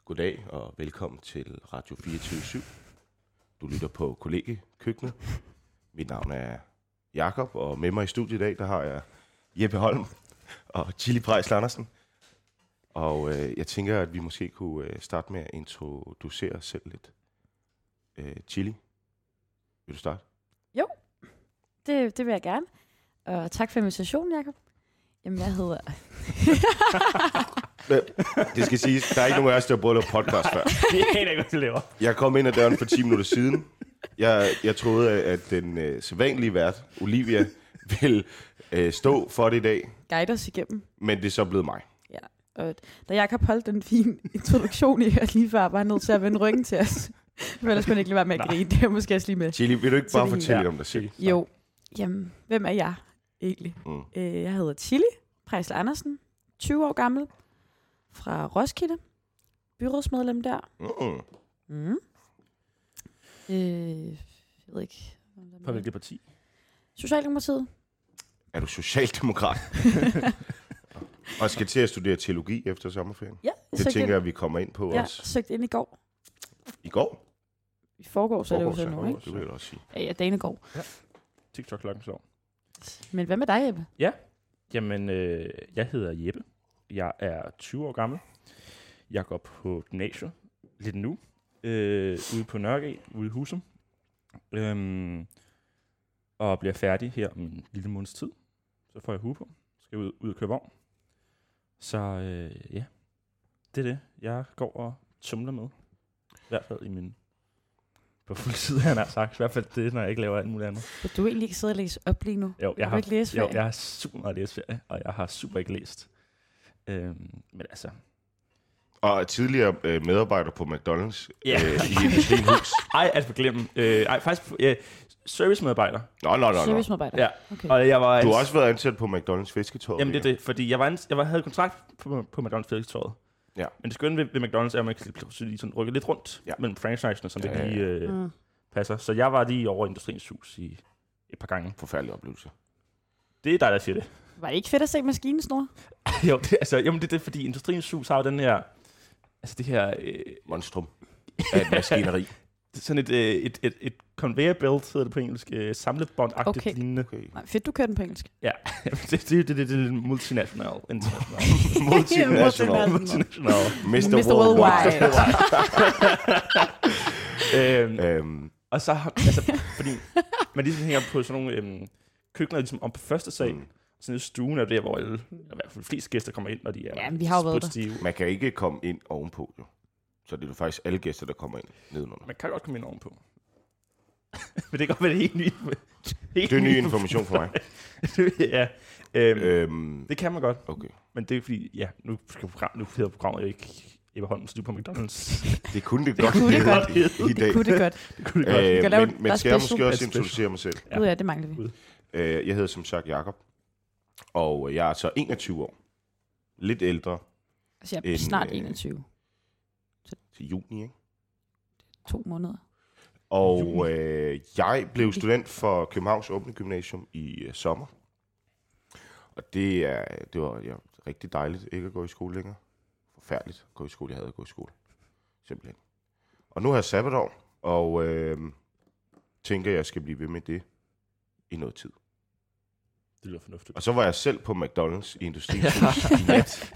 Goddag og velkommen til Radio 24/7. Du lytter på kollegiekøkkenet. Mit navn er Jakob, og med mig i studiet i dag, der har jeg Jeppe Holm og Chili Prejsler Andersen. Og jeg tænker, at vi måske kunne starte med at introducere os selv lidt. Chili, vil du starte? Jo, det vil jeg gerne. Og tak for invitationen, Jakob. Jamen, jeg hedder... Det skal siges, der er ikke nogen af os, der har prøvet at lave podcast før. Det er ikke, hvad du laver. Jeg kom ind ad døren for 10 minutter siden. Jeg troede, at den sædvanlige vært, Olivia, ville stå for det i dag. Guide os igennem. Men det er så blevet mig. Ja, og da Jakob holdt den fine introduktion, I hørte lige før, var jeg nødt til at vende ryggen til os. For ellers kunne jeg ikke lade være med at grine. Det er måske også lige med. Chili, vil du ikke bare fortælle lidt om dig selv? Jo, jamen, hvem er jeg egentlig? Jeg hedder Chili Prejsler Andersen, 20 år gammel, fra Roskilde, byrådsmedlem der. Jeg ved ikke. På hvilket parti? Socialdemokratiet. Er du socialdemokrat? Og skal til at studere teologi efter sommerferien? Ja. Det tænker jeg, vi kommer ind på også. også. Søgte ind i går. I går? I forgår, så er det jo sådan nu, ikke? Det vil jeg også sige. Ja, dagen i går. Ja. TikTok-klokken slår. Men hvad med dig, Jeppe? Ja, jamen, jeg hedder Jeppe. Jeg er 20 år gammel. Jeg går på gymnasiet lidt nu. Ude på Nørregade, ude i Husum. Og bliver færdig her om en lille måneds tid. Så får jeg hue på. Skal ud og køre vogn. Så ja, det er det. Jeg går og tumler med. I hvert fald i min... På fuld tid, han har sagt. I hvert fald det, når jeg ikke laver alt muligt andet. Så du egentlig ikke sidde og læse op lige nu? Jo, jeg har super meget læseferie, og jeg har super ikke læst. Men altså... Og tidligere medarbejder på McDonald's i Industrien Hus. Ej, altså glemme. Faktisk servicemedarbejder. Nå. Servicemedarbejder? Ja. Okay. Og jeg var du har også været ansat på McDonald's Fisketåret. Jamen det er det, fordi jeg havde kontrakt på McDonald's Fisketåret. Ja. Men det skønne ved McDonald's er, at man kan sådan rykke lidt rundt mellem franchiserne, så det lige passer. Så jeg var lige over Industriens Hus i et par gange. Forfærdelig oplevelse. Det er dig, der siger det. Var det ikke fedt at se maskinesnor? Jo, det er fordi Industriens Hus har jo den her... Altså det her... monstrum af et maskineri. Sådan et conveyor belt, hedder det på engelsk, samlebånd-agtigt lignende. Okay. Nej, fedt, du kører den på engelsk. Ja, det er multinational. Multinational. Mr. Worldwide. Og så, altså, fordi man ligesom hænger på sådan nogle køkkener ligesom om på første sal. Sådan i stuen er det, hvor i hvert fald flest gæster kommer ind, når de er vi har været der. Man kan ikke komme ind ovenpå, jo. Så det er jo faktisk alle gæster, der kommer ind nedenunder. Man kan godt komme ind ovenpå. Men det kan godt være, det helt ny. Det er ny information for mig. Ja. Det kan man godt. Okay. Men det er fordi, nu hedder programmet jo ikke Jeppe Holm, så du på McDonald's. Det kunne det godt i dag. Det kunne det godt. Men skal jeg måske også introducere mig selv? Ja, det mangler vi. Jeg hedder som sagt Jakob. Og jeg er så 21 år. Lidt ældre. Altså jeg er snart 21. Til juni, ikke? 2 måneder. Og jeg blev student for Københavns Åbne Gymnasium i sommer. Og det var rigtig dejligt ikke at gå i skole længere. Forfærdeligt at gå i skole. Jeg havde at gå i skole. Simpelthen. Og nu har jeg sabbatår, og tænker, at jeg skal blive ved med det i noget tid. Det lyder fornuftigt. Og så var jeg selv på McDonald's i Industriens Hus i nat.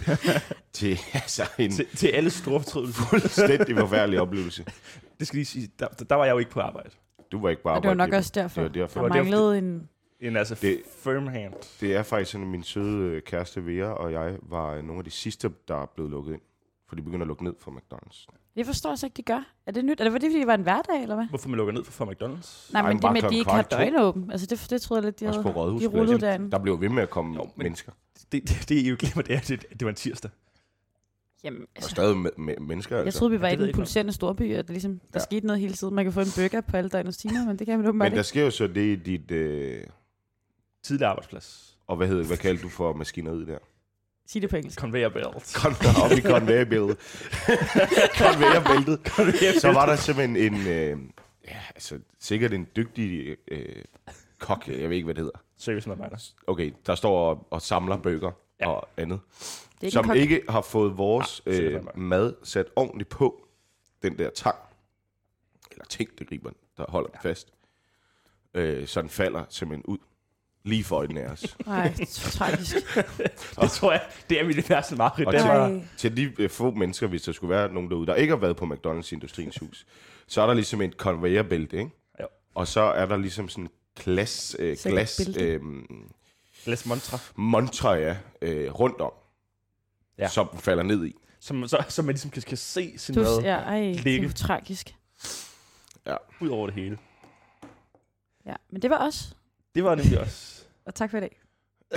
Til alle store fortrydelser. Fuldstændig forfærdelig oplevelse. Det skal lige sige, der var jeg jo ikke på arbejde. Du var ikke på arbejde. Og det var nok også derfor. Det var derfor. Der manglede en firm hand. Det er faktisk sådan, at min søde kæreste Vera og jeg var nogle af de sidste, der er blevet lukket ind. For de begynder at lukke ned for McDonald's. Det forstår jeg så ikke, de gør. Er det nyt? Eller var det, fordi det var en hverdag, eller hvad? Hvorfor man lukker ned for McDonald's? Nej, men det med, at de ikke har døgnåben. Altså, det troede jeg lidt, de rullede derinde. Der blev ved med at komme mennesker. Det I jo glemmer, det var en tirsdag. Jamen, altså, og stadig mennesker, altså. Jeg troede, vi var i den pulserende storby, og der skete noget hele tiden. Man kan få en burger på alle døgnets timer, men det kan man åbenbart ikke. Men der sker jo så det i dit... tidligere arbejdsplads. Og hvad kalder du for maskineriet der? Sig det på engelsk. Conveyor belt. Op i conveyor belt. Conveyor beltet. Så var der simpelthen sikkert en dygtig kok, jeg ved ikke, hvad det hedder. Servicemedarbejder. Okay, der står og samler bøger og andet. som ikke har fået vores mad sat ordentligt på den der tang, eller ting, det griber, der holder den fast, så den falder simpelthen ud lige for øjnene af os. Nej, tragisk. Det tror jeg, det er mit værste mareridt. Og til de få mennesker, hvis der skulle være nogen derude, der ikke har været på McDonald's Industriens Hus, så er der ligesom et conveyorbælte, ikke? Jo. Og så er der ligesom sådan glas montre, ja, rundt om, som falder ned i. Så man ligesom kan se sin mad ligge. Det er tragisk. Ja. Ud over det hele. Ja, men det var os. Det var nemlig os. Og tak for i dag.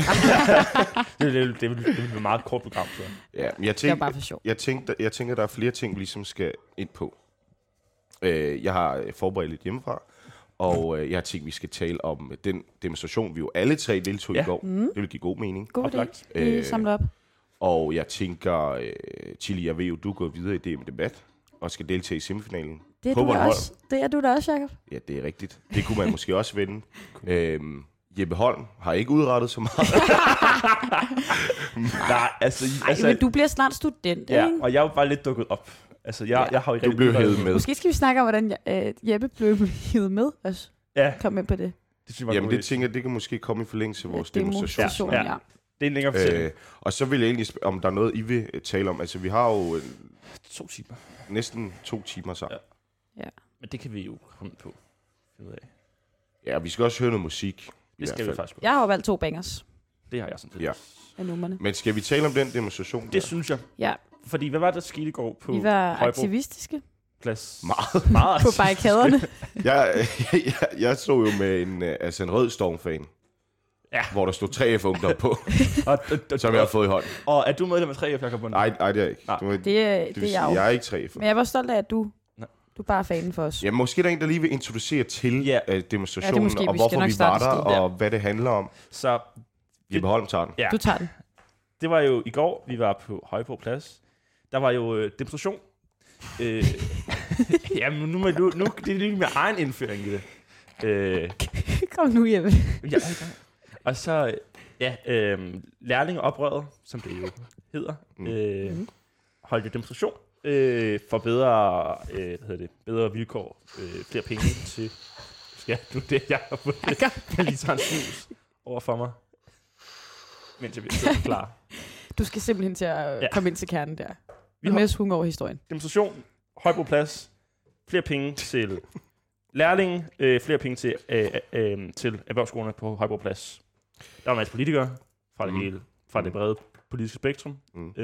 det vil være et meget kort program, så. Ja, det var bare for sjov. Jeg tænker, der er flere ting, vi ligesom skal ind på. Jeg har forberedt lidt hjemmefra, og jeg har tænkt, vi skal tale om den demonstration, vi jo alle tre deltog i går. Det vil give god mening. God idé. Vi samler op. Og jeg tænker, Chili, jeg ved jo, du er gået videre i det med debat, og skal deltage i semifinalen. Det er du da også, Jacob. Ja, det er rigtigt. Det kunne man måske også vinde. Jeppe Holm har ikke udrettet så meget. Nej, altså, men du bliver snart student, ja, ikke? og jeg er jo bare lidt dukket op. Altså, jeg har jo du blev hævet med. Måske skal vi snakke om, hvordan Jeppe blev hævet med os. Ja. Kom med på det. Jamen, det tænker jeg, det kan måske komme i forlængelse af vores demonstration. Ja. Det er en længere fortælling. Og så vil jeg egentlig om der er noget, I vil tale om. Altså, vi har jo 2 timer. Næsten 2 timer sammen. Ja. Men det kan vi jo komme på. Ja, vi skal også høre noget musik. Det skal vi faktisk. Jeg har jo valgt 2 bangers. Det har jeg sådan set. Ja. Af numrene. Men skal vi tale om den demonstration? Det synes jeg. Ja. Fordi hvad var der skete i går på Vi var Højbro aktivistiske. Plads? Meget. På barrikaderne. jeg stod jo med en rød Storm-fan. Ja. Hvor der stod 3F ungdom på, som jeg har fået i hånden. Og er du medlem af 3F, Jacob? Nej, det er jeg ikke. Det er jeg. Jeg er ikke 3F. Men jeg var stolt af, at du er bare fanen for os. Ja, måske der er en, der lige vil introducere til demonstrationen, måske, og hvorfor vi var der, og hvad det handler om. Så Jeppe Holm tager den. Ja. Du tager den. Det var jo i går, vi var på Højbro Plads. Der var jo demonstration. Jamen, nu det er lige med egen indføring i det. Kom nu, Jeppe. Ja, og så, lærlingeoprøret, som det jo hedder, holdt jo demonstration for bedre vilkår, flere penge til, du det, jeg har fået det, jeg lige tager en snus over for mig, mens jeg bliver klar. Du skal simpelthen til at komme ind til kernen der. Vi har mest hunger over historien. Demonstration, Højbro Plads, flere penge til lærlinge, flere penge til erhvervsskolerne på Højbro Plads. Der var en masse politikere fra det brede politiske spektrum.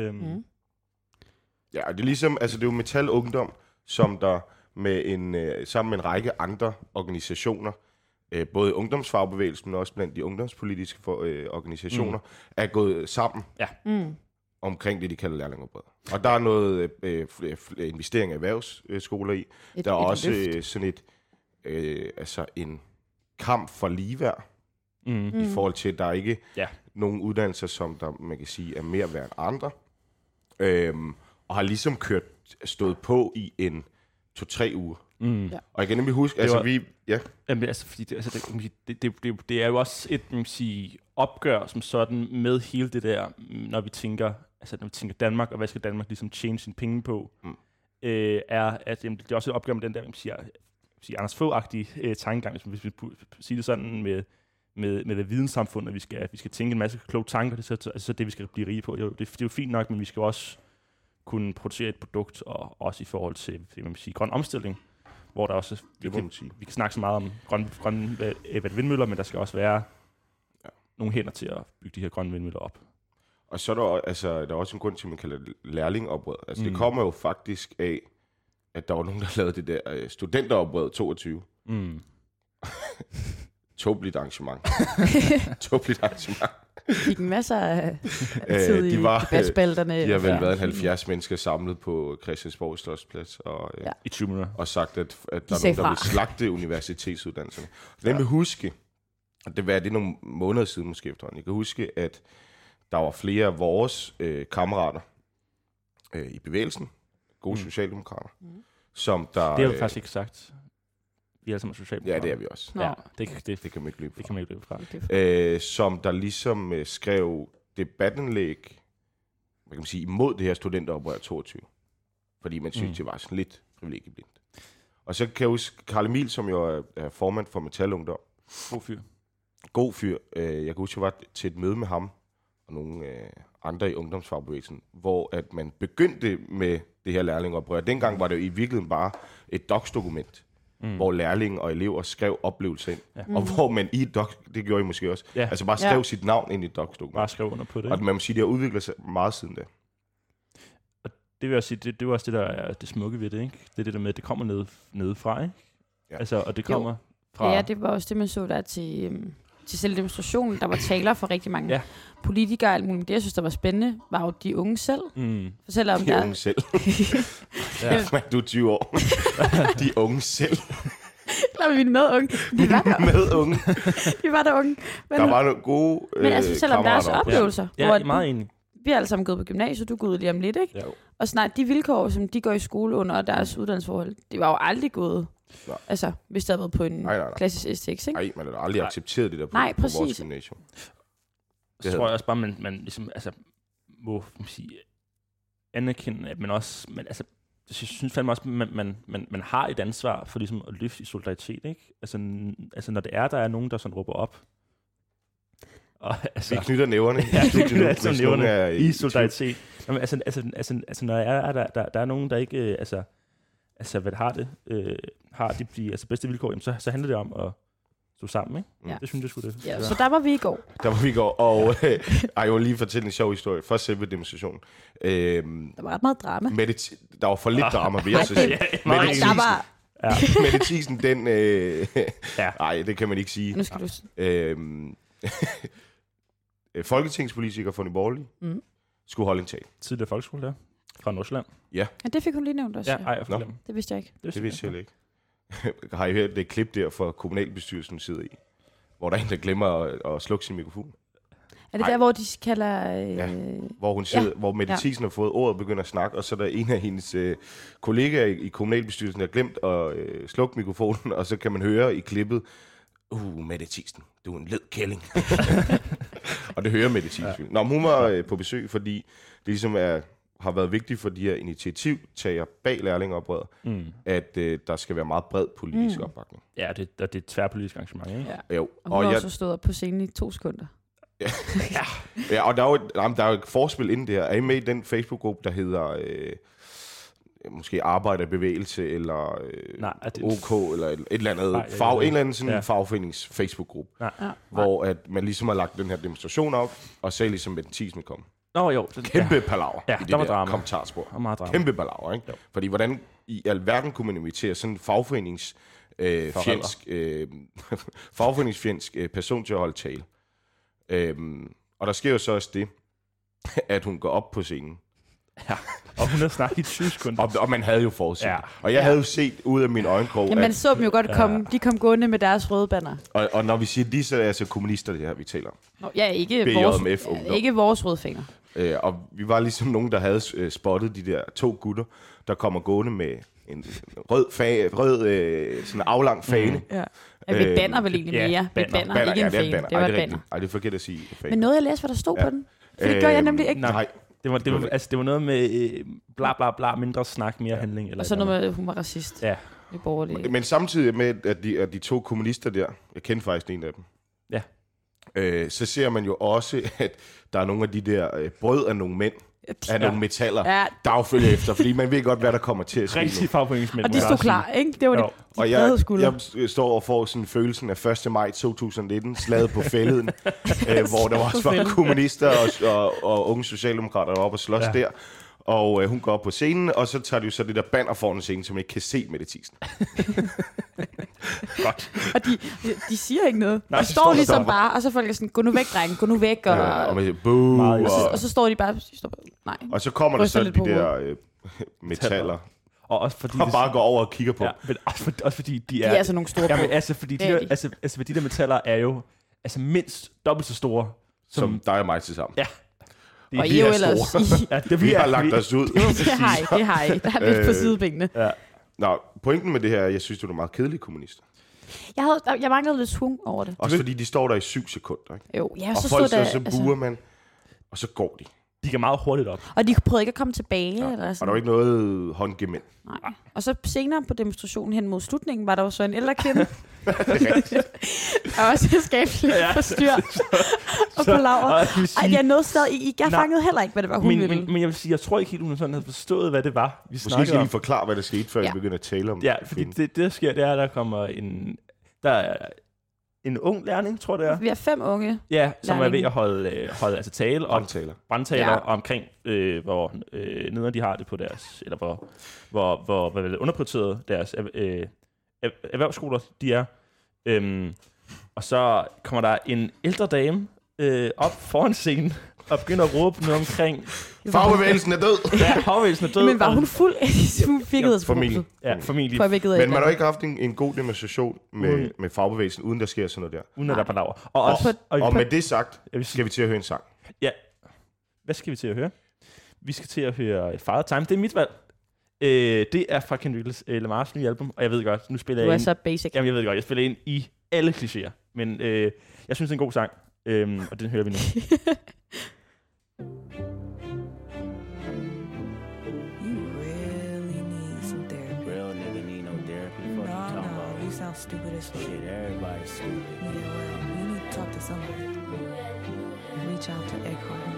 Ja, det er ligesom, altså det er jo Metal Ungdom, som der med sammen med en række andre organisationer, både ungdomsfagbevægelsen, men også blandt de ungdomspolitiske organisationer, er gået sammen omkring det, de kalder lærlingeoprøret. Og der er noget investering i erhvervsskoler i. Der er også sådan en kamp for ligeværd, i forhold til, at der ikke er nogen uddannelser, som der, man kan sige, er mere værd end andre. Og har ligesom stået på i en 2-3 uger. Ja. Og jeg kan nemlig huske, fordi det er jo også et opgør som sådan med hele det der, når vi tænker Danmark, og hvad skal Danmark ligesom tjene sine penge på, er, at det er også et opgør med den der, Anders Fogh-agtige tankegang, hvis vi siger det sådan med videnssamfundet, at vi skal tænke en masse kloge tanker, det er så det, vi skal blive rige på. Det er jo fint nok, men vi skal også kunne producere et produkt, og også i forhold til grøn omstilling, hvor der også, vi kan snakke så meget om grønne vindmøller, men der skal også være nogle hænder til at bygge de her grønne vindmøller op. Og så er der er også en grund til, at man kalder det lærlingeoprør. Altså det kommer jo faktisk af, at der var nogen, der lavede det der studenteroprør 22. Tåbeligt arrangement. Fik en masse af tid i debatspalterne. De har vel været 70 mennesker samlet på Christiansborg Slottsplads i 20 minutter. Og sagt, at der er nogen, der vil slagte universitetsuddannelserne. Den vil huske, og det er nogle måneder siden måske efterhånden, jeg kan huske, at der var flere af vores kammerater i bevægelsen, gode socialdemokrater, som der... Det har vi faktisk ikke sagt. Vi er altså socialdemokrater. Ja, det er vi også. Ja, det kan man ikke løbe fra. Det kan man ikke løbe fra. Som der ligesom skrev debatindlæg hvad kan man sige, imod det her studenteroprør 22. Fordi man synes, det var sådan lidt privilegieblindt. Og så kan jeg huske Karl Emil, som jo er formand for Metal Ungdom. God fyr. Jeg kan huske, jeg var til et møde med ham og nogle andre i ungdomsfagbevægelsen, hvor at man begyndte med det her lærlingeoprør. Dengang var det jo i virkeligheden bare et docs-dokument, hvor lærlinge og elever skrev oplevelser ind. Ja. Og hvor man i et docs, det gjorde I måske også, altså bare skrev sit navn ind i et docs-dokument. Bare skrev under på det. Og man må sige, det har udviklet sig meget siden da. Det vil jeg sige, det er også det, der er det smukke ved det, ikke? Det er det der med, at det kommer nedefra, ikke? Ja. Altså, og det kommer fra... Ja, det var også det, man så der til selve demonstrationen. Der var taler for rigtig mange politikere og alt muligt. Det, jeg synes, der var spændende, var jo de unge selv. Fortæller om de unge selv. Du er 20 år. De unge selv. Nej, men vi er med unge. Vi var der med unge. Vi var der unge. Men, der var nogle gode men altså, fortæller om deres oplevelser. Ja, jeg er meget enig. Vi er alle sammen gået på gymnasiet, du er gået lige om lidt, ikke? Jo. Og snart de vilkår, som de går i skole under deres uddannelsesforhold, det var jo aldrig gået. Nej. Altså, hvis det havde været på en klassisk STX, ikke? Nej, man har aldrig accepteret det der på vores gymnasium. Så tror jeg også bare, man ligesom, altså, må sige, anerkende, at man også, altså, jeg synes fandme også, man har et ansvar for ligesom at løfte i solidaritet, ikke? Altså når det er, der er nogen, der sådan råber op. Og, altså, vi knytter næverne. Ja, vi knytter næverne i solidaritet. Jamen, altså når der er nogen, der ikke altså hvad har de blive altså bedste vilkår, jamen, så handler det om at stå sammen, ikke? Ja. Det synes jeg skulle det. Ja, så der var vi i går. Og jeg vil lige fortælle en sjov historie for selve demonstrationen. Der var ret meget drama. Der var for lidt drama, vil jeg så sige. Mette Thiesen, den... Nej, det kan man ikke sige. Nu skal du... Folketingspolitiker for Nye Borgerlige skulle holde en tale. Tidligere folkeskole der, fra Nordsjælland. Ja, det fik hun lige nævnt også. Ja, det vidste jeg ikke. Det vidste jeg ikke. Har I hørt det klip der fra kommunalbestyrelsen sidder i? Hvor der er en, der glemmer at slukke sin mikrofon. Er det der, hvor de kalder... hvor hun sidder, hvor Mette Thiesen har fået ordet og begynder at snakke, og så er der en af hendes kollegaer i kommunalbestyrelsen, der har glemt at slukke mikrofonen, og så kan man høre i klippet, Mette Thiesen, du er en led kælling. Og det hører Mette Thiesen. Nå, hun var på besøg, fordi det ligesom har været vigtigt for de her initiativtager bag lærlingeoprøret, at der skal være meget bred politisk opbakning. Ja, det er et tværpolitisk arrangement, ikke? Ja. Jo. Og hun har også stået op på scenen i 2 sekunder. Ja, og der er jo et forspil inden det her. Er I med i den Facebook-gruppe, der hedder måske Arbejderbevægelse, eller OK, eller et eller andet, en eller anden sådan fagforenings Facebook-gruppe, hvor at man ligesom har lagt den her demonstration op, og så ligesom Mette Thiesen kom. Kæmpe palaver i det der kommentarspor. Kæmpe palaver, ikke? Jo. Fordi hvordan i alverden kunne man invitere sådan en fagforeningsfjendsk person til at holde tale. Og der sker jo så også det, at hun går op på scenen. Ja, og hun har snakket i 20 sekunder. Og man havde jo forudset. Ja. Og jeg havde jo set ud af min øjenkrog. Ja, man så dem jo godt komme. De kom gående med deres røde banner. Og når vi siger de, så er det altså kommunister, det her, vi taler om. Ja, ikke vores røde fingre. Og vi var ligesom nogen, der havde spottet de der 2 gutter, der kommer gående med en rød sådan aflang fane. Ja. Med banner vel egentlig mere. Banner, ikke en fane. Det var et banner. Ej, det er forkert at sige fane. Men noget jeg læste, hvad der stod på den. For det gør jeg nemlig ikke. Nej. Det var noget med bla bla bla, mindre snak, mere handling. Eller og så noget med, hun var racist. Ja. Men samtidig med, at de 2 kommunister der, jeg kendte faktisk en af dem. Ja. Så ser man jo også, at der er nogle af de der brød af nogle mænd, af nogle metaller, der følger efter, fordi man ved godt, hvad der kommer til at ske. Rigtig fagforeningsmænd. Og de stod klar, ikke? Det var de og jeg står og får sådan følelsen af 1. maj 2019, slaget på fælleden, hvor der også var kommunister og unge socialdemokrater, der var oppe og slås der. Og hun går op på scenen, og så tager de jo så det der banner foran scenen, som man ikke kan se Mette Thiesen. Godt. Og de siger ikke noget. De står ligesom bare, og så folk er sådan, gå nu væk, drenge, gå nu væk. Og så står de bare, nej. Og så kommer der så de der metaller. Og også fordi og bare går over og kigger på. Ja, men også fordi de er altså nogle store. Jamen, altså fordi de der metaller er jo altså mindst dobbelt så store som dig og mig til sammen. Ja. Og I jo ellers vi har lagt os ud. Det har I. Der er lidt på sidebenene. Ja. Nå, pointen med det her, jeg synes, du er meget kedelig kommunist. Jeg manglede lidt svung over det. Også fordi de står der i 7 sekunder, ikke? Jo, ja, og folk så buer man, og så går de. de går meget hurtigt op. Og de prøvede ikke at komme tilbage? Ja. Eller sådan. Og der var ikke noget håndgemænd. Nej. Og så senere på demonstrationen hen mod slutningen, var der jo så en ældre kvinde. og også skabelig på styr. og på laver. Ej, jeg nåede stadig. Jeg fangede heller ikke, hvad det var, hun ville. Men jeg vil sige, jeg tror ikke helt, hun sådan havde forstået, hvad det var, vi snakkede om. Måske skal vi forklare, hvad der skete, før vi begynder at tale om det. Ja, fordi det, der sker, det er, at der kommer der er en ung lærling, tror jeg det er. Vi har 5 unge som er ved at holde altså tale om brandtaler omkring, hvor nederen de har det på deres, eller hvor underprioriteret deres erhvervsskoler de er. Og så kommer der en ældre dame op foran scenen og begynder at råbe noget omkring... Fagbevægelsen er død! Ja, fagbevægelsen er død. Men var hun fuld af familien. Ja, familien. Men man har ikke haft en god demonstration med fagbevægelsen, uden der sker sådan noget der. Uden at der er palaver. Og med det sagt, skal vi til at høre en sang. Ja. Hvad skal vi til at høre? Vi skal til at høre Father Time. Det er mit valg. Det er fra Kendrick Lamars nye album, og jeg ved godt, nu spiller jeg ind... Du er så basic. Jamen, jeg ved godt, jeg spiller ind i alle klichéer. Men jeg synes, det er en god sang, og den hører vi nu. Stupid as shit. Everybody's stupid. Yeah, well, you need to talk to somebody. Reach out to Eckhart.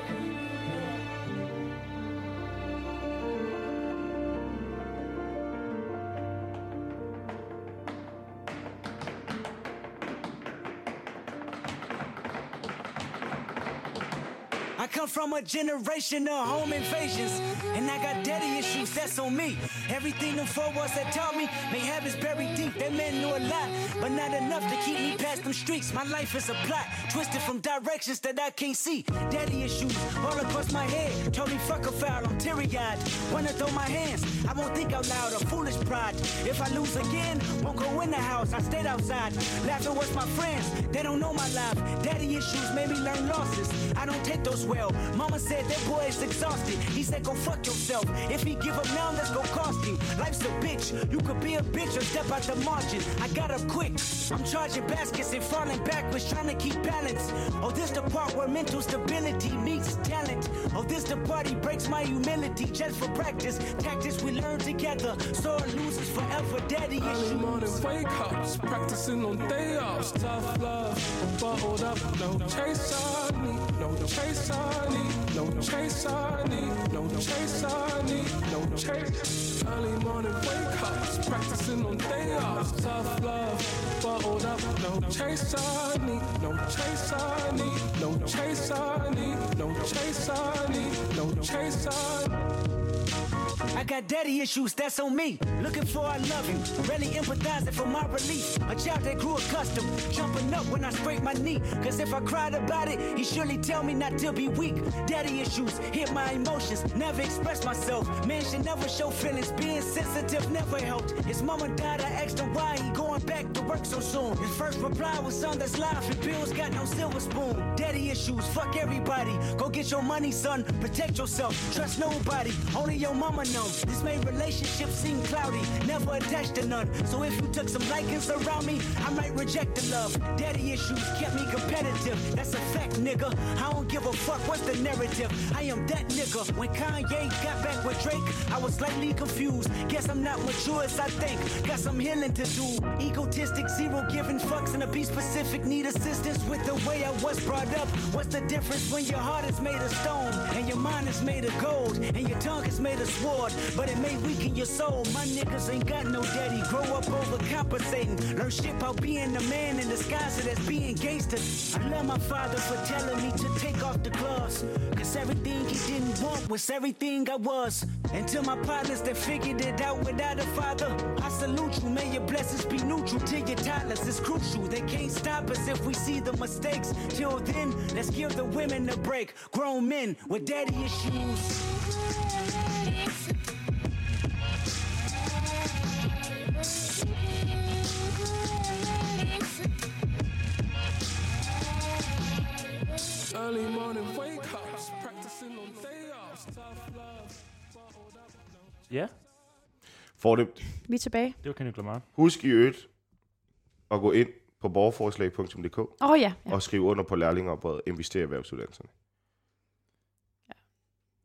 I come from a generation of home invasions, and I got daddy issues, that's on me. Everything them four walls that taught me, may habits buried deep, that man knew a lot, but not enough to keep me past them streets. My life is a plot, twisted from directions that I can't see. Daddy issues all across my head, told me fuck a foul, I'm teary-eyed. Wanna throw my hands, I won't think out loud, a foolish pride. If I lose again, won't go in the house, I stayed outside, laughing with my friends, they don't know my life. Daddy issues made me learn losses, I don't take those well. Mama said that boy is exhausted. He said go fuck yourself. If he give up now, that's gonna cost him. Life's a bitch. You could be a bitch or step out the margin. I got up quick. I'm charging baskets and falling backwards, trying to keep balance. Oh, this the part where mental stability meets talent. Oh, this the part he breaks my humility just for practice. Tactics we learn together. Sore losers forever. Daddy issues. Early morning wake ups, practicing on day offs. Tough love, bottled up, no chase on me, no chase on me. No chase I need, no chase I need, no chase. Early morning wake ups, practicing on day offs. Tough love, bottled up, no chase I need, no chase I need, no chase I need, no chase I need, no chase I need. I got daddy issues, that's on me. Looking for I love him, really empathizing for my relief. A child that grew accustomed, jumping up when I scrape my knee. Cause if I cried about it, he surely tell me not to be weak. Daddy issues, hit my emotions, never express myself. Man should never show feelings, being sensitive never helped. His mama died, I asked him why he going back to work so soon. His first reply was son, that's life, and bills got no silver spoon. Daddy issues, fuck everybody. Go get your money, son, protect yourself. Trust nobody, only your mama knows. This made relationships seem cloudy, never attached to none. So if you took some likings around me, I might reject the love. Daddy issues kept me competitive, that's a fact, nigga. I don't give a fuck, what's the narrative? I am that nigga. When Kanye got back with Drake, I was slightly confused. Guess I'm not mature as I think, got some healing to do. Egotistic, zero giving fucks, and a be specific, need assistance with the way I was brought up. What's the difference when your heart is made of stone, and your mind is made of gold, and your tongue is made of sword? But it may weaken your soul. My niggas ain't got no daddy. Grow up overcompensating. Learn shit about being a man in disguise as being gangster. I love my father for telling me to take off the gloves. Cause everything he didn't want was everything I was. And to my partners that figured it out without a father, I salute you. May your blessings be neutral to your toddlers. It's crucial. They can't stop us if we see the mistakes. Till then, let's give the women a break. Grown men with daddy issues. Early morning wake ups, practicing on day offs. Tough love, bottled up, no. Ja, Fornemt. Vi er tilbage. det var Kendrick Lamar. Husk i øvrigt at gå ind på borgerforslag.dk Ja. og skrive under på lærlingeoprøret, investere i erhvervsuddannelserne.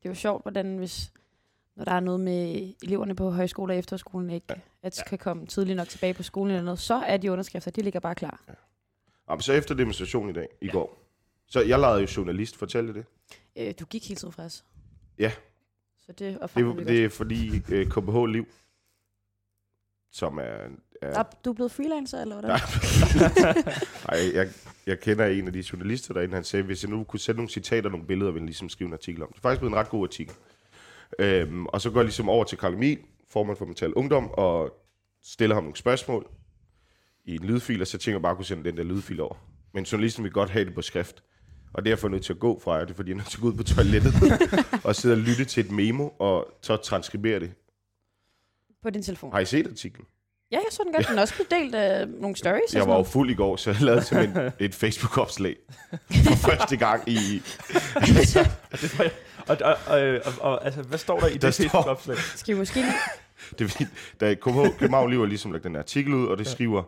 Det er jo sjovt, hvordan når der er noget med eleverne på højskole og efterskolen, ikke kan komme tidligt nok tilbage på skolen eller noget, så er de underskrifter, de ligger bare klar. Ja. Men så efter demonstrationen i går, så jeg legede jo journalist, fortæl det. Du gik helt tilfreds. Ja. Så det er fordi KBH Liv, som er... Du er blevet freelancer, eller hvordan? Nej, jeg kender en af de journalister derinde, han sagde, hvis jeg nu kunne sætte nogle citater og nogle billeder, ville jeg ligesom skrive en artikel om. Det er faktisk blevet en ret god artikel. Og så går jeg ligesom over til Carl Emil, formand for Mental Ungdom, og stiller ham nogle spørgsmål i en lydfil, og så tænker jeg bare, at kunne sende den der lydfil over. Men journalisten vil godt have det på skrift. Og derfor er jeg nødt til at gå fra det, fordi jeg er nødt til at gå ud på toilettet og sidde og lytte til et memo, og så transkribere det. På din telefon? Har I set artiklen? Ja, jeg så den godt. Den også blev delt af nogle stories. Jeg var jo fuld i går, så jeg lavede simpelthen et Facebook-opslag for første gang i... Altså, hvad står der i det Facebook-opslag? Skal vi måske lige... Da København Liv har ligesom lagt den artikel ud, og det skriver...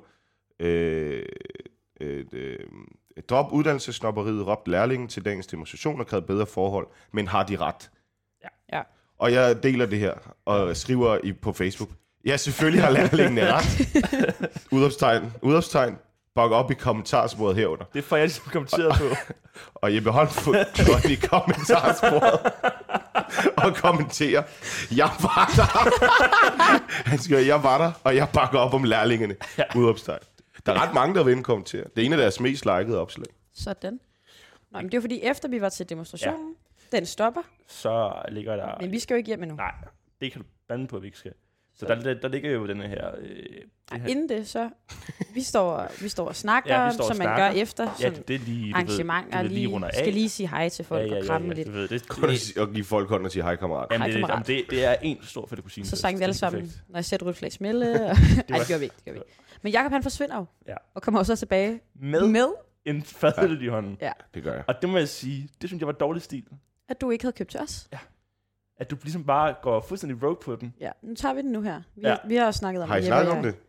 Drop uddannelsesnopperiet, råbt lærlingen til dagens demonstration og krævet bedre forhold, men har de ret? Ja. Og jeg deler det her, og skriver på Facebook, ja, selvfølgelig har lærlingen ret. Udopstegn, bakke op i kommentarsporet herunder. Det får jeg ligesom kommenteret på. Og Jeppe Holm går ind i kommentarsporet og kommenterer, jeg var der. Han skriver, jeg var der, og jeg bakker op om lærlingene. Udopstegn. Der er ret mange, der vil kommentere. Det er en af deres mest likede opslag. Sådan. Nå, men det er fordi, efter vi var til demonstrationen, den stopper. Så ligger der... Men vi skal jo ikke hjem endnu. Nej, det kan du bande på, at vi ikke skal. Så der ligger jo denne her... Inden det, så... Vi står og snakker, som man gør efter det er lige, arrangementer. Det lige runder af. Skal lige sige hej til folk og kramme lidt. Det, og give folk hånd og sige hej, kammerat. Det er en stor fælde kusine. Så sang vi alle sammen, når jeg sætter rødt flag smelle. Nej, det gør vi ikke. Men Jakob han forsvinder jo. Ja. Og kommer også tilbage med en fadøl i hånden. Ja. Det gør jeg. Og det må jeg sige, det synes jeg var dårlig stil. At du ikke havde købt til os. Ja. At du ligesom bare går fuldstændig rogue på den. Ja, nu tager vi den nu her. Vi har også snakket om det. Har I snakket om det?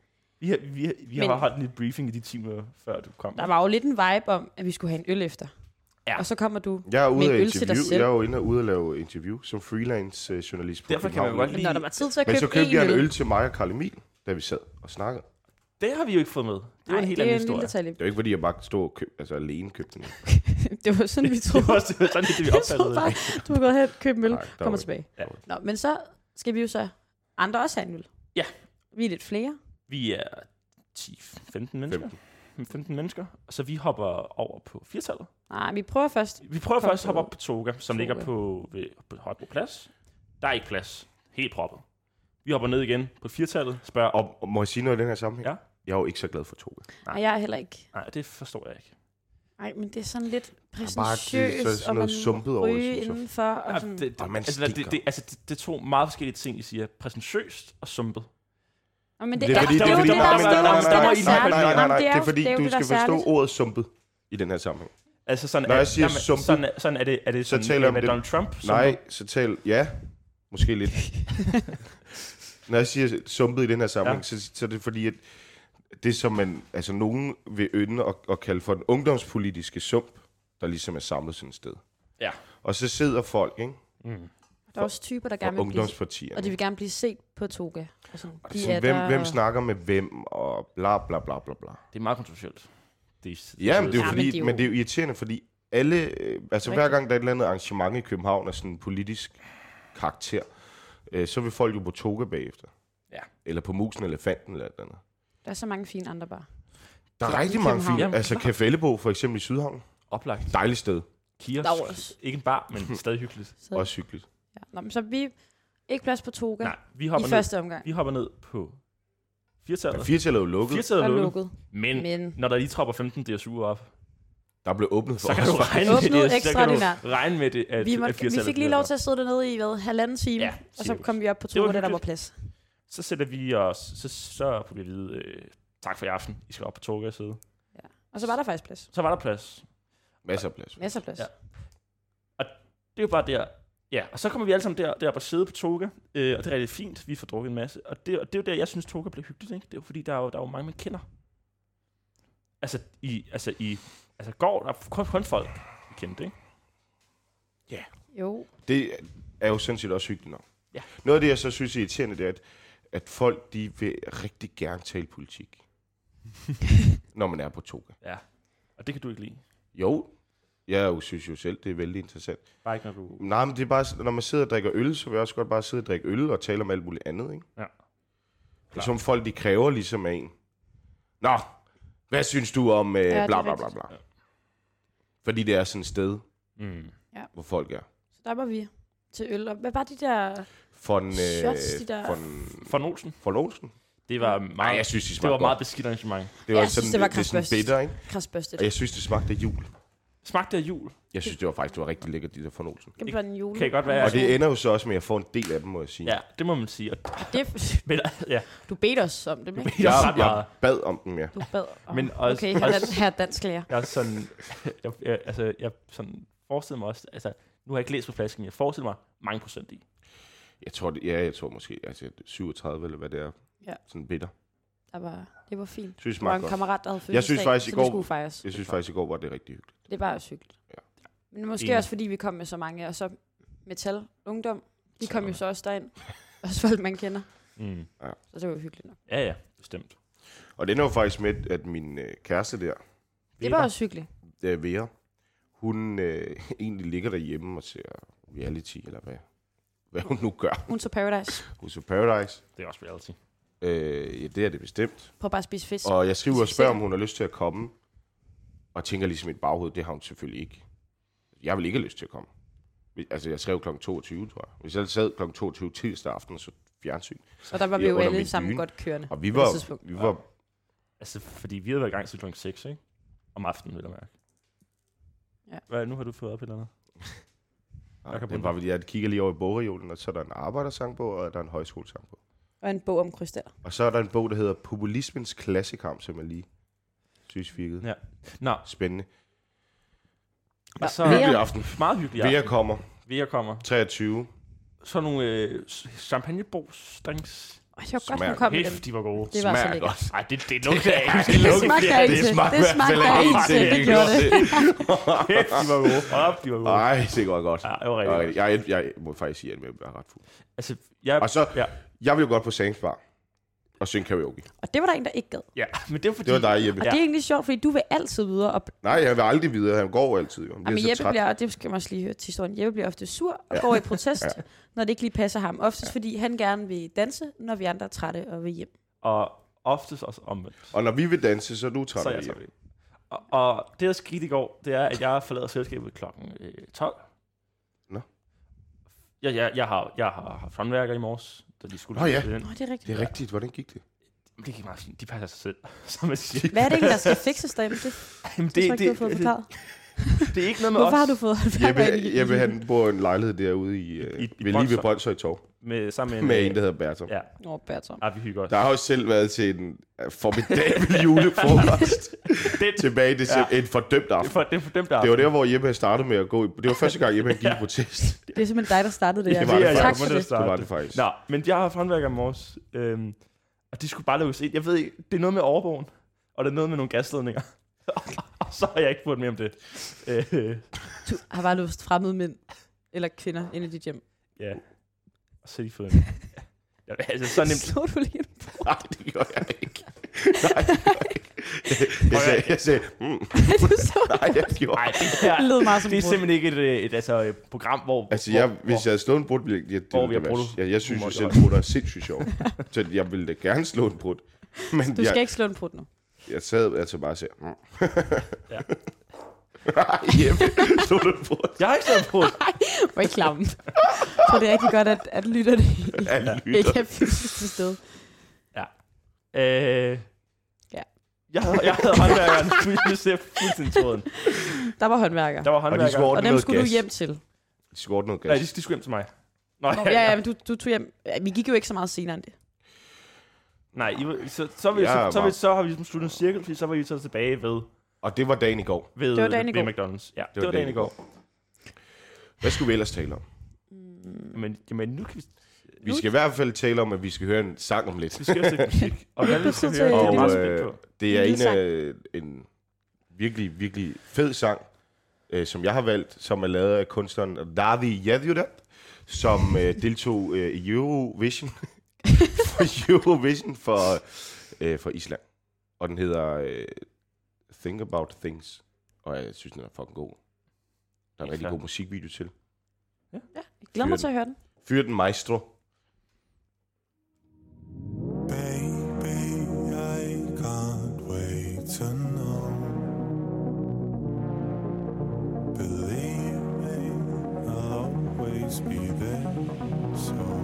Vi har holdt en lille briefing i de timer, før du kom. Der var jo lidt en vibe om, at vi skulle have en øl efter. Ja. Og så kommer du med en øl til dig selv. Jeg er jo inde og ude at lave interview som freelance journalist. Derfor kan man jo godt lide... Men når der var tid til at købe så købte jeg en øl til mig og Carl Emil, da vi sad og snakkede. Det har vi jo ikke fået med. Det var en helt anden historie. Det er jo ikke, fordi jeg bare stod og alene købte den. Det var sådan, vi troede. Det var sådan, det vi opfattede. Du vil godt have købt øl, kommer tilbage. Ja. Nå, men så skal vi jo så andre også have en øl. Ja. Vi er lidt flere. Vi er 10-15 mennesker. 15 mennesker. Så vi hopper over på 4-tallet. Nej, vi prøver først. At hoppe op på Toga, som ligger på Højbro Plads. Der er ikke plads. Helt proppet. Vi hopper ned igen på 4-tallet. Spørger... Og må jeg sige noget i den her sammenhæng? Ja. Jeg er jo ikke så glad for Toga. Nej, jeg er heller ikke. Nej, det forstår jeg ikke. Nej, men det er sådan lidt præsentøst, og man ryger indenfor. Og sådan. Det er to meget forskellige ting, I siger. Præsentøst og sumpet. Men det er fordi, det er fordi, du skal forstå ordet sumpet i den her sammenhæng. Altså sådan, når jeg siger sumpet, sådan er det så taler med Donald Trump? Nej, ja, måske lidt. Når jeg siger sumpet i den her sammenhæng, så er det fordi, at det som man, altså nogen vil ynde at kalde for den ungdomspolitiske sump, der ligesom er samlet sådan et sted. Ja. Og så sidder folk, ikke? Mm. Der er også typer, der gerne vil blive, og de vil gerne blive set på Toga. Og sådan, hvem snakker med hvem, og bla bla bla bla bla. Det er meget kontroversielt. Men det er jo fordi, men det er jo irriterende, fordi alle, hver gang der er et eller andet arrangement i København af sådan en politisk karakter, så vil folk jo på Toga bagefter. Ja. Eller på Musen, Elefanten eller et eller andet. Der er så mange fine andre bare. Der er rigtig mange fine. Altså Café Ellebo for eksempel i Sydhavn. Oplagt. Dejligt sted. Kiosk. Ikke en bar, men stadig hyggeligt. Også hyggeligt. Ja. Nå, men så vi ikke plads på Toga. Nej, vi hopper i første omgang. Vi hopper ned på 4-tallet. 4-tallet er jo lukket. 4-tallet er lukket. Men når der lige tropper 15 DSU'er op, der blev åbnet for så kan os. Du regne med det, at vi fik lige lov til at sidde dernede i 1,5 time, og så kom vi op på Toga, der var plads. Så sætter vi os, så får vi at vide, tak for i aften, I skal op på Toga og sidde. Ja. Og så var der faktisk plads. Så var der plads. Masser af plads. Masser af plads. Ja. Og det er jo bare der. Ja, og så kommer vi alle sammen derop og sidde på Toga, og det er rigtig fint, vi får drukket en masse. Og det er jo der, jeg synes, Toga bliver hyggeligt, ikke? Det er jo fordi, der er jo mange, man kender. Altså går der kun folk, vi kendte, ikke? Ja. Jo. Det er jo sådan set også hyggeligt nok. Ja. Noget af det, jeg så synes er irriterende, det er, at folk, de vil rigtig gerne tale politik. Når man er på toga. Ja. Og det kan du ikke lide. Jo, jeg synes jo selv, det er vældig interessant. Bare ikke, når du... Nej, men det er bare, når man sidder og drikker øl, så vil jeg også godt bare sidde og drikke øl og tale om alt muligt andet, ikke? Ja. Det er som folk, de kræver ligesom af en. Nå, hvad synes du om bla bla bla bla? Ja. Fordi det er sådan et sted, hvor folk er. Så der var vi til øl. Og hvad var de der Von shots, de der... Von Olsen. Von Olsen? Det var meget... Nej, jeg synes, de det smagte var meget godt. beskidt arrangement. Det var Jeg sådan, synes, det var det er sådan krasbørstigt. bitter, ikke? Krasbørstigt. Og jeg synes, det smagte af jul. Smagte af jul. Jeg synes, det var rigtig lækkert, de der Von Olsen. Det var en jule. Kan godt være. Og det ender jo så også med, at jeg får en del af dem, må jeg sige. Ja, det må man sige. Og, Det, men, ja. du bedte os om det, ikke? Jeg bad om dem, ja. Du bad om. Men også- Okay, her dansk lærer. Jeg er sådan... jeg sådan forestiller mig også... Altså, nu har jeg ikke læst på flasken, men jeg forestiller mig mange procent i. Jeg tror måske 37, eller hvad det er. Ja. Sådan bitter. Det var fint. Synes, Der var en godt. kammerat, der havde Jeg synes fødselsdag, faktisk i så går- det skulle fejres. Jeg synes faktisk, i går var det rigtig hyggeligt. Det var også hyggeligt. Ja. Men måske Enig. også, fordi vi kom med så mange, og så Metal Ungdom, de kom jo så også derind. Også folk, man kender. Så det var hyggeligt nok. Ja, bestemt. Og det ender jo faktisk med, at min kæreste der, Det var også hyggeligt. Vera, hun egentlig ligger derhjemme og ser reality, eller hvad hun nu gør. Hun så Paradise. Hun så Paradise. Det er også reality. Ja, det er det bestemt. Prøv bare at spise fisk. Og jeg skriver og spørger, om hun har lyst til at komme. Og tænker ligesom i et baghoved, det har hun selvfølgelig ikke. Jeg vil ikke have lyst til at komme. Altså, jeg skrev kl. 22, tror jeg. Hvis jeg sad kl. 22 tirsdag aften, så fjernsyn. Og der var vi Ja, jo under alle min sammen dyne. godt kørende. Og vi på det var, tidspunkt. vi var Altså, fordi vi havde været i gang til kl. 6, ikke? Om aftenen, vil jeg mærke. Ja. Hvad, nu har du fået op et eller andet? nej, det er bare fordi, jeg kigger lige over i bogreolen, og så er der en arbejdersangbog, og der er en højskolesangbog. Og en bog om krystaller. Og så er der en bog, der hedder Populismens Klassekamp, som jeg lige synes virkede Ja. Nå, spændende. og så... Hyggelig aften. Meget hyggelig Vera aften. kommer, Vera kommer. 23. Så nogle champagnebrugsdrinks. Det var godt, Smager hun kom med Hæft, dem. de var gode. Det var så Smager lækkert. godt. Ej, det lugter af. Det smagte jeg ikke til. Det smagte jeg ikke til. Det gjorde det. Hæft, de var gode. Hold op, de var gode. Ej, det går godt. Ja, det var rigtig godt. Jeg må faktisk sige, at jeg er ret fuld. Altså, jeg... Og så, Ja. jeg vil jo godt på Sam's Bar og synge karaoke. Og det var der en, der ikke gad. Ja, men det var fordi... Det var dig, Jeppe. Og det er egentlig sjovt, fordi du vil altid videre. Og Nej, jeg vil aldrig videre. Han går altid. Jo. Han Jamen, bliver så Jeppe træt. bliver, og det skal man også lige høre til historien, Jeppe bliver ofte sur og går i protest, når det ikke lige passer ham. Oftest fordi han gerne vil danse, når vi andre er trætte og vil hjem. Og oftest også omvendt. Og når vi vil danse, så er du træt. Så er jeg træt. Og det, der skete i går, det er, at jeg forlader selskabet klokken 12. Nå. Jeg har haft håndværker i morges, da de skulle... Nå ja. Nå, det er rigtigt. Det er rigtigt. Hvordan gik det? Det gik meget fint. De passer sig selv, som man siger. Hvad er det egentlig, der skal fikses derinde? Jamen, Det tror jeg ikke, du har fået forklaret. det er ikke noget med Hvorfor os. har du fået Jeppe han bor i en lejlighed derude i ved lige ved Brønshøj. Brønshøj Torv. Sammen Med en, der hedder Bertram. Ja, Bertram. vi hygger os. Der har også selv været til en formidabel julefrokost. Tilbage i en fordømt aften. Det er for dem, der Det var der, hvor Jeppe startede med at gå. Det var første gang, Jeppe han gik i protest. Det er simpelthen dig, der startede det. Det var Jacob. det Tak faktisk. for det. Det var det faktisk. Nå, men jeg har haft håndværker i morges, og de skulle bare lukkes ind. Jeg ved ikke, det er noget med overbogen, og det er noget med nogle gasledninger. Og så har jeg ikke spurgt mere om det. Du har bare lyst fremmede mænd eller kvinder ind i dit hjem. Ja, og så har de fået en... Ja, altså, så nemt. Slå du lige en Nej, det gjorde jeg ikke. Nej, det gjorde jeg ikke. Jeg sagde, Du så nej, jeg gjorde Nej, det her, det lød meget som det er brud. simpelthen ikke et program, hvor... Altså, hvor, hvis jeg havde slået en brud, Hvor vi har brudt. jeg synes jo Humor, selv, det brud er sindssygt sjovt. Så jeg ville da gerne slå en brud. Men Du skal ikke slå en prut nu. jeg sad altså bare og sagde, Ja. Jeppe, slå du en brud? Jeg har ikke slået på. Hvor ikke klamme. Så det er rigtig godt, at lytterne Alle ikke lytter. er fysisk til stede. Ja. Ja. Jeg havde håndværkeren. Vi ser fuldstændig tråden. Der var håndværker. Der var Og de håndværkeren. skulle Og ordne dem noget skulle du gas. hjem til. De skulle ordne noget Nej, gas. de skulle hjem til mig. Nå, Nå, ja, men du tog hjem. Ja, vi gik jo ikke så meget senere end det. Nej, så har vi ligesom sluttet en cirkel, fordi så var vi så tilbage ved Og det var dagen i går. Det var dagen i går. McDonald's. Ja, det var dagen i går. Hvad skulle vi ellers tale om? Men nu kan vi... Vi skal i hvert fald tale om, at vi skal høre en sang om lidt. Vi skal også til musik. Og hvad vi skal Det høre, det er Og jeg meget spændt på. det er En lille en virkelig, virkelig fed sang, som jeg har valgt, som er lavet af kunstneren Davi Jadjudat, som deltog i Eurovision. Eurovision for Island. Og den hedder Think About Things. Og jeg synes, den er fucking god. Der er en rigtig god musikvideo til. Ja, jeg glæder mig til at høre den. Fyr den maestro. Baby, I can't wait to know. Believe me, I'll always be there. So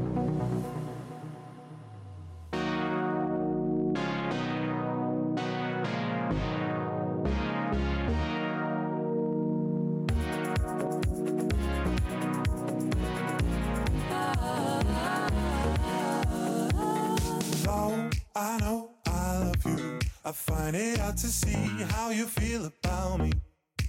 I know I love you. I find it hard to see how you feel about me.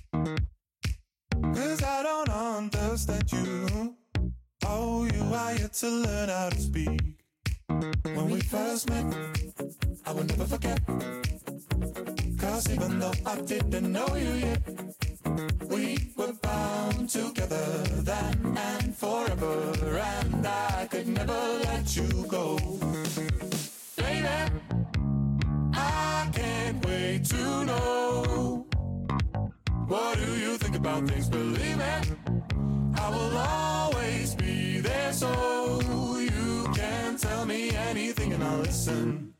'Cause I don't understand you. Oh, you are yet to learn how to speak. When we first met, I will never forget. 'Cause even though I didn't know you yet, we were bound together then and forever. And I could never let you go. Baby, I can't wait to know. What do you think about things? Believe me, I will always be there, so you can tell me anything and I'll listen.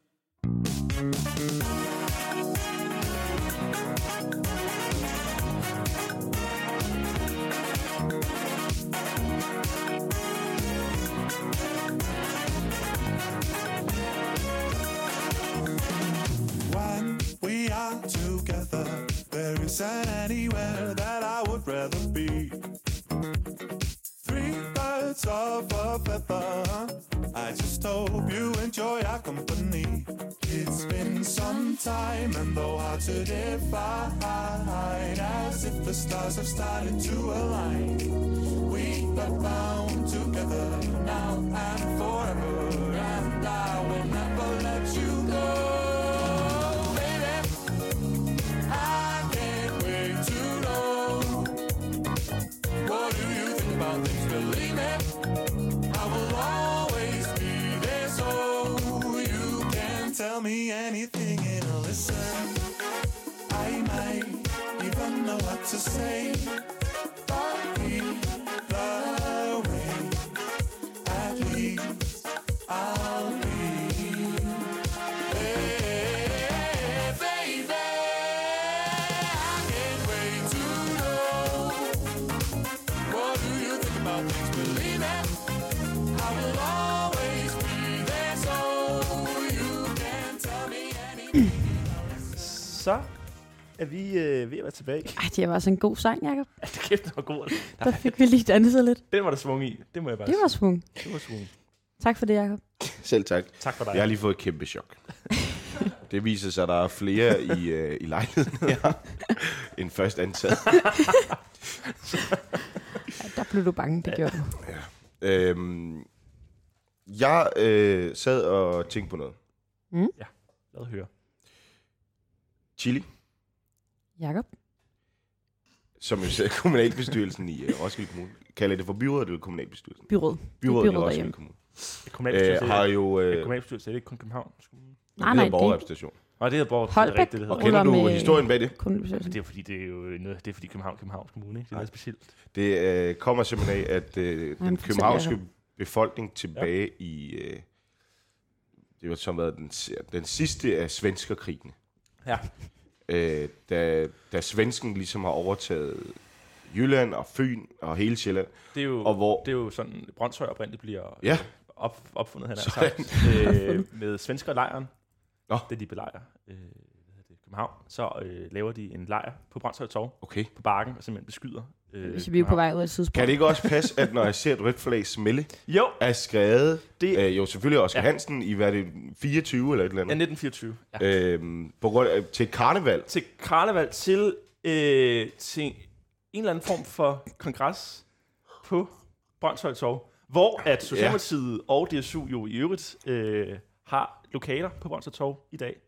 When we are together, there isn't anywhere that I would rather be. 3 birds of a feather. I just hope you enjoy our company. It's been some time and though hard to define, as if the stars have started to align. We are bound together now and forever, and I will never let you go. Baby, I can't wait to know. What do you think about things? Believe me, I will always be there, so you can tell me anything and I'll listen. I might even know what to say, but either way, at least I'll be. Hey, baby, I can't wait to know. What do you think about things? Believe me, I will always be there, so you can tell me anything. Så er vi ved at være tilbage. Ej, det var også en god sang, Jacob. Kæft, den var god. Der fik vi lige danset lidt. Den var der svung i. Det må jeg bare Det var svung. Det var svung. Tak for det, Jacob. Selv tak. Tak for dig. Jeg har lige fået et kæmpe chok. Det viser sig, at der er flere i lejligheden her, end først antaget. Ja, der blev du bange, det gjorde du. Ja. Jeg sad og tænkte på noget. Lad os høre. Chili, Jacob? som jo sidder i kommunalbestyrelsen i Roskilde Kommune. Kalder det for byrådet eller kommunalbestyrelsen? Byråd. Byrådet i byrådet Roskilde derhjemme. Kommune. Kommunalbestyrelse Har jo... kommunalbestyrelse er det ikke kun København? Nej, det nej, hedder borgerrepræsentation. Nej, det hedder borger. Holbæk. Det er rigtigt, det hedder. Og kender du med historien bag det? Det er fordi, det er jo noget, det er fordi Københavns Kommune, ikke? Det er noget specielt. Det kommer simpelthen af, at den fortæl, københavnske Jacob. befolkning tilbage i... det var som været den sidste af svenskerkrigene. Ja. Da svensken ligesom har overtaget Jylland og Fyn og hele Sjælland. Det er jo, Og hvor- det er jo sådan, Brøndshøj oprindeligt bliver Ja. opfundet, han har Sådan. sagt. Med svenskerlejren, Nå. det de belejrer København, så laver de en lejr på Brøndshøj Torv, Okay. på bakken, og simpelthen beskyder Hvis vi er på vej ud af et tidspunkt. Kan det ikke også passe, at når jeg ser et rødt flag smelle, Jo, er skrevet, det jo selvfølgelig Oscar Ja. Hansen i, hvad er det, 24 eller et eller er andet, 1924. Ja. på grund af, til et karneval. Til karneval, til en eller anden form for kongres på Brøndshøj Torv, hvor at Socialdemokratiet og DSU jo i øvrigt har lokaler på Brøndshøj Torv i dag.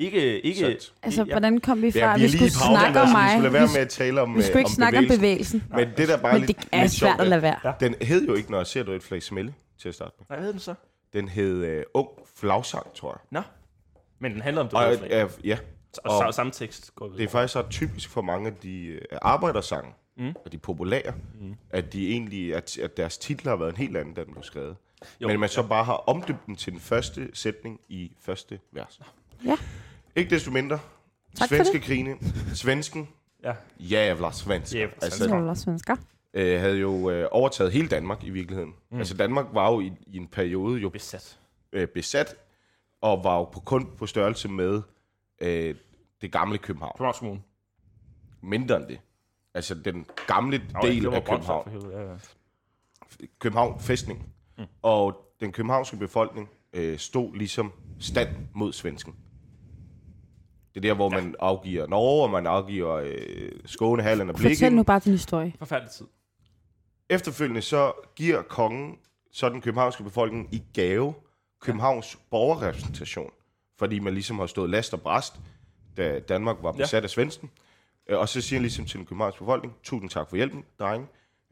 Ikke Altså, hvordan kom vi fra, Ja, at vi vi er lige skulle i pausen, snakke om Vi mig? skulle lade være med at tale om Vi skulle ikke snakke om bevægelsen. Men det der bare Men lidt, det er lidt svært sjovt, at lade være. Ja. Den hed jo ikke, når jeg ser du et flag smelle til at starte med. Nej, hvad hed den så? Den hed Ung Flagsang, tror jeg. Nå. Men den handler om det Og, røde flag. ja, Og samme tekst går vi. det er faktisk så typisk for mange af de arbejdersange, og de populære, at de egentlig, at deres titler har været en helt anden, da den blev skrevet. Jo, Men man så bare har omdøbt den til den første sætning i første vers. Ja. Ikke desto mindre. Tak for Svenske krigene. Svensken. Ja. Jävla svensker. Jävla Altså, Det var svensker. havde jo overtaget hele Danmark i virkeligheden. Altså Danmark var jo i en periode jo Besat. besat, og var jo kun på størrelse med det gamle København. Københavns Kommune. Mindre end det. Altså den gamle del af København. København fæstning. Og den københavnske befolkning stod ligesom stand mod svensken. Det er der, hvor man afgiver Norge, og man afgiver Skåne, Halland og Fortæl Blekinge. nu bare din historie. Forfærdelig tid. Efterfølgende så giver kongen så den københavnske befolkning i gave Københavns borgerrepræsentation, fordi man ligesom har stået last og brast, da Danmark var besat af svensken. Og så siger han ligesom til den københavnske befolkning, tusind tak for hjælpen, drenge.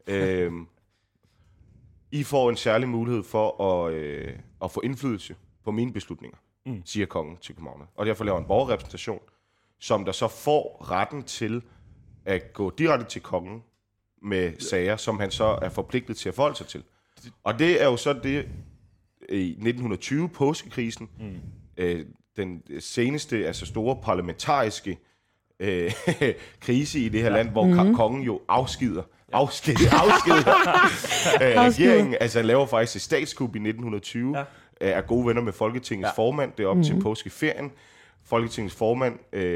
I får en særlig mulighed for at få indflydelse på mine beslutninger, siger kongen til københavnerne. Og derfor laver en borgerrepræsentation, som der så får retten til at gå direkte til kongen med sager, som han så er forpligtet til at forholde sig til. Og det er jo så det i 1920, påskekrisen, den seneste, altså store parlamentariske krise i det her land, hvor kongen jo afskeder regeringen. Altså han laver faktisk et statskup i 1920, er gode venner med Folketingets formand, det er op til påskeferien. Folketingets formand, det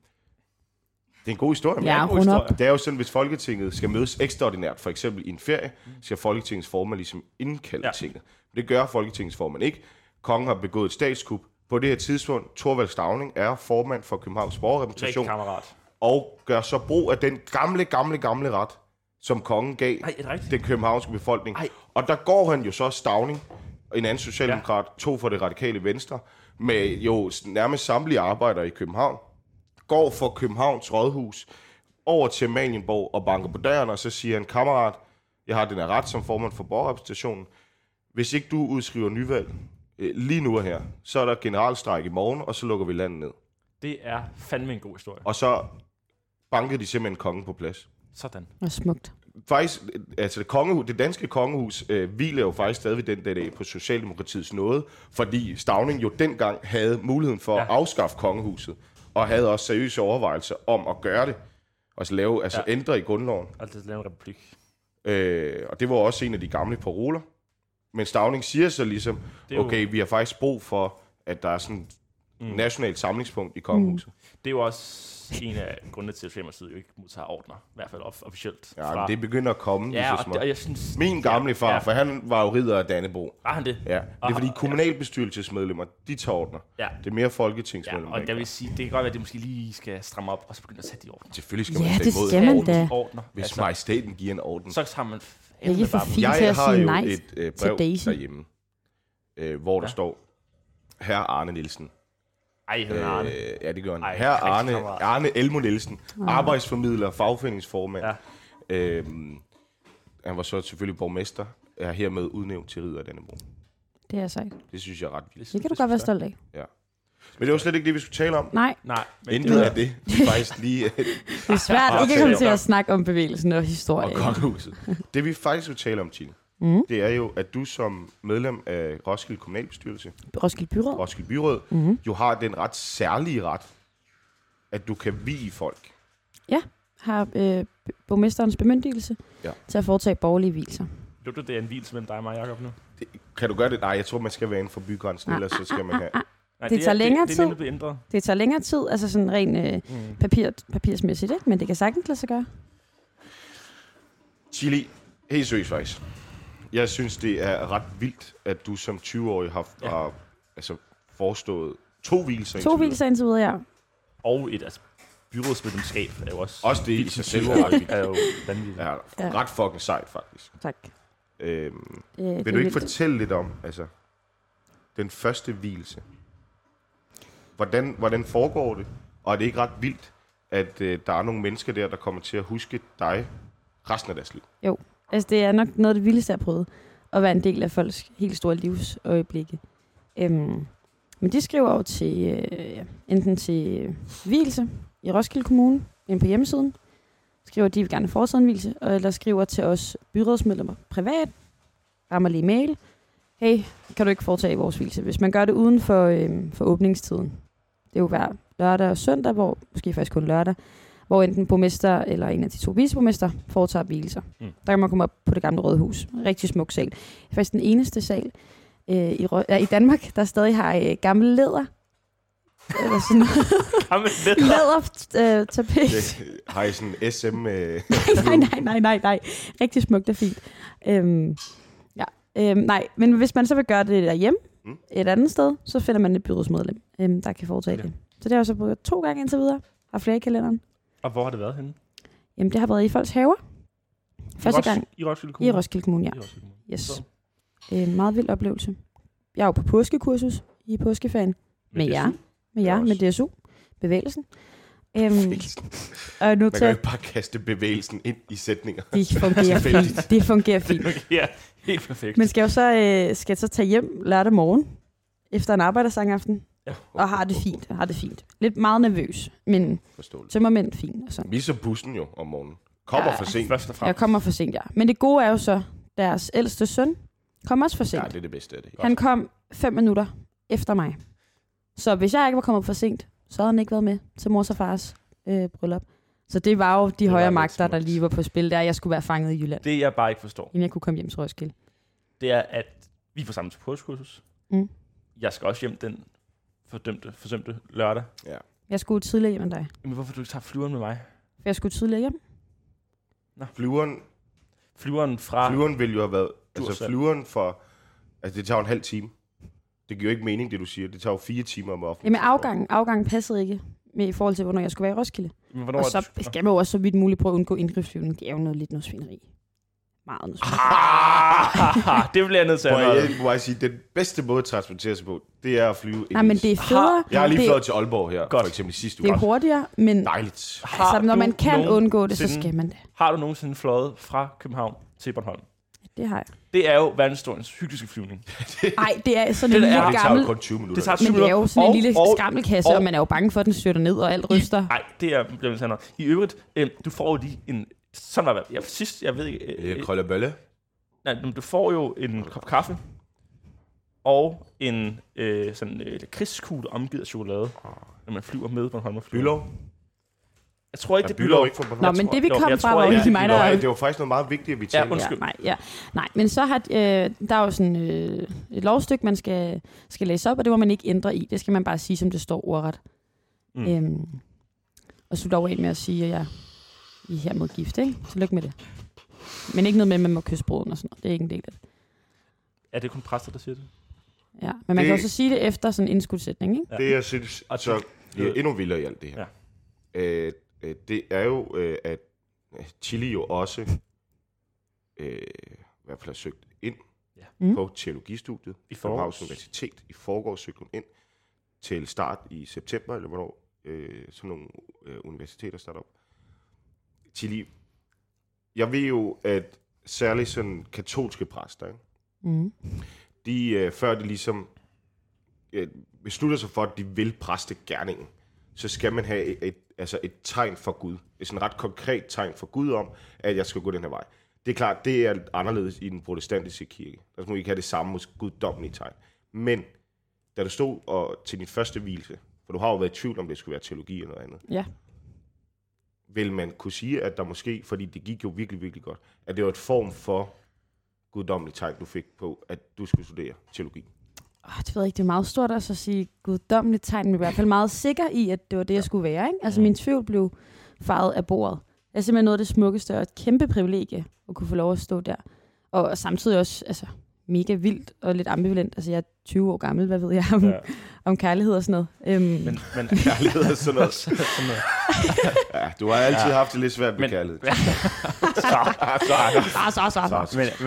er en god historie. Ja, rund op. Det er jo sådan, hvis Folketinget skal mødes ekstraordinært, for eksempel i en ferie, skal Folketingets formand ligesom indkalde tinget. Det gør Folketingets formand ikke. Kongen har begået et statskup. På det her tidspunkt, Thorvald Stauning er formand for Københavns borgerrepræsentation, og gør så brug af den gamle ret, som kongen gav den københavnske befolkning. Og der går han jo så Stauning, en anden socialdemokrat, to for det radikale venstre, med jo nærmest samtlige arbejdere i København, går for Københavns Rådhus over til Amalienborg og banker på døren, og så siger en kammerat, jeg har den her ret som formand for borgerrepræsentationen. Hvis ikke du udskriver nyvalg lige nu og her, så er der generalstrejk i morgen, og så lukker vi landet ned. Det er fandme en god historie. Og så bankede de simpelthen kongen på plads. Sådan. Og smukt. Faktisk, altså det danske kongehus hviler jo faktisk stadig den dag på Socialdemokratiets nåde, fordi Stauning jo dengang havde muligheden for at afskaffe kongehuset, og havde også seriøse overvejelser om at gøre det, og så ændre i grundloven. Altså lave en republik. Og det var også en af de gamle paroler. Men Stauning siger så ligesom, okay, vi har faktisk brug for, at der er sådan et nationalt samlingspunkt i kongehuset. Det er jo også en af grundene til, at Socialdemokratiet jo ikke modtager ordner, i hvert fald officielt. Ja, men det begynder at komme. Ja, og jeg synes... Min gamle far, for han var jo ridder af Dannebrog. Var han det? Ja, det er fordi kommunalbestyrelsesmedlemmer, de tager ordner. Ja. Det er mere folketingsmedlemmer. Ja, og der vil sige, det kan godt være, at det måske lige skal stramme op, og så begynde at tage de ordner. Selvfølgelig skal man tage imod ordner. Hvis majestæten giver en orden. Så har man... Ikke for fint til at sige nej til Daisy. Jeg har jo et brev derhjemme, hvor der står, herre Arne Nielsen. Arne. Ja, det gør han. Herre Arne Elmo Nielsen, arbejdsformidler, fagforeningsformand. Ja. Han var så selvfølgelig borgmester, er hermed udnævnt til ridder af Dannebrog. Det er sejt. Det synes jeg er ret vildt. Det kan du godt være stolt af. Ja. Men det var slet ikke det, vi skulle tale om. Nej. Intet af det. Det er faktisk lige... det er svært ikke at komme til at snakke om bevægelsen og historie. Og kongehuset. Det vi faktisk vil tale om, Tine, det er jo, at du som medlem af Roskilde Kommunalbestyrelse, Roskilde Byråd, jo har den ret særlige ret, at du kan vie folk. Ja, har borgmesterens bemyndigelse til at foretage borgerlige vielser. Lugter det en vielse mellem dig og mig, Jacob, nu? Kan du gøre det? Nej, jeg tror, man skal være inden for bygrænsen, ellers så skal man have... Nej, det tager længere tid. Det tager længere tid, altså sådan rent papirsmæssigt, ikke? Men det kan sagtens lade sig gøre. Chili, helt seriøst faktisk. Jeg synes, det er ret vildt, at du som 20-årig har forestået 2 vielser. 2 vielser indtil videre, ja. Og et byrådsmedlemskab er jo også... Også det i sig selv er jo vanvittigt. Ja, ret fucking sejt, faktisk. Tak. Vil du ikke fortælle lidt om den første vielse? hvordan foregår det? Og er det ikke ret vildt, at der er nogle mennesker der kommer til at huske dig resten af deres liv? Jo, altså det er nok noget af det vildeste, jeg har prøvet. At være en del af folks helt store livsøjeblikke. Men de skriver jo til, enten til vielse i Roskilde Kommune, inde på hjemmesiden. Skriver, at de vil gerne foretage en vielse, eller skriver til os byrådsmedlemmer privat. Rammer lige mail. Hey, kan du ikke foretage vores vielse? Hvis man gør det uden for åbningstiden. Det er jo hver lørdag og søndag, hvor måske faktisk kun lørdag, hvor enten borgmester eller en af de 2 viceborgmester foretager vielser. Der kan man komme op på det gamle rådhus. Rigtig smuk sal. Det er faktisk den eneste sal i Danmark, der stadig har gammel læder. Eller sådan noget. Gammel Lædertapet. Har I sådan SM? Nej. Rigtig smukt og fint. Nej, men hvis man så vil gøre det derhjemme, et andet sted, så finder man et byrådsmedlem, der kan foretage det. Så det har jeg så brugt 2 gange indtil videre. Har flere i kalenderen. Og hvor har det været henne? Jamen, det har været i folks haver. Første gang. I Roskilde Kommune? I Roskilde Kommune, ja. Yes. Meget vild oplevelse. Jeg er jo på påskekursus i påskeferien. Med jer, med DSU. Bevægelsen. Og nu man kan ikke bare kaste bevægelsen ind i sætninger. Det fungerer fint. Det fungerer fint. Ja, helt perfekt. Men skal jeg så tage hjem lørdag morgen efter en arbejdersangaften. Ja. Og har det fint. Lidt meget nervøs, men tømmermænd fint. Og sådan. Vi så bussen jo om morgenen. Kommer for sent. Jeg kommer for sent, ja. Men det gode er jo så, deres ældste søn kom også for sent. Ja, det er det bedste af det. Han kom 5 minutter efter mig. Så hvis jeg ikke var kommet for sent, så havde han ikke været med til mors og fars bryllup. Så det var jo de højere magter, der lige var på spil der. Jeg skulle være fanget i Jylland. Det jeg bare ikke forstår. Inden jeg kunne komme hjem til Roskilde. Det er, at vi får sammen til påskekursus. Jeg skal også hjem den forsømte lørdag. Ja. Jeg skulle tidligere hjem end dig. Men hvorfor du ikke tager flyveren med mig? For jeg skulle tidligere hjem. Nå. Flyveren vil jo have været... Altså flyveren for... Altså det tager en halv time. Det giver jo ikke mening, det du siger. Det tager jo 4 timer om offentligt. Jamen afgangen passede ikke med i forhold til, hvornår jeg skulle være i Roskilde. Og så skal man jo også så vidt muligt prøve at undgå indgrebsflyvning. Det er jo noget svineri. Meget noget svineri. Det bliver jeg nødt til at må jeg sige, den bedste måde at transportere sig på, det er at flyve. Nej, men det er federe. Jeg har lige fløjet til Aalborg her, for eksempel sidste uge. Det er hurtigere, men dejligt. Altså, når man kan undgå det, så skal man det. Har du nogensinde fløjet fra København til Bornholm? Det har jeg. Det er jo verdenshistoriens hyggeligste flyvning. Nej, det er sådan en lille gammel... Det tager kun 20 minutter. Det tager 20 men det er jo sådan en lille skrammelkasse, og man er jo bange for, at den styrter ned, og alt ryster. Nej, det er blevet sådan noget. I øvrigt, du får jo lige en... Sådan var det. Sidst, jeg ved ikke... Krøllebølle. Nej, du får jo en kop kaffe, og en lakridskugle omgivet af chokolade, når man flyver med Bornholm og flyver. Bylov? Jeg tror ikke, det Bylov ikke fra Bornholm. Nå, men det vi kom fra, var jo ikke mig, der... Det var faktisk noget meget vigtigt, at vi talte. Nej, men så har... Der er jo sådan et lovstykke, man skal læse op, og det må man ikke ændre i. Det skal man bare sige, som det står ordret. Og så dog af med at sige, at jeg er hermed gift, ikke? Så lykke med det. Men ikke noget med, at man må kysse bruden og sådan noget. Det er ikke en del af det. Er det kun præster, der siger det? Ja, men man kan også sige det efter sådan en indskudsætning, ikke? Ja. Det, jeg synes, så det er endnu vildere i alt det her. Ja. Det er jo, at Chili jo også i hvert fald har søgt ind på teologistudiet i Københavns Universitet. I forgårs søgte hun ind til start i september, eller hvornår sådan nogle universiteter starter op. Chili, jeg ved jo, at særligt sådan katolske præster, ikke? De, før de ligesom beslutter sig for, at de vil præste gerningen, så skal man have et tegn for Gud. Et sådan ret konkret tegn for Gud om, at jeg skal gå den her vej. Det er klart, det er anderledes i den protestantiske kirke. Der skal man ikke have det samme hos guddommelige tegn. Men da du stod til din første vielse, for du har jo været i tvivl om, det skulle være teologi eller noget andet. Ja. Vil man kunne sige, at der måske, fordi det gik jo virkelig, virkelig godt, at det var et form for guddommelig tegn, du fik på, at du skulle studere teologi? Det ved jeg ikke, det er meget stort også at sige guddommeligt tegn, men i hvert fald meget sikker i, at det var det, jeg skulle være. Ikke? Altså min tvivl blev faret af bordet. Det er simpelthen noget af det smukkeste og et kæmpe privilegie at kunne få lov at stå der. Og samtidig også mega vildt og lidt ambivalent. Altså jeg er 20 år gammel, hvad ved jeg om kærlighed og sådan noget. Men kærlighed og sådan noget. Ja, du har altid haft det lidt svært med kærlighed.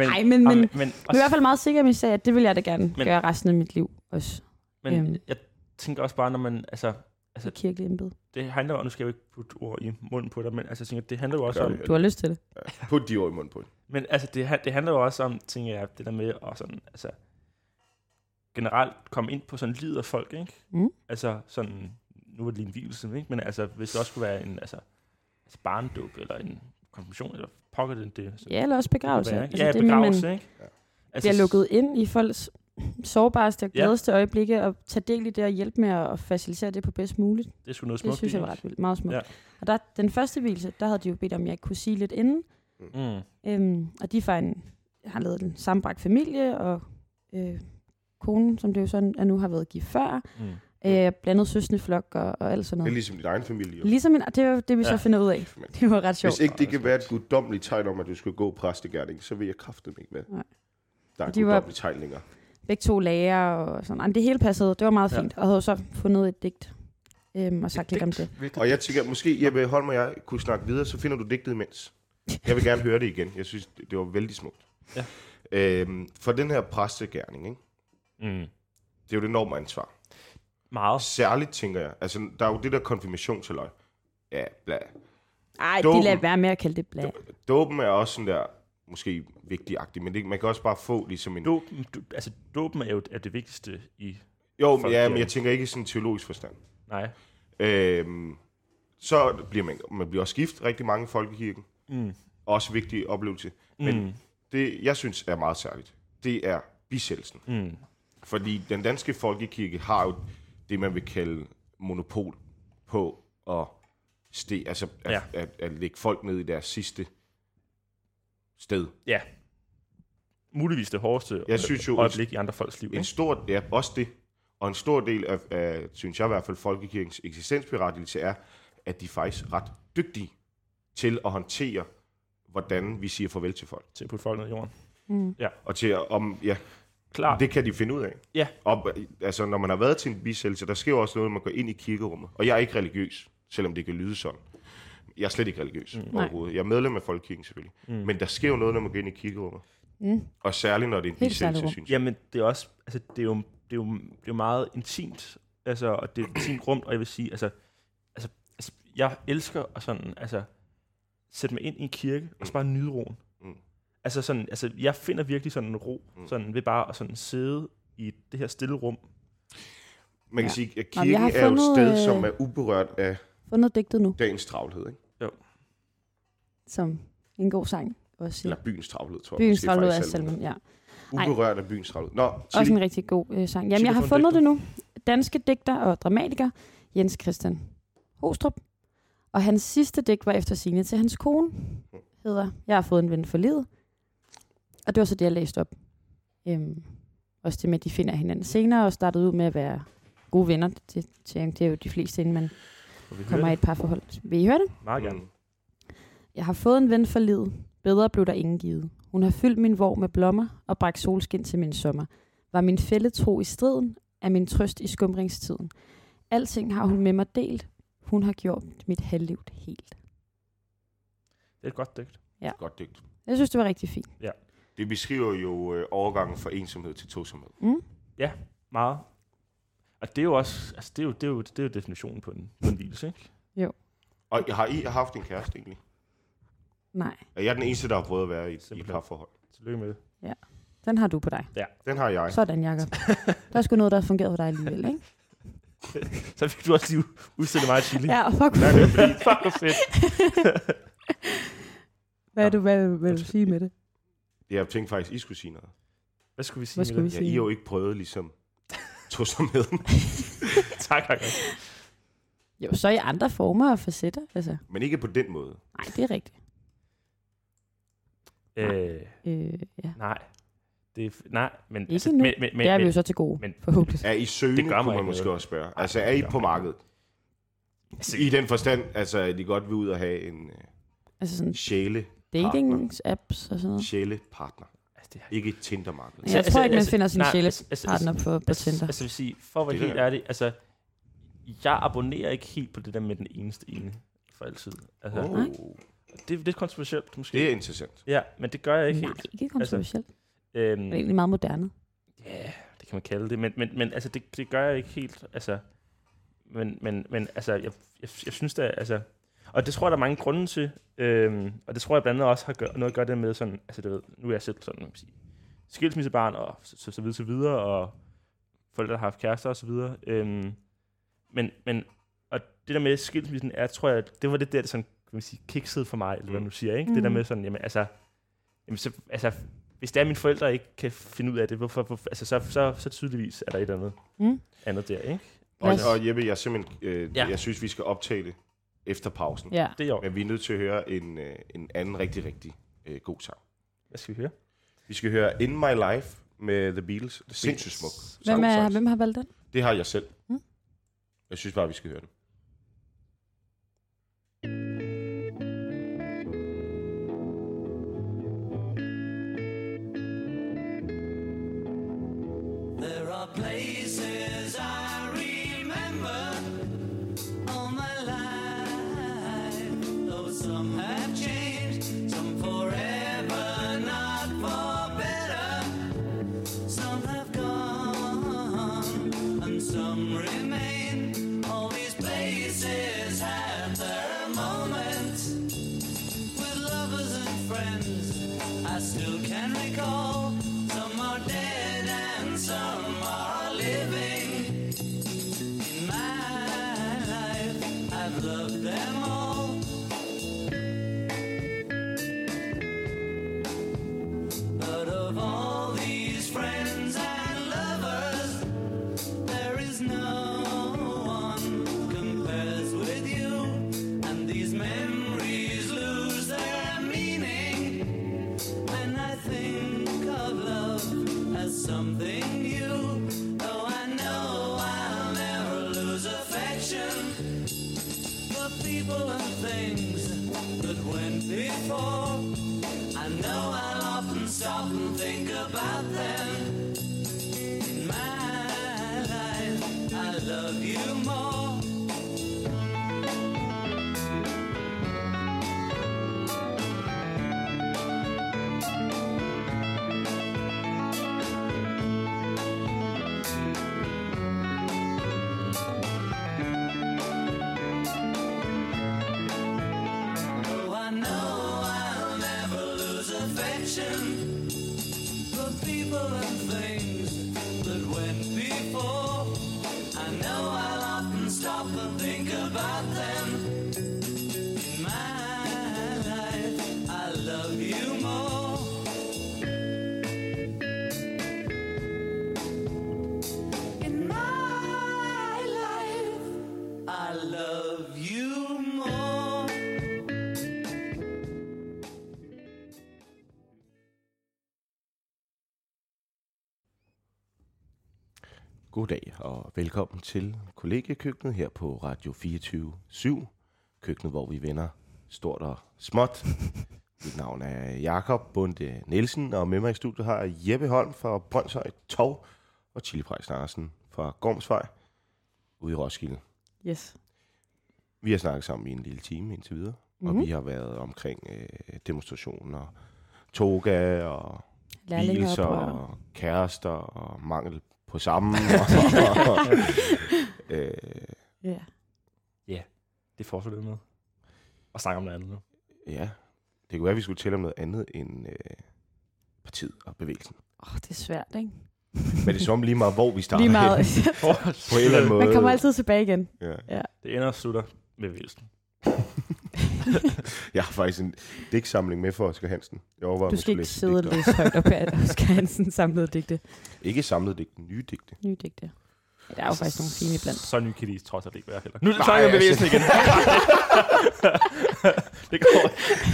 Men i hvert fald meget sikker, at jeg sagde, at det vil jeg da gerne gøre resten af mit liv også. Men tænker også bare, når man, altså I kirkelig embede. det handler jo, nu skal jeg jo ikke putte ord i munden på dig, men altså, jeg tænker, det handler jo også Gør om, det. Du har lyst til det. Put de ord i munden på det. men altså, det handler jo også om, tænker jeg, det der med at sådan, altså, generelt komme ind på sådan livet af folk, ikke? Mm. Altså sådan, nu var det lige en vielse, ikke? Men altså, hvis det også skulle være en, altså barndåb, eller en konfirmation, eller pokker det. Så Ja, eller også begravelse. være, ikke? Altså, Ja, det med, man begravelse, ikke? Ja. Altså, bliver lukket ind i folks sårbareste og Ja. gladeste øjeblikke, og tage del i det og hjælpe med at facilitere det på bedst muligt. det er sgu noget Det smukt. synes jeg var i, ret vildt. Meget smukt. Ja. Og der, den første vielse, der havde de jo bedt om, at jeg ikke kunne sige lidt inden. Og de har lavet en sammenbragt familie, og konen, som det jo sådan er nu, har været gift før. Blandet søskendeflok og alt sådan Det er noget. ligesom din egen familie. Jo. Ligesom det er jo det, vi så finder ud af. Men Det var ret sjovt. hvis ikke det kan være et guddommeligt tegn om, at du skal gå præstegærning, så vil jeg kraftedeme ikke med. Nej. Der er Og de var- guddommelige tegn længere. Begge to lærer og sådan. Jamen, det hele passede. Det var meget Ja. fint. Og havde så fundet et digt og sagt lidt om det. Og jeg tænker, måske Jeppe Holm og jeg kunne snakke videre, så finder du digtet imens. Jeg vil gerne høre det igen. Jeg synes, det var vældig smukt. Ja. For den her præstegærning, ikke? Det er jo det enorme ansvar. Meget. Særligt, tænker jeg. Altså, der er jo det der konfirmationshalløj. Ja, bla. Ej, Dåben. de lader være med at kalde det blad. Dåben er også sådan der, måske vigtig-agtig, men man kan også bare få ligesom en... Dåben er jo det vigtigste i... Jo, folk, ja, ja. men jeg tænker ikke i sådan en teologisk forstand. Nej. Så bliver man bliver også gift rigtig mange i folkekirken. Også vigtig oplevelse. Men det, jeg synes er meget særligt, det er bisættelsen. Fordi den danske folkekirke har jo det, man vil kalde monopol på at at lægge folk ned i deres sidste sted. Ja. Muligvis det hårdeste Jeg synes jo, øjeblik i andre folks liv. En stor, ja, også det. Og en stor del af, synes jeg i hvert fald, folkekirkens eksistensberettigelse er, at de er faktisk ret dygtige til at håndtere, hvordan vi siger farvel til folk. Til at putte folk ned i jorden. Og til at, Klart. det kan de finde ud af. Ja. Og, altså, når man har været til en bisættelse, der sker jo også noget, når man går ind i kirkerummet. Og jeg er ikke religiøs, selvom det kan lyde sådan. Jeg er slet ikke religiøs overhovedet. Jeg er medlem af folkekirken selvfølgelig. Men der sker jo noget, når man går ind i kirkerummet. Og særligt, når det er en Helt bisættelse, særligt. synes jeg. Jamen, det er også... Altså, det er jo meget intimt. Altså, og det er et intimt rum, og jeg vil sige, altså jeg elsker at sådan, altså, sætte mig ind i en kirke, og så bare nyde roen. Altså, jeg finder virkelig sådan en ro, sådan ved bare at sådan sidde i det her stille rum. Man kan sige, at Nå, kirken jeg har er jo et fundet, sted, som er uberørt af Fundet digtet nu, dagens travlhed, ikke? som en god sang også. Eller byens travlhed, tror jeg. Byens måske travlhed faktisk er salmen. salmen, ja. Uberørt af byens travlhed. Nå, Også Tilly. en rigtig god sang. Jamen, Sig jeg mig har for en fundet det nu. Danske digter og dramatiker, Jens Christian Hostrup. Og hans sidste digt var efter sigende til hans kone, hedder Jeg har fået en ven for livet. Og det var så det, jeg læste op. Også det med, at de finder hinanden senere, og startede ud med at være gode venner. Det er jo de fleste, inden man kommer i et parforhold. Vil I høre det? Meget gerne. Jeg har fået en ven for livet. Bedre blev der ingen givet. Hun har fyldt min vår med blommer og bragt solskin til min sommer. Var min fælde tro i striden, er min trøst i skumringstiden. Alting har hun med mig delt. Hun har gjort mit halvliv helt. Det er et godt digt. Ja. Godt digt. Jeg synes, det var rigtig fint. Det beskriver jo overgangen fra ensomhed til tosomhed. Meget. Og det er jo også, altså det er jo definitionen på en hvilelse, ikke? Og har I haft en kæreste egentlig? Nej, Er jeg den eneste, der har prøvet at være i et Simpelthen. parforhold? Tillykke med det. den har du på dig. Den har jeg. Sådan, Jacob. Der er sgu noget, der har fungeret for dig alligevel, ikke? Så fik du også lige udstillet mig chili. Ja, og fuck. Nej, det er fordi, fuck hvor fedt. Hvad vil du sige med det? Jeg tænkte faktisk, I skulle sige noget. Hvad skulle vi sige Hvad skulle med vi Ja, I sige? har jo ikke prøvet ligesom tosomheden. det? Tak, Jacob. Jo, så i andre former og facetter. Altså, Men ikke på den måde. nej, det er rigtigt. Ja. Nej. Nej, men... Ikke altså, nu. men, Det er vi jo så til gode, men- forhåbentlig. Er I søgende, Det gør mig kunne man ikke måske noget. også spørge. Altså, er I det på gør mig markedet? altså, I den forstand, altså, at I godt vil ud og have en Altså sådan dating-apps og sådan noget. sjælepartner. altså, det er Ikke et Tinder-marked. Jeg tror ikke, man finder sin nej, sjælepartner på Tinder. Altså, vil sige, for at være Det er helt det. ærlig, altså, jeg abonnerer ikke helt på det der med den eneste ene for altid. Altså, Oh, det er lidt kontroversielt, måske. det er interessant. Ja, men det gør jeg ikke Nej, helt. ikke kontroversielt. Øhm, Det er egentlig meget moderne. ja, det kan man kalde det. Men altså, det gør jeg ikke helt. Altså, men altså, jeg synes da, altså... Og det tror jeg, der er mange grunde til. Og det tror jeg blandt andet også har noget at gøre det med sådan... Altså, du ved, nu er jeg selv sådan, man kan sige, skilsmissebarn og så videre, og forældre, der har haft kærester og så videre. Men og det der med skilsmissen er, tror jeg, det var det der, sådan, kan man sige, kiksede for mig, eller hvad du siger, ikke? Det der med sådan, jamen altså, hvis det er, mine forældre ikke kan finde ud af det, hvorfor så tydeligvis er der et eller andet der, ikke? Og Jeppe, jeg simpelthen, jeg synes, vi skal optage det efter pausen. Ja. Det er jo. Men vi er nødt til at høre en anden rigtig, rigtig god sang. Hvad skal vi høre? Vi skal høre In My Life med The Beatles. Det er sindssygt smuk. Hvem har valgt den? Det har jeg selv. Jeg synes bare, vi skal høre den. There are places I remember all my life, though some have changed, some forever, not for better. Some have gone, and some remain. All these places have their moments with lovers and friends I still can recall. Some are dead and some are living. In my life, I've loved them all. But of all these friends and lovers, there is no one compares with you. And these memories lose their meaning when I think of love as something new. Though I know I'll never lose affection for people and things that went before. I know I'll often stop and think about them. In my life, I love you more. Though I know I'll never lose affection for people and things that went before. I know I'll often stop and think about them. In my life, I love you more. In my life, I love you more. Goddag og velkommen til kollegiekøkkenet her på Radio 24/7. Køkkenet, hvor vi vender stort og småt. Mit navn er Jakob Bunde Nielsen, og med mig i studiet har jeg Jeppe Holm fra Brøndshøj Torv og Chili Præjs Andersen fra Gormsvej ude i Roskilde. Yes. Vi har snakket sammen i en lille time indtil videre, og vi har været omkring demonstrationer, toga og vielser og kærester og mangel på sammen. Ja, det fortsætter vi med. Og snakke om noget andet nu. Ja, det kunne være, at vi skulle tælle om noget andet end partiet og bevægelsen. Det er svært, ikke? Men det er som lige meget, hvor vi starter. Lige meget. På en eller anden måde. Man kommer altid tilbage igen. Ja. Det ender og slutter med bevægelsen. Jeg har faktisk en digtsamling med for Oscar Hansen. Du skal ikke sidde og læse højt op af Oscar Hansens samlede digte. Ikke samlede digte, nye digte. Nye digte. Ja, der er jo faktisk nogle fine iblandt. Så ny kan de trods alt ikke være heller. Nu snakker jeg bevægelsen igen. Det går.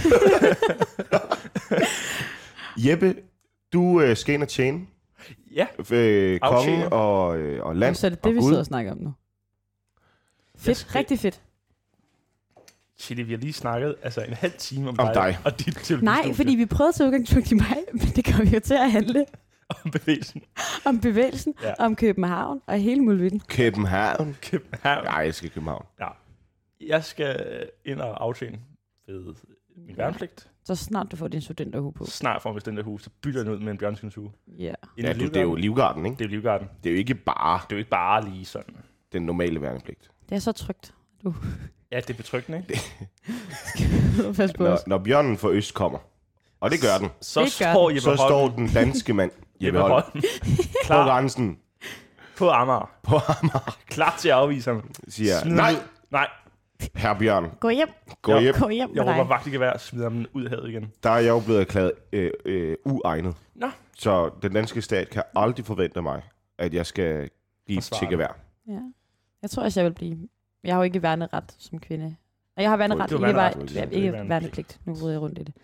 Jeppe, du skal ind og tjene. Ja. Kongen og land. Så er det det, vi sidder og snakker om nu. Fedt, rigtig fedt. Chili, vi har lige snakket en halv time om dig. Og dit teologistudie. Nej, fordi vi prøvede til udgangspunkt i mig, men det kommer jo til at handle om bevægelsen. Om bevægelsen, ja. Om København og hele muligheden. København? Nej, jeg skal København. Ja. Jeg skal ind og aftjene ved min værnepligt Så snart du får din studenterhue på. Snart får vi den der hus, så bytter den ud med en bjørnskindshue. Ja. Ja, det er jo livgarden, ikke? Det er jo livgarden. Det er jo ikke bare Det er jo ikke bare lige sådan. den normale værnepligt. Det er så trygt. Ja, det er betryggende, ikke? Pas på os. Når bjørnen fra øst kommer, og det gør den, Så Det gør står den. Jeppe så Holm. står den danske mand, Jeppe Holm, Holm. på Klar grænsen, på Amager. på Amager, Klar til at afvise ham. siger, Smid nej, ham ud. Nej, herr Bjørn, Gå hjem. gå hjem. Gå hjem med jeg råber dig. vagtgevær og smider ham ud af havet igen. Der er jeg jo blevet erklæret uegnet. Nå. Så den danske stat kan aldrig forvente mig, at jeg skal give Forsvare til gevær. Ja. Jeg tror også, jeg vil blive. Jeg har jo ikke værneret som kvinde. Og jeg har værneret, Du har ikke, værneret. ikke Værnepligt. værnepligt. Nu ved jeg rundt i det.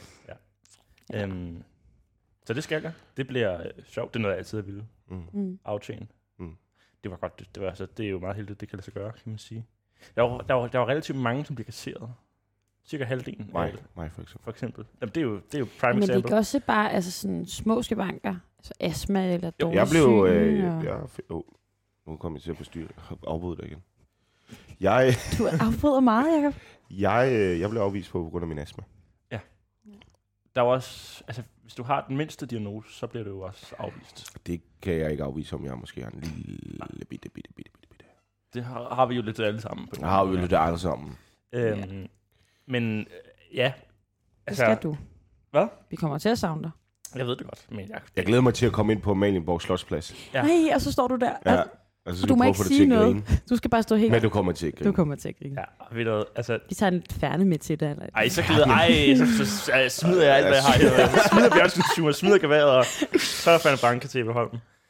Ja. Så det skal jeg. Det bliver sjovt. Det er noget, jeg altid vil Mm. aftjene. Mm. Det var godt. Det var, altså, det er jo meget heldigt, det kan lade sig gøre, kan man sige. Der var relativt mange, som blev kasseret. Cirka halvdelen. Mig for eksempel. For eksempel. Jamen, det er jo prime Men det example. kan også bare altså sådan små skavanker. Altså astma eller dårlig Jeg blev... syge, og- nu kommer jeg til at forstyrre. Afbryde dig igen. Du afbryder meget, Jacob. Jeg blev afvist på grund af min astma. Der var også, altså, hvis du har den mindste diagnose, så bliver du jo også afvist. Det kan jeg ikke afvise, om jeg måske har en lille bitte. Det har vi jo lidt alle sammen. Jeg har jo lidt alle sammen. Men ja, Det skal du. Hvad? Vi kommer til at savne dig. Jeg ved det godt, men Jeg glæder mig til at komme ind på Amalienborg Slotsplads. Ja. Nej, og så står du der. Ja. Altså, Og du må ikke sige noget. Du skal bare stå helt. Men du kommer til at grine. Du kommer til at grine. Ja, og ved du, altså... Vi tager en færne med til dig. Eller... Ej, så smider jeg alt, hvad jeg har. Jeg smider bjørnskindshue, smider geværet, og så er jeg fandt banke til Jeppe Holm.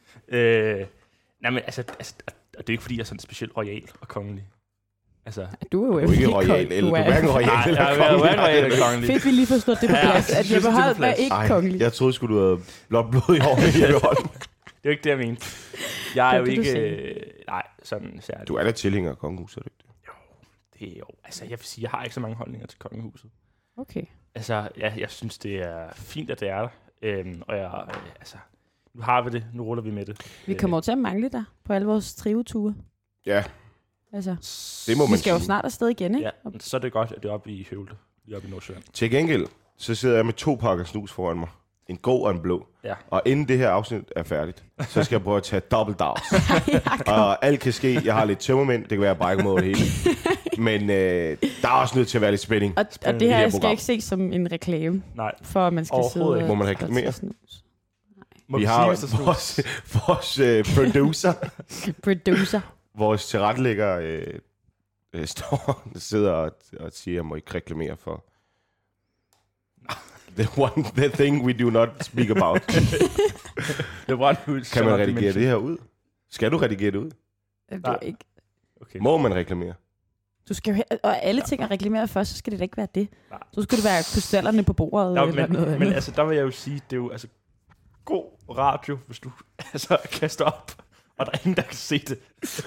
Nej, men altså, og det er ikke, fordi jeg er sådan specielt royal og kongelig. Altså... Du er jo Du er ikke royal, eller du er hverken royal eller kongelig. jeg er hverken royal eller kongelig. Fik vi lige forstået det på plads, at Jeppe Holm er ikke kongelig. Jeg troede sgu, du havde blot blod i håret, Jeppe Holm. Det er jo ikke det, jeg mente. Jeg er jo Det var det, du ikke... nej, sådan særligt. Du er da tilhænger af kongehuset, er du ikke det? Det er jo... Altså, jeg vil sige, jeg har ikke så mange holdninger til kongehuset. Okay. Altså, ja, jeg synes, det er fint, at det er der. Og jeg... altså, nu har vi det. Nu ruller vi med det. Vi kommer jo til at mangle dig på alle vores triveture. Ja, Altså, det må vi man skal jo sige. snart afsted igen, ikke? Ja, så er det godt, at det er oppe i Høvle. Lige oppe i Nordsjælland. Til gengæld, så sidder jeg med 2 pakker snus foran mig. En god og en blå. Ja. Og inden det her afsnit er færdigt, så skal jeg prøve at tage dobbelt dags. Og alt kan ske. Jeg har lidt tømmermænd. Det kan være, at jeg brækker mig over det hele. Men der er også nødt til at være lidt spænding. Og i det det her her skal program. ikke ses som en reklame, Nej. for at man skal sidde Overhovedet ikke. Må man og reklamere? tage snus. Må Vi vi har sige, hvis der vores producer, Producer. vores tilrettelægger, sidder og siger, at jeg må ikke reklamere for the thing we do not speak about. The one who Kan man redigere det her ud? Skal du redigere det ud? Det er ikke. Okay. Må man reklamere? Du skal jo og alle ting er reklameret først, så skal det da ikke være det. Nej. Så skal det være krystallerne på bordet. Der, eller noget men andet. altså, der vil jeg jo sige, det er jo altså god radio, hvis du altså kaster op, og der er ingen, der kan se det.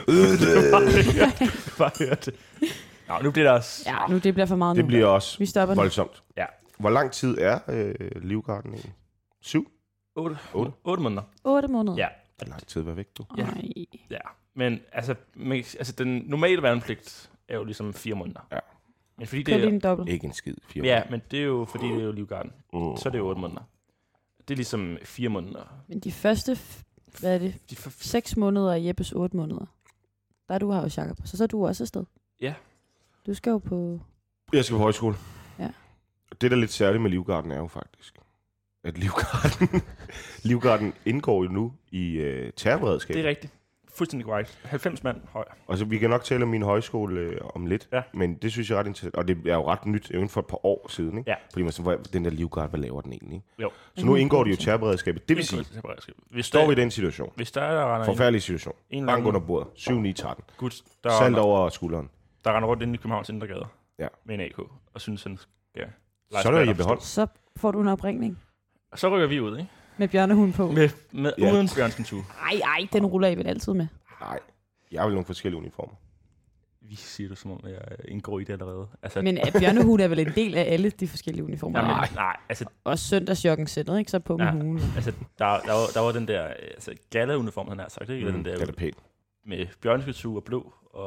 Bare høre det. Nå, nu bliver der også... Ja, nu det bliver for meget Det nu. bliver også Vi stopper nu. voldsomt. Ja. Hvor lang tid er livgarden egentlig? 7? 8 måneder. 8 måneder. Ja. Lang tid var væk, du. Ja. Ej. Ja, men altså den normale værnepligt er jo ligesom 4 måneder. Ja. Men fordi Kør lige det en dobbelt. Ikke en skid. 4 ja, men det er jo fordi det er jo livgarden. Så er det jo 8 måneder. Det er ligesom 4 måneder. Men de første, hvad er det, De 6 måneder og Jeppes 8 måneder. Der er du her hos Jacob. Så er du også afsted. Ja. Du skal jo på... Jeg skal på højskole. Ja. Det, der er lidt særligt med livgarden, er jo faktisk, at livgarden indgår jo nu i terrorberedskab. Det er rigtigt. Fuldstændig korrekt. 90 mand høj. Altså, vi kan nok tale om min højskole om lidt, Ja. men det synes jeg er ret interessant. Og det er jo ret nyt, inden for et par år siden, ikke? Ja. Fordi man sådan, den der livgarde, hvad laver den egentlig? Ikke? Jo. Så nu indgår det jo i terrorberedskabet. Det vil sige, Hvis står vi i der, den situation. hvis der render Forfærdelig situation. en eller Bank under anden bordet. 7, 9, 13. gut, der Salt render, over skulderen. der render rundt inde i Københavns indre gader Ja. med en AK, og synes, han skal... Så er det jo Jeppe Holm. Så får du en opringning Og så rykker vi ud, ikke? med bjørnehunden på. Med Ja. uden bjørnskindshue. Ej, den ruller I vel altid med. Nej, jeg har vel nogle forskellige uniformer. Vi siger det, som om jeg indgår i det allerede. Altså, Men bjørnehuden er vel en del af alle de forskellige uniformer. nej, altså, Også søndagsjoggensættet, ikke? Så på med Ja. hugen. altså der var den der altså, gala-uniform, han har sagt, ikke? Mm, Den der det er da pænt. med bjørnskindshue og blå og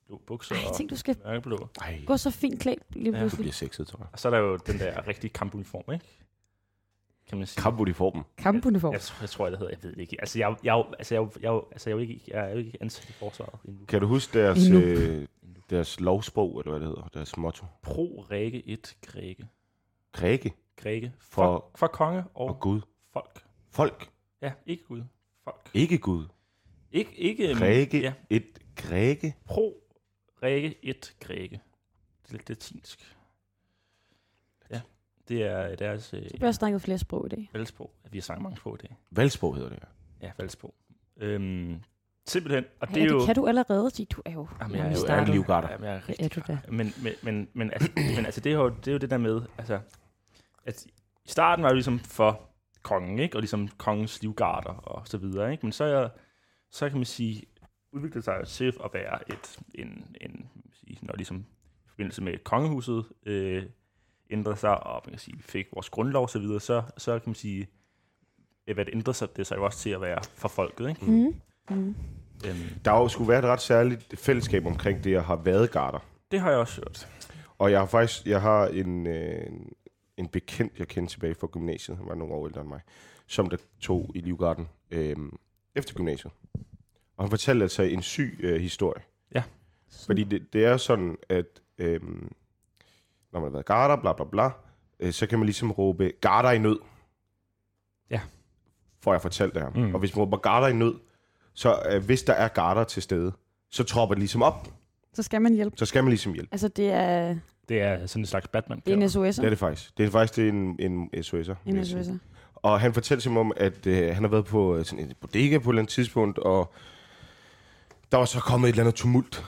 blå bukser Jeg og tænkte, du skal mørkeblå. Ej, gå så fint klædt lige Ja. du pludselig. bliver sexet, tror jeg. Og så er der jo den der rigtige kampuniform, ikke? Kan man sige. Kampuniformen. Kampuniform. Jeg tror, det hedder. Jeg ved det ikke. Altså, jeg er jo ikke ansat i forsvaret endnu. Kan du huske deres, Endnu. deres lovsprog, eller hvad det hedder? Deres motto? Pro Række 1 Græke. Græke Græke. For- For konge og og Gud. folk. Folk. Ja, ikke Gud. Folk. Ikke Gud. Ikke Græke. Ja. Et græke. Pro Række 1 Græke. Det er lidt latinsk. Ja, det er deres Du bliver snakket flere sprog i dag. valgsprog. Vi har snakket mange sprog i dag. Valgsprog hedder det. Ja, valgsprog. Simpelthen. Og Ja, det er jo... det kan du allerede, fordi du er jo... Jamen, jeg er vi jo startede. livgarder. Jamen, jeg er Det rigtig er du da. Men altså det er jo det der med, altså, at i starten var det ligesom for kongen, ikke? Og ligesom kongens livgarder og så videre, ikke? Men så kan man sige, udviklede sig til at være når ligesom i forbindelse med kongehuset ændrede sig, og man kan sige, vi fik vores grundlov og så videre, så kan man sige, hvad det ændrede sig, det sig jo også til at være for folket, ikke? Der har jo skulle være et ret særligt fællesskab omkring det at have vadegarder. Det har jeg også hørt. Og jeg har en bekendt, jeg kendte tilbage fra gymnasiet, han var nogle år ældre end mig, som der tog i livgarden efter gymnasiet. Og han fortalte altså en syg historie. Ja. Fordi det er sådan, at når man har været garder, bla bla bla, så kan man ligesom råbe garder i nød. Ja. Får jeg fortalt det her. Mm. Og hvis man råber garder i nød, så hvis der er garder til stede, så tropper det ligesom op. Så skal man hjælpe. Så skal man ligesom hjælpe. Altså, det er Det er sådan en slags Batman. en SOS'er. Det er det faktisk. Det er faktisk en SOS'er. En SOS'er. Og han fortalte simpelthen om, at han har været på sådan en bodega på et eller andet tidspunkt, og der var så kommet et eller andet tumult.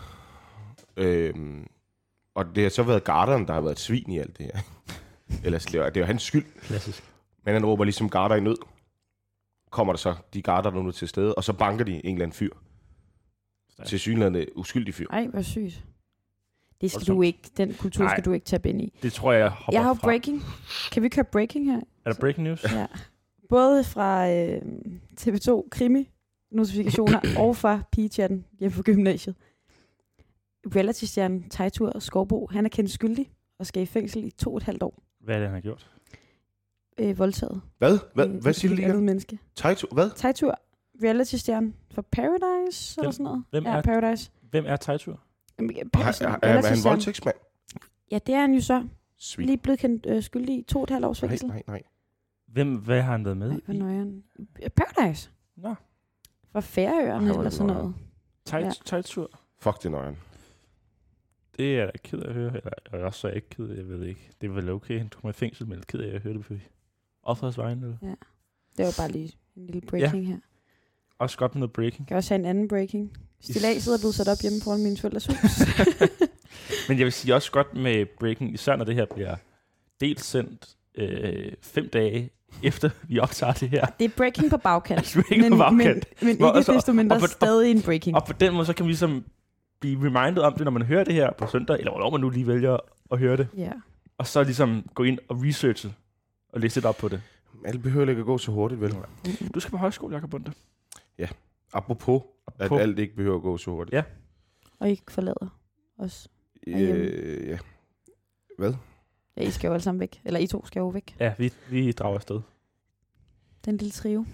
Og det har så været garderen, der har været svin i alt det her. Ellers det er jo hans skyld. Klassisk. Men han råber ligesom garder i nød. Kommer der så de garder, der nu er til stede, og så banker de en eller anden fyr. Til synligheden uskyldig fyr. Ej, hvor sygt. Det skal Voldsomt. du ikke, den kultur Nej. skal du ikke tabe ind i. Det tror jeg hopper Jeg har jo fra. breaking. Kan vi køre breaking her? Er der breaking news? Ja. Både fra TV2 Krimi notifikationer og fra pigechatten hjemme på gymnasiet. Reality-stjernen Teitur Skovbo, han er kendt skyldig og skal i fængsel i 2,5 år. Hvad er det, han har gjort? Voldtaget. Hvad siger du et lige? andet menneske. Hvad? Teitur, reality-stjernen for Paradise eller sådan noget. hvem ja, er- Paradise. Hvem er Teitur? Er han voldtægtsmand? Ja, det er han jo så. Svin. Lige blevet kendt skyldig i 2,5 års fængsel. Nej. Hvad har han været med Nej, hvor i? nøjeren. Paradise. Nå, Fra Færøerne Ej, hvor er eller det sådan nøjeren. noget. Teitur. Fuck det nøjeren. Det er jeg da ked af at høre. Eller også er jeg ikke ked af, jeg ved ikke. Det er vel okay, han tog mig i fængsel, men jeg er ked af at høre det på offerets vegne. Eller? Det var bare lige en lille breaking her. Også godt med noget breaking. Jeg kan også have en anden breaking. Stilladset er blevet sat op hjemme foran mine forældres hus. Men jeg vil sige også godt med breaking, især når det her bliver delt sendt 5 dage efter vi optager det her. Det er breaking på bagkant. Breaking på bagkant. Men Hvor- ikke altså, desto mindre og på- stadig en breaking. Og på den måde, så kan vi ligesom blive reminded om det, når man hører det her på søndag, eller hvornår man nu lige vælger at høre det. Ja. Og så ligesom gå ind og researche og læse lidt op på det. Alle behøver ikke at gå så hurtigt, vel? Du skal på højskole, Jakob Bunde. Apropos, at alt ikke behøver at gå så hurtigt. Ja. Og I forlader os. Herhjemme. Ja. Hvad? Ja, I skal jo alle sammen væk. Eller I to skal jo væk. Ja, vi drager afsted. Den lille trio.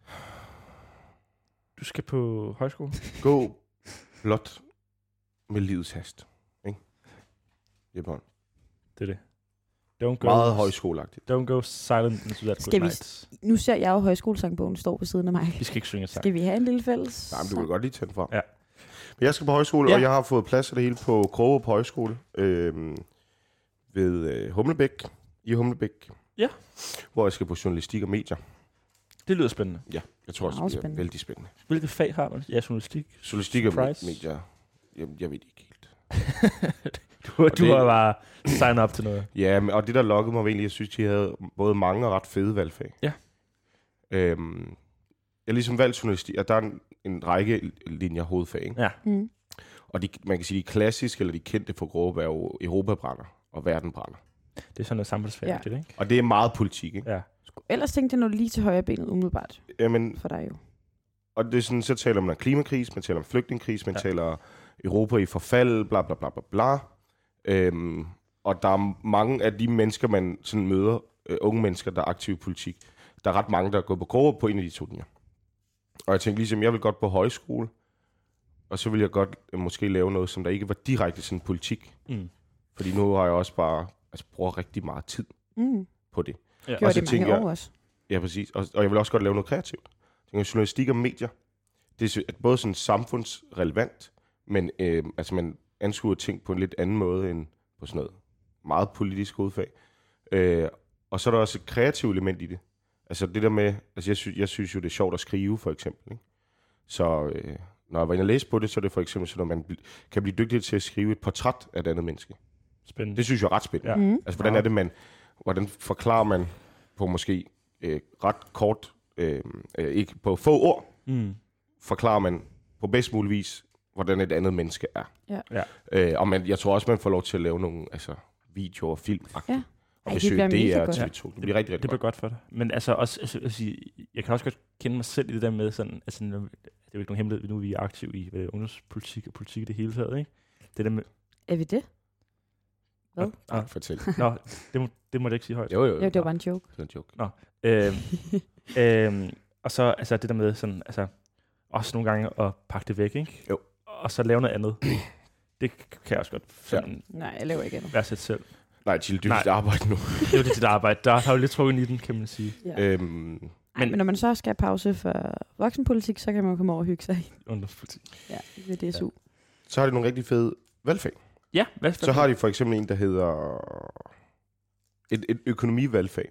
Du skal på højskole. Gå blot med livets hast. Ikke? Jeppe Holm. Det er det. Don't go, Meget højskoleagtigt. Don't go silent into that Skal good vi- night. Nu ser jeg jo højskolesangbogen står ved siden af mig. Vi skal ikke synge en sang. Skal vi have en lille fælles? Nej, men du kan godt lige tage den frem. Ja. Men jeg skal på højskole, Ja. og jeg har fået plads af det hele på Krogerup Højskole. Ved Humlebæk. I Humlebæk. Ja. Hvor jeg skal på journalistik og medier. Det lyder spændende. Ja, jeg tror også, Meget det bliver spændende. vældig spændende. Hvilket fag har man? Ja, journalistik. Journalistik og Surprise. medier. Jeg ved ikke helt. Du det- har bare signet op til noget. Ja, men, og det der lokkede mig egentlig, jeg synes, de havde både mange og ret fede valgfag. Ja. Jeg har ligesom valgt journalistik, og der er en række linjer hovedfag, ikke? Ja. Mm. Og man kan sige, de klassiske eller de kendte for Krogerup er jo Europa brænder og verden brænder. Det er sådan noget samfundsfag, Ja. ikke? Og det er meget politik, ikke? Ja. Ellers tænkte jeg nu lige til højre benet umiddelbart Jamen, for dig jo. og det er sådan, så taler man om klimakris, man taler om flygtningekris, man Ja. taler Europa i forfald, bla bla bla bla bla. Og der er mange af de mennesker, man sådan møder, unge mennesker, der er aktive i politik. Der er ret mange, der er gået på kroger på en af de to linjer. Og jeg tænkte ligesom, jeg vil godt på højskole, og så vil jeg godt måske lave noget, som der ikke var direkte sådan politik. Fordi nu har jeg også bare bruger rigtig meget tid på det. Ja. Gjorde det mange år også. Ja, præcis. Og jeg vil også godt lave noget kreativt. Journalistik og medier, det er både sådan samfundsrelevant, men man anskuer ting på en lidt anden måde end på sådan noget meget politisk hovedfag. Og så er der også et kreativt element i det. Altså det der med, jeg synes jo, det er sjovt at skrive, for eksempel. Ikke? Så når jeg var inde og læse på det, så er det for eksempel sådan, at man kan blive dygtig til at skrive et portræt af et andet menneske. Spændende. Det synes jeg er ret spændende. Ja. Altså hvordan er det, hvordan forklarer man på måske ret kort, ikke på få ord, forklarer man på bedst mulig vis, hvordan et andet menneske er. Ja. Og jeg tror også, man får lov til at lave nogle videoer og film. Ja. Og besøge DR og TV2. Det bliver rigtig det bliver godt for dig. Men altså også, jeg kan også godt kende mig selv i det der med sådan, altså det er jo ikke nogen hemmelighed, nu vi er aktive i ungdomspolitik og politik i det hele taget, ikke? Det der med... Er vi det? Hvad? Fortæl. Nå, det må du ikke sige højt. Jo, det var bare en joke. Det var en joke. Nå. Og så altså det der med sådan, altså også nogle gange at pakke det væk, ikke? Jo. Og så lave noget andet. Det kan jeg også godt sådan... Nej, jeg laver ikke andet. Værdsætte selv. Nej, Gilles, det er dit arbejde nu. Det er jo dit arbejde. Der har jo lidt trukket i den, kan man sige. Ja. Men når man så skal have pause for voksenpolitik, så kan man jo komme over og hygge sig i ungdomspolitik. Ja, ved DSU. Ja. Så har de nogle rigtig fede valgfag. Ja, valgfag. Så har de for eksempel en, der hedder et økonomivalgfag.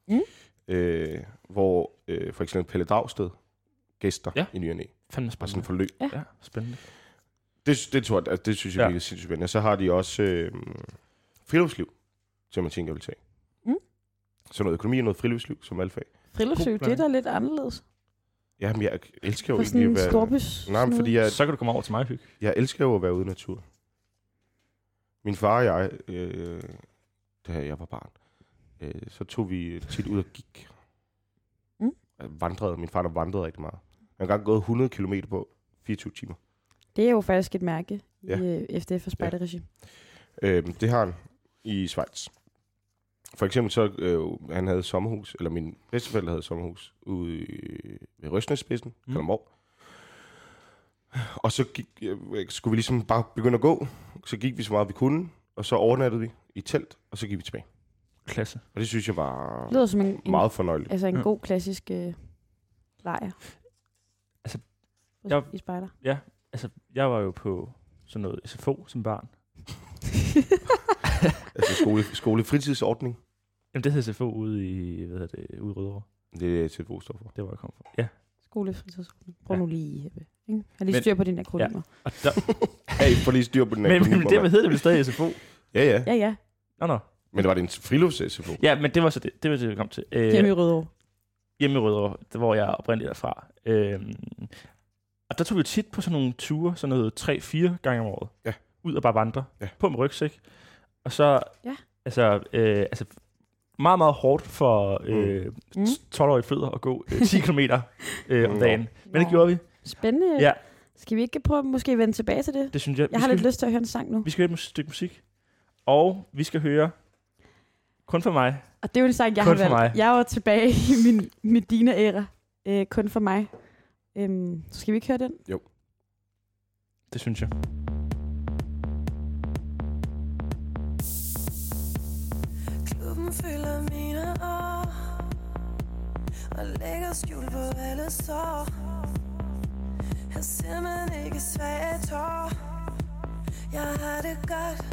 Hvor for eksempel Pelle Dragsted gæster i ny og næ. Fandme spændende. Sådan forløb. Ja, spændende. Det tror jeg, det synes jeg virkelig er sindssygt spændende. Så har de også friluftsliv, som jeg tænker, jeg vil tage. Så noget økonomi og noget friluftsliv som valgfag. Friluftsliv, det er da lidt anderledes. Ja, men jeg elsker jo egentlig at være... Storbys. Nej, men fordi så kan du komme over til mig og hygge. Jeg elsker jo at være ude i natur. Min far og jeg, da jeg var barn, så tog vi tit ud og gik. Vandrede. Min far der vandrede rigtig meget. Jeg har engang gået 100 kilometer på 24 timer. Det er jo faktisk et mærke i FDF og spejderregi. Det har han i Schweiz. For eksempel så, han havde sommerhus, eller min bedsteforældre havde sommerhus ude ved Røsnæsspidsen, Kalundborg. Og så skulle vi ligesom bare begynde at gå. Så gik vi så meget vi kunne, og så overnattede vi i telt, og så gik vi tilbage. Klasse. Og det synes jeg var lyder som meget fornøjeligt. Altså en god klassisk lejr. Altså, i spejder. Ja, altså jeg var jo på sådan noget SFO som barn. Altså skolefritidsordning? Jamen det hedder SFO ude i, ude i Rødovre. Det er SFO står for. Det var jeg kom fra. Ja. Skolefritidsordning. Prøv nu lige, Heppe. Har lige styr på dine akronymer. Ja. Hey, får lige styr på dine akronymer. Men det hedder det vel stadig SFO? Ja. Nå. Men det var det en frilufts-SFO? Ja, men det var så det. Det var det, jeg kom til. Hjemme i Rødovre. Hjemme i Rødovre, hvor jeg oprindeligt er fra. Og der tog vi tit på sådan nogle ture, sådan noget 3-4 gange om året. Ja. Ud og bare vandre. Ja. På med rygsæk. Og så, altså meget, meget hårdt for 12-årige fødder at gå 10 kilometer om dagen. Men det gjorde vi. Spændende. Ja. Skal vi ikke prøve at måske vende tilbage til det? Det synes jeg. Jeg har lidt lyst til at høre en sang nu. Vi skal høre et stykke musik. Og vi skal høre Kun for mig. Og det er jo en sang, jeg har valgt. Jeg var tilbage i min Medina-æra. Kun for mig. Så skal vi ikke høre den? Jo. Det synes jeg. Klubben fylder mine år og lægger skjul på alle sår. Jeg ser man ikke svage tår. Jeg har det godt.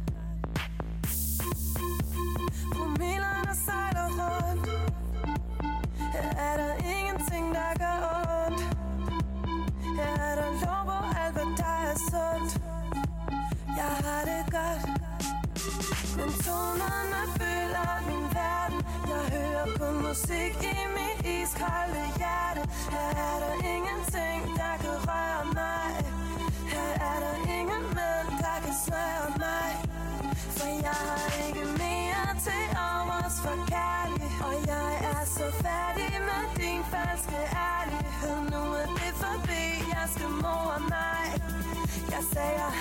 Promillerne sejler rundt. Her er der ingenting, der gør ondt. Her er der lov på alt, hvad der er sundt. Jeg har det godt. Men tonerne fylder min verden. Jeg hører kun musik i mit iskolde hjerte. Her er der ingenting, der kan røre mig. Her er der ingen mænd, der kan snøre mig. For jeg har ikke mere til overs for kærlig. Og jeg er så færdig med din falske ærlighed. Nu er det forbi, jeg skal more mig. Jeg sagde, jeg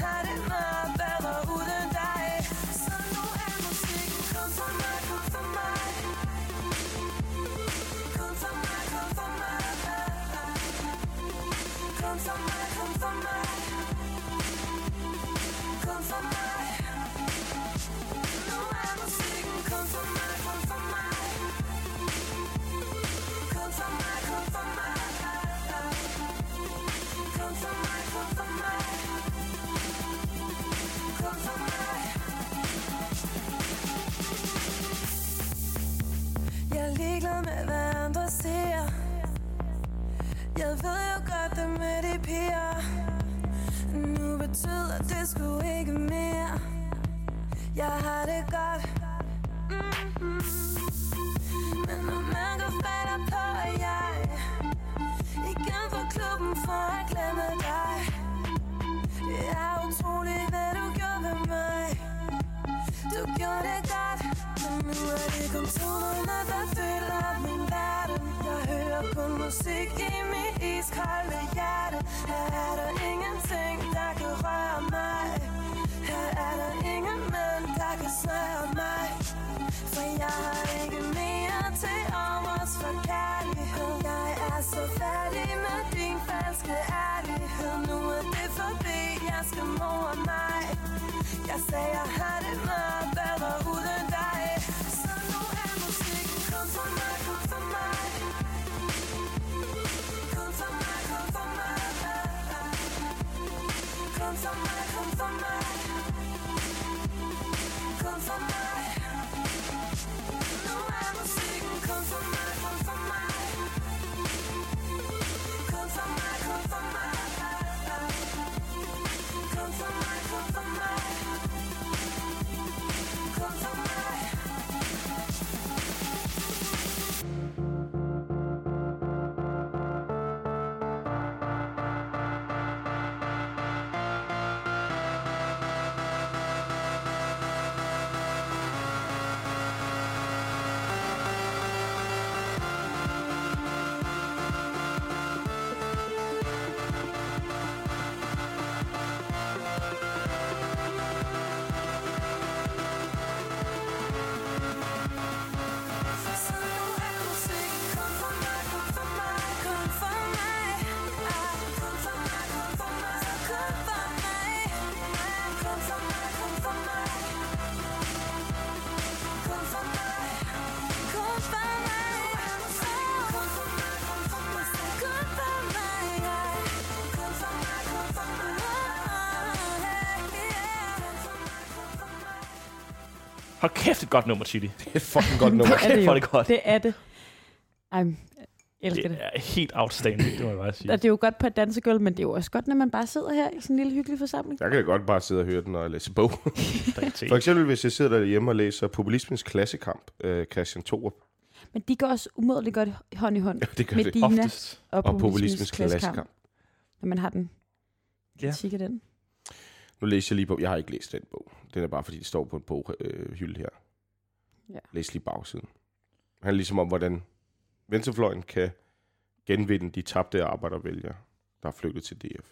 med, hvad andre siger. Jeg ved jo godt, det med de piger. Nu betyder det sgu ikke mere. Jeg har det godt. Men når man går fatter på, at jeg igen på klubben for at glemme dig. Det er utroligt, hvad du gjorde ved mig. Du gjorde det godt. Men nu er det kun tonerne, der fylder min verden. Jeg hører kun musik i mit iskolde hjerte. Her er der ingenting, der kan røre mig. Her er der ingen mænd, der kan snøre mig. For jeg har ikke mere til overs for kærlighed. Jeg er så færdig med din falske ærlighed. Nu er det forbi, jeg skal more mig. Jeg sagde, jeg har det meget bedre uden dig. Så nu er musikken kun for mig, kun for mig. Kun for mig, kun for mig. Kun for mig, kun for mig. Kun for mig. Nu er musikken kun for mig, kun for mig. Kun for mig, kun for mig. Kun for mig, kun for mig. Kun for mig. Så nu er musikken kun for mig, kun for mig, kun for mig. Kun for mig, kun for mig, kun for mig. Kun for mig, kun for mig. Kun for mig, kun for mig. Kun for mig, kun for mig, kun for mig. Kun for mig, kun for mig. Hold kæft, et godt nummer, Chili. Det er et fucking godt nummer. Det er det Hvor er jo. det godt. Det er det. Jeg elsker det. Det er helt outstanding, det må jeg bare sige. Og det er jo godt på et dansegulv, men det er jo også godt, når man bare sidder her i sådan en lille hyggelig forsamling. Jeg kan godt bare sidde og høre den, når jeg læser bog. Der er te. For eksempel, hvis jeg sidder derhjemme og læser Populismens Klassekamp, Christian Thorup. Men de går også umådeligt godt hånd i hånd Ja, det gør det. Medina Oftest. og Og Populismens Populismens Klassekamp. Klassekamp. Når man har den Ja. kritik af den. Nu læser jeg lige på. Jeg har ikke læst den bog. Den er bare, fordi det står på en boghylde her. Ja. Læs lige bagsiden. Han er ligesom om, hvordan venstrefløjen kan genvinde de tabte arbejdervælgere, der er flygtet til DF.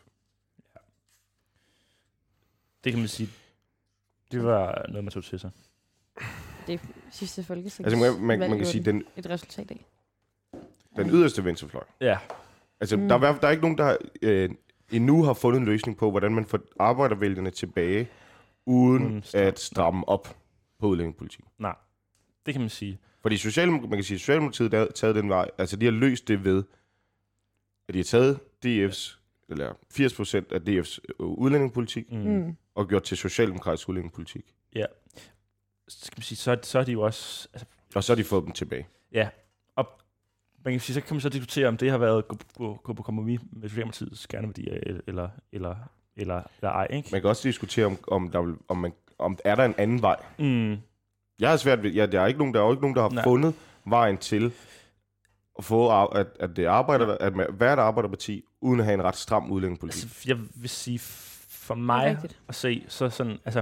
Det kan man sige. Det var noget, man tog til sig. Det sidste folketing. Altså man kan sige, den et resultat af. den yderste venstrefløj. Ja. Altså, der er ikke nogen, der endnu har fundet en løsning på, hvordan man får arbejdervælgerne tilbage, uden at stramme op på udlændingepolitik. Nej, det kan man sige. Fordi man kan sige, at Socialdemokratiet har taget den vej. Altså, de har løst det ved, at de har taget eller 80% af DF's udlændingepolitik, og gjort til socialdemokratisk udlændingepolitik. Ja. Skal man sige, så er de jo også... Altså, Og så har de fået dem tilbage. ja, og man kan sige, så kan man så diskutere, om det har været gå på kompromis med Socialdemokratiets kerneværdier, eller ej, ikke? Man kan også diskutere, om er der en anden vej. Jeg har svært ved... Der er ikke nogen, der har fundet vejen til at få at det arbejder, at være et arbejderparti, uden at have en ret stram udlændingepolitik. Altså, jeg vil sige, for mig at se, så sådan, altså...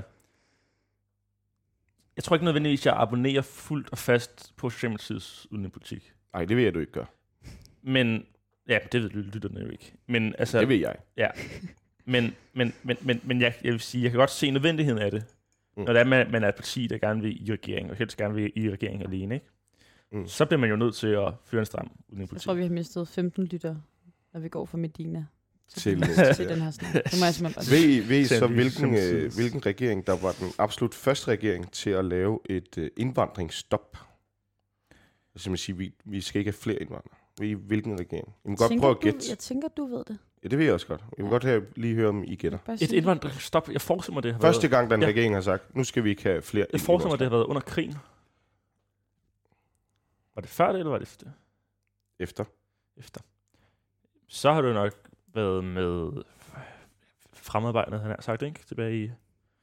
Jeg tror ikke nødvendigvis, at jeg abonnerer fuldt og fast på Socialdemokratiets udlændingepolitik. Nej, det vil jeg du ikke gøre. Men... Ja, det ved lytterne jo ikke. Men altså... Det vil jeg. Ja. Men jeg vil sige, jeg kan godt se nødvendigheden af det. Når det er, man er et parti, der gerne vil i regering, og helst gerne vil i regering alene, ikke? Så bliver man jo nødt til at føre en stram udlændingepolitik. Jeg tror, vi har mistet 15 lytter, når vi går fra Medina til den her snak. Det må jeg simpelthen bare sige. Ved I så, hvilken regering, der var den absolut første regering til at lave et indvandringsstop? Altså man siger, vi skal ikke have flere indvandrere. Ved I hvilken regering? I må godt prøve at gætte. Jeg tænker, du ved det. Ja, det ved jeg også godt. Jeg vil godt lige høre, om I gætter. Et indvandringsstop, jeg forestiller mig, det har Første gang, den regering har sagt, nu skal vi ikke have flere. Jeg forestiller mig, det har været under krigen. Var det før det, eller var det efter det? Efter. Så har du nok været med fremmedarbejdende, han har sagt, ikke? Tilbage i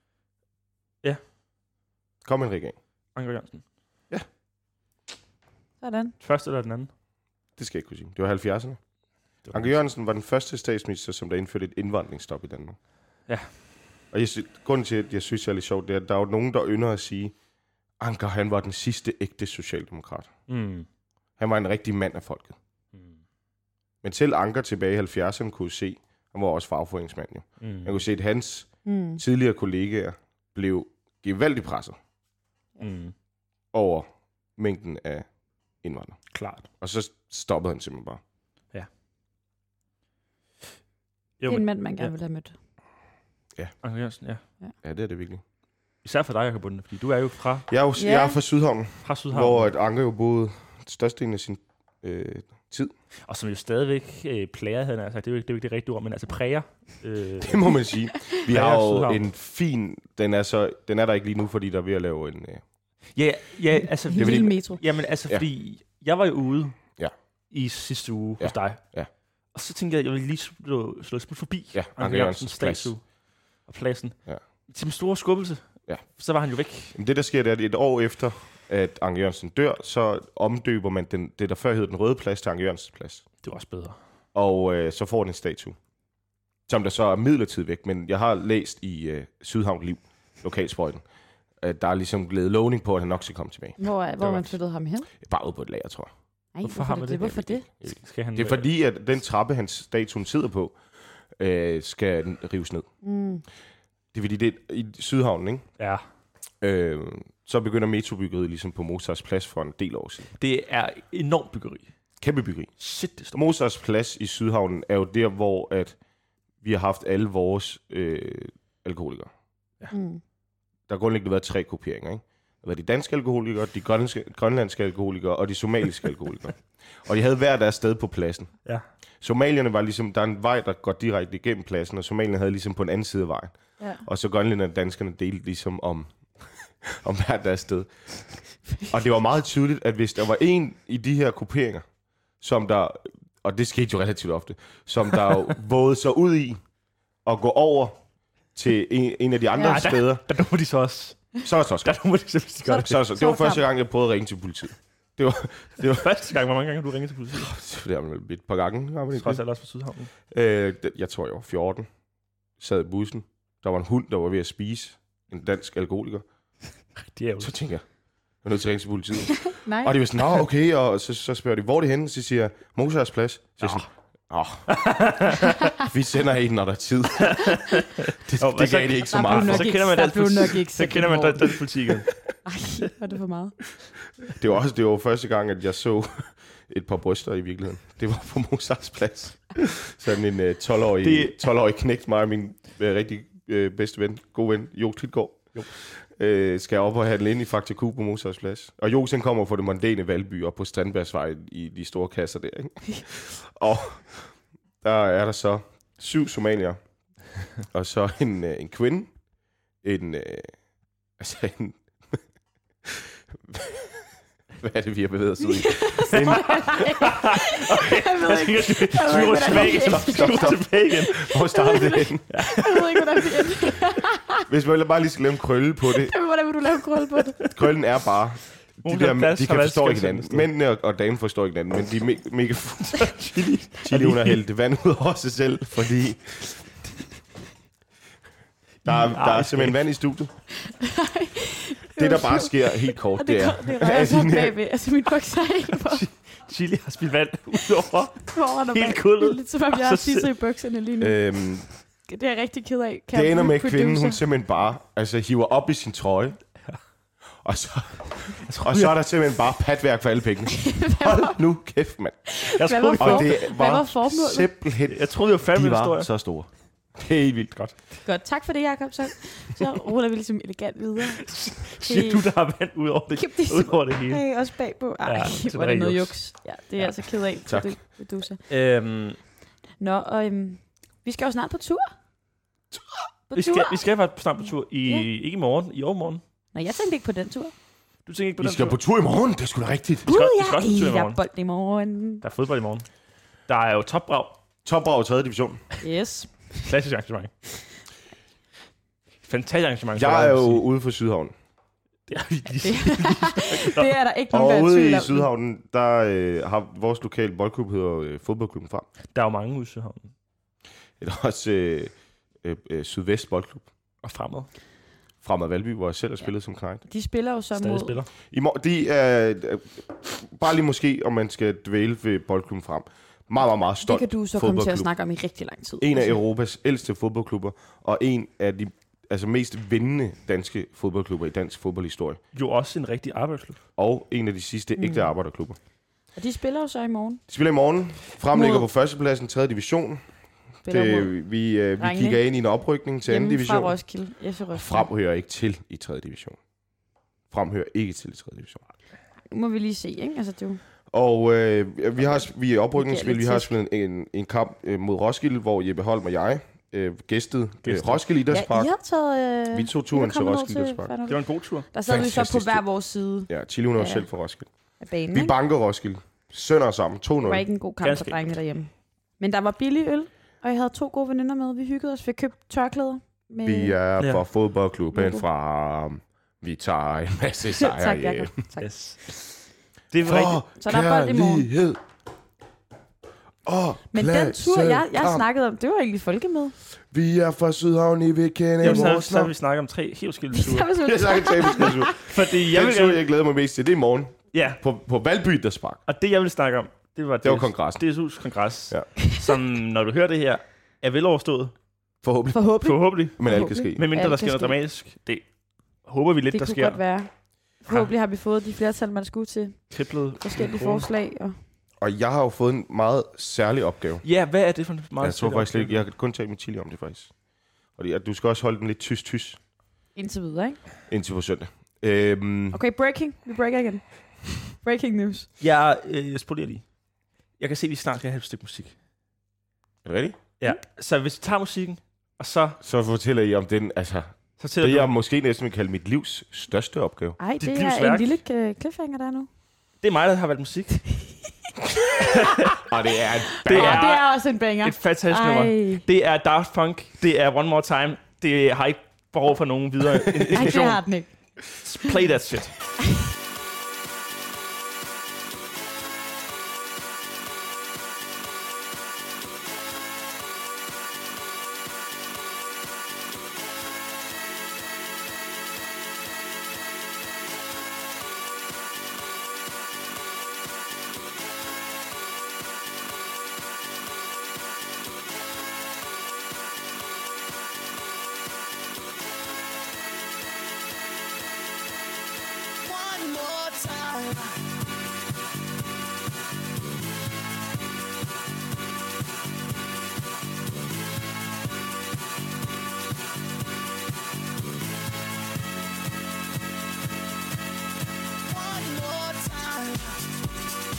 Kom en regering. Anker Jørgensen. Sådan. Første eller den anden? Det skal jeg ikke kunne sige. Det var 70'erne. Anker Jørgensen var den første statsminister, som der indførte et indvandringsstop i Danmark. Ja. Og grunden til, at jeg synes, det er lidt sjovt, det er, at der er jo nogen, der ynder at sige, Anker, han var den sidste ægte socialdemokrat. Mm. Han var en rigtig mand af folket. Mm. Men selv Anker tilbage i 70'erne kunne se, han var også fagforeningsmand jo. Han kunne se, at hans tidligere kollegaer blev gevaldigt presset over mængden af indvandrere. Klart. Og så stoppede han simpelthen bare. Det er en mand, man gerne vil have mødt. Anker Jørgensen, ja. Ja, det er det virkelig. Især for dig, Jacob Bunde, fordi du er jo fra Jeg er fra Sydhavnen, Sydhavn. hvor at Anker jo boede størstedelen af sin tid. Og som jo stadigvæk plager, havde han sagt. Det er jo ikke det rigtige ord, men altså præger. Det må man sige. Vi har jo Sydhavn. en fin... Den er der ikke lige nu, fordi der er ved at lave en... Ja, altså... En lille metro. Jamen altså, fordi jeg var jo ude Ja. i sidste uge hos dig. Ja. Og så tænkte jeg, at jeg ville lige slå et smut forbi Anker Jørgensens statue og pladsen. Ja. Til min store skubbelse. Ja. Så var han jo væk. Men det, der sker, det er, at et år efter, at Anker Jørgensen dør, så omdøber man det, der før hed den røde plads, til Anker Jørgensens plads. Det var også bedre. Og så får den en statue, som der så er midlertidigt væk. Men jeg har læst i Sydhavn Liv, lokalsprøjten, at der er ligesom glædet lovning på, at han nok skal komme tilbage. Hvor man flyttede ham hen? Bare ude på et lager, tror jeg. Ej, Hvorfor har man det? Hvorfor det? Skal han Det er fordi, at den trappe, hans statuen sidder på, skal rives ned. Det er fordi, det er i Sydhavnen, ikke? Ja. Så begynder metrobyggeriet ligesom på Mozarts Plads for en del år siden. Det er enormt byggeri. Kæmpe byggeri. Shit, det står. Mozarts Plads i Sydhavnen er jo der, hvor at vi har haft alle vores alkoholikere. Ja. Der har grundlæggende været 3 grupperinger, ikke? Der var de danske alkoholikere, de grønlandske alkoholikere og de somaliske alkoholikere. Og de havde hver deres sted på pladsen. Ja. Somalierne var ligesom, der er en vej, der går direkte igennem pladsen, og somalierne havde ligesom på en anden side af vejen. Ja. Og så grønlænderne og danskerne delte ligesom om hver deres sted. Og det var meget tydeligt, at hvis der var en i de her grupperinger, som der, og det skete jo relativt ofte, som der jo vågede sig ud i at gå over til en af de andre steder, Der nummer de så også. så er det så Der nummer de simpelthen gøre det. det var første gang, jeg prøvede at ringe til politiet. Det var Første gang, hvor mange gange har du ringet til politiet? det var vel et par gange. Har man ikke Trods alt også på Sydhavnen. jeg tror, jeg var 14. Sad i bussen. Der var en hund, der var ved at spise en dansk alkoholiker. Det er jo Så tænker jeg er nødt til at ringe til politiet. Nej. Og de var sådan, nå okay, og så spørger de, hvor er det henne? Så siger jeg, Mozarts Plads. Så jeg sådan, vi sender en, når der er tid. det gav det ikke så meget for. Så kender man der blev nok ikke så kender man den politik. Ej, var det for meget? Det var første gang, at jeg så et par bryster i virkeligheden. Det var på Mozarts Plads. Sådan en 12-årig knægt, mig og min rigtig bedste ven, god ven, Jo Klitgaard. Skal op og handle ind i Fakta Q på Mozarts Plads. Og Jo sen kommer fra det mondæne Valby op på Strandbergsvej i de store kasser der. Ikke? Og der er der så 7 somalier, og så en kvinde, hvad er det, vi har bevæget os ud i? Jeg ved ikke. Tilbage igen. Hvor startede det henne? Jeg ved ikke, hvordan vi endte. Hvis man bare lige skal lave en krølle på det. Hvordan vil du lave krølle på det? Krøllen er bare... De kan forstå ikke hinanden. hinanden. Mændene og damen forstår ikke hinanden, men de er mega fulde. Chili, hun har hældt vand ud over sig selv, fordi... Der er simpelthen vand i studiet. Det, der bare sker helt kort, det er... Det rører sig bagved. Altså, min bukser er ikke på. Chili har spildt vand ud over helt kuldet. Lidt som om jeg har tisset i bukserne lige nu. Det er jeg rigtig ked af. Det ender med, at kvinden, hun simpelthen bare hiver op i sin trøje. Og så er der simpelthen bare patværk for alle pengene. Hold nu kæft, mand. Hvad var formålet? Simpelthen... Jeg troede, det var fandme de historie. var så store. Det er helt vildt godt. Godt, tak for det, Jacob. Så ruller vi ligesom elegant videre. Siger du, der har vand ud over det hele? Hey, også bagpå. Ej, hvor er det noget juks. Ja, det er jeg altså ked af. Tak. Det du så. Nå, og vi skal jo snart på tur. Vi skal faktisk snart på tur. Ikke i morgen, i overmorgen. Nå, jeg tænkte ikke på den tur. Du tænker ikke på Vi den skal tur? på tur i morgen, det er sgu da rigtigt. Vi skal også på tur i Der er morgen. bold i morgen. Der er fodbold i morgen. Der er jo topbrag. Topbrag 3. division. Yes. Klassisk arrangement. Fantastisk arrangement. Jeg er jo ude for Sydhavnen. Det er vi lige. Det er der ikke nogen, der Og er ude tvivl i om. Sydhavnen, der har vores lokale boldklub, hedder Fodboldklubben Frem. Der er jo mange ude i Sydhavnen. Det er også Sydvest Boldklub. Og fremad. Fremad Valby, hvor jeg selv har spillet som knægt. De spiller jo så Stadig mod... spiller. De er bare lige måske, om man skal dvæle ved Boldklubben Frem. Meget, meget Det stolt kan du så komme til at fodboldklub. snakke om i rigtig lang tid. En af Europas ældste fodboldklubber, og en af de mest vindende danske fodboldklubber i dansk fodboldhistorie. Jo også en rigtig arbejdsklub. Og en af de sidste ægte arbejderklubber. Og de spiller jo så i morgen. De spiller i morgen. Fremlægger Mod- på førstepladsen, 3. division. Spiller mod Vi Drengene. kigger ind i en oprykning til 2. hjemme fra division. Roskilde. FC Roskilde. Frem hører ikke til i 3. division. Frem hører ikke til i 3. division. Nu må vi lige se, ikke? Altså, du... Og vi er i oprykningsspil. lidt Vi har tæsk. spillet en kamp mod Roskilde, hvor Jeppe Holm og jeg gæstede Roskilde Idrætspark. I har taget... Vi tog turen til Roskilde Idrætspark. Det var en god tur. Der sad vi så på Fantastisk hver tur. vores side Ja, Chile hun var Ja. selv for Roskilde. af banen, Vi ikke? banker Roskilde. Sønder sammen. 2-0. Det var ikke en god kamp Ganske for drengene derhjemme. Men der var billig øl, og jeg havde 2 gode veninder med. Vi hyggede os. Vi købte tørklæder. Med... Vi er Ja. fra fodboldklubben Logo. fra... Vi tager en masse tak, sejre Jacob. hjem. Tak. Yes. Det er rigtigt. Så der er bold i morgen. Kærlighed. Men den tur, jeg snakkede om, det var egentlig folkemøde. Vi er fra Sydhavn, I vil kende Jamen, vores så har navn. vi snakket om 3 helt forskellige Det ture. var så Jeg snakker til Tabelskud. Fordi jeg Den vil tur, gerne... jeg glæder mig mest til, det er i morgen. Ja, På Valby Idrætspark. og det jeg vil snakke om, det var kongressen. DSU's kongres, Ja. som når du hører det her, er veloverstået. Forhåbentlig. Forhåbentlig. Forhåbentlig. Men alt kan ske. Medmindre Alt der kan sker noget ske. dramatisk. Det håber vi lidt, Det der kunne sker. godt være. Forhåbentlig har vi fået de flertal, man skulle til Kriblet. forskellige forslag. Og... Og jeg har jo fået en meget særlig opgave. Ja, hvad er det for en meget Jeg tror faktisk slet ikke, jeg kan kun tale med Chili om det faktisk. Og du skal også holde den lidt tys Indtil videre, ikke? indtil på søndag. Okay, breaking. Vi breaker igen. Breaking news. Jeg spolerer lige. Jeg kan se, at vi snart skal have et stykke musik. Er det rigtigt? Ja, så hvis vi tager musikken, og så Så fortæller I om den, altså, tæller det du. jeg måske næsten vil kalde mit livs største opgave. Ej, Dit det er livsværk. en lille cliffhanger, der er nu. Det er mig, der har valgt musik. Og det er en Det Og er det er også en banger. et fantastisk nummer. Ej, Det er Daft Punk. Det er One More Time. Det har ikke behov for nogen videre ej, det information. har den ikke. Play that shit. One more time. One more time.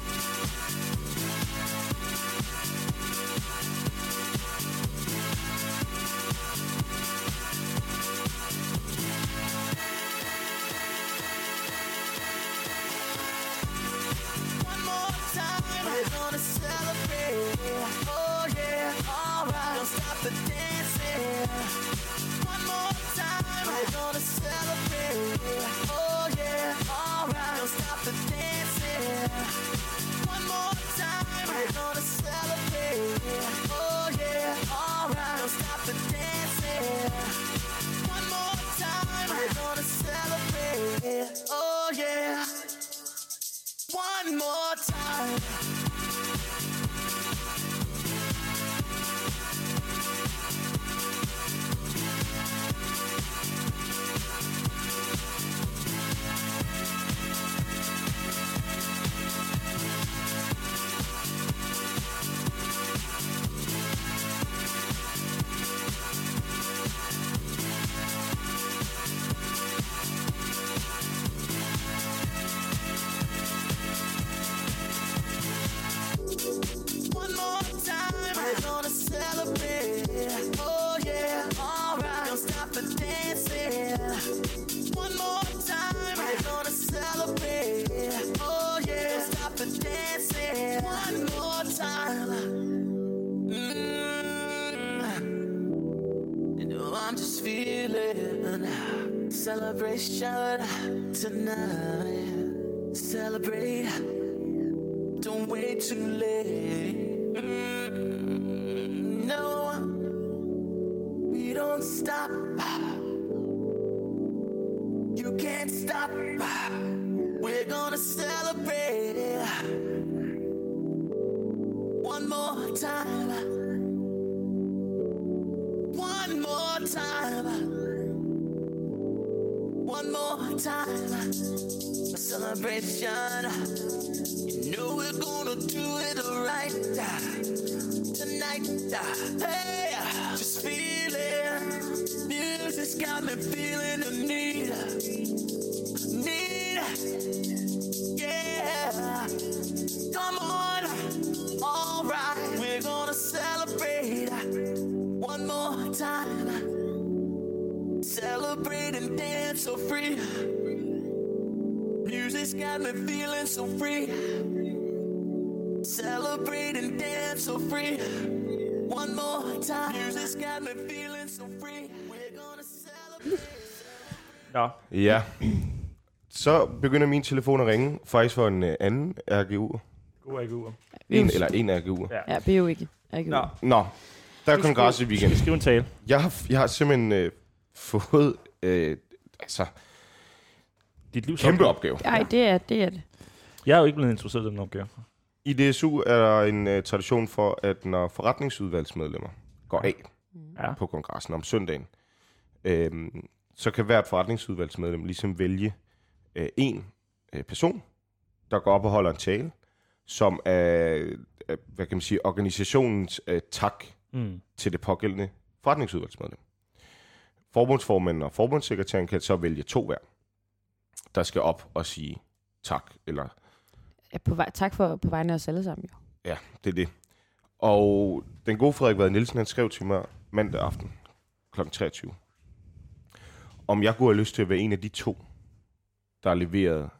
One more time. We're gonna celebrate. Oh yeah, alright. Don't stop the dancing. One more time. We're gonna celebrate. Oh yeah, alright. Don't stop the dancing. One more time. We're gonna celebrate. Oh yeah, alright. Don't stop the dancing. One more time. We're gonna celebrate. Oh yeah. One more time. I'm just feeling celebration tonight. Celebrate, don't wait too late. No, we don't stop. You can't stop. We're gonna celebrate one more time. One more time. One more time. A celebration. You know we're gonna do it right tonight. Hey, just feel it. Music's got me feeling the need. Yeah. Come on. All right. We're gonna celebrate one more time. Celebrate and dance so free. Music's got me feeling so free. Celebrate and dance so free. One more time. Music's got me feeling so free. We're gonna celebrate. Nå, Ja. Så begynder min telefon at ringe, faktisk for en anden RGU. god AGU'er. En RGU. Ja. Ja, BO ikke. Nå, Nå, der er kongres i weekenden. skriv en tale. Jeg har simpelthen fået Dit livs kæmpe opgave. Nej, det er det. Jeg er jo ikke blevet introduceret i den opgave. I DSU er der en tradition for, at når forretningsudvalgsmedlemmer går af Ja. på kongressen om søndagen, så kan hvert forretningsudvalgsmedlem ligesom vælge en person, der går op og holder en tale, som er hvad kan man sige, organisationens tak til det pågældende forretningsudvalgsmedlem. Forbundsformanden og forbundssekretæren kan så vælge 2 hver, der skal op og sige tak, eller Ja, tak for på vegne af os alle sammen, jo. ja, det er det. Og den gode Frederik Vad Nielsen, han skrev til mig mandag aften kl. 23, om jeg kunne have lyst til at være en af de 2, der leverede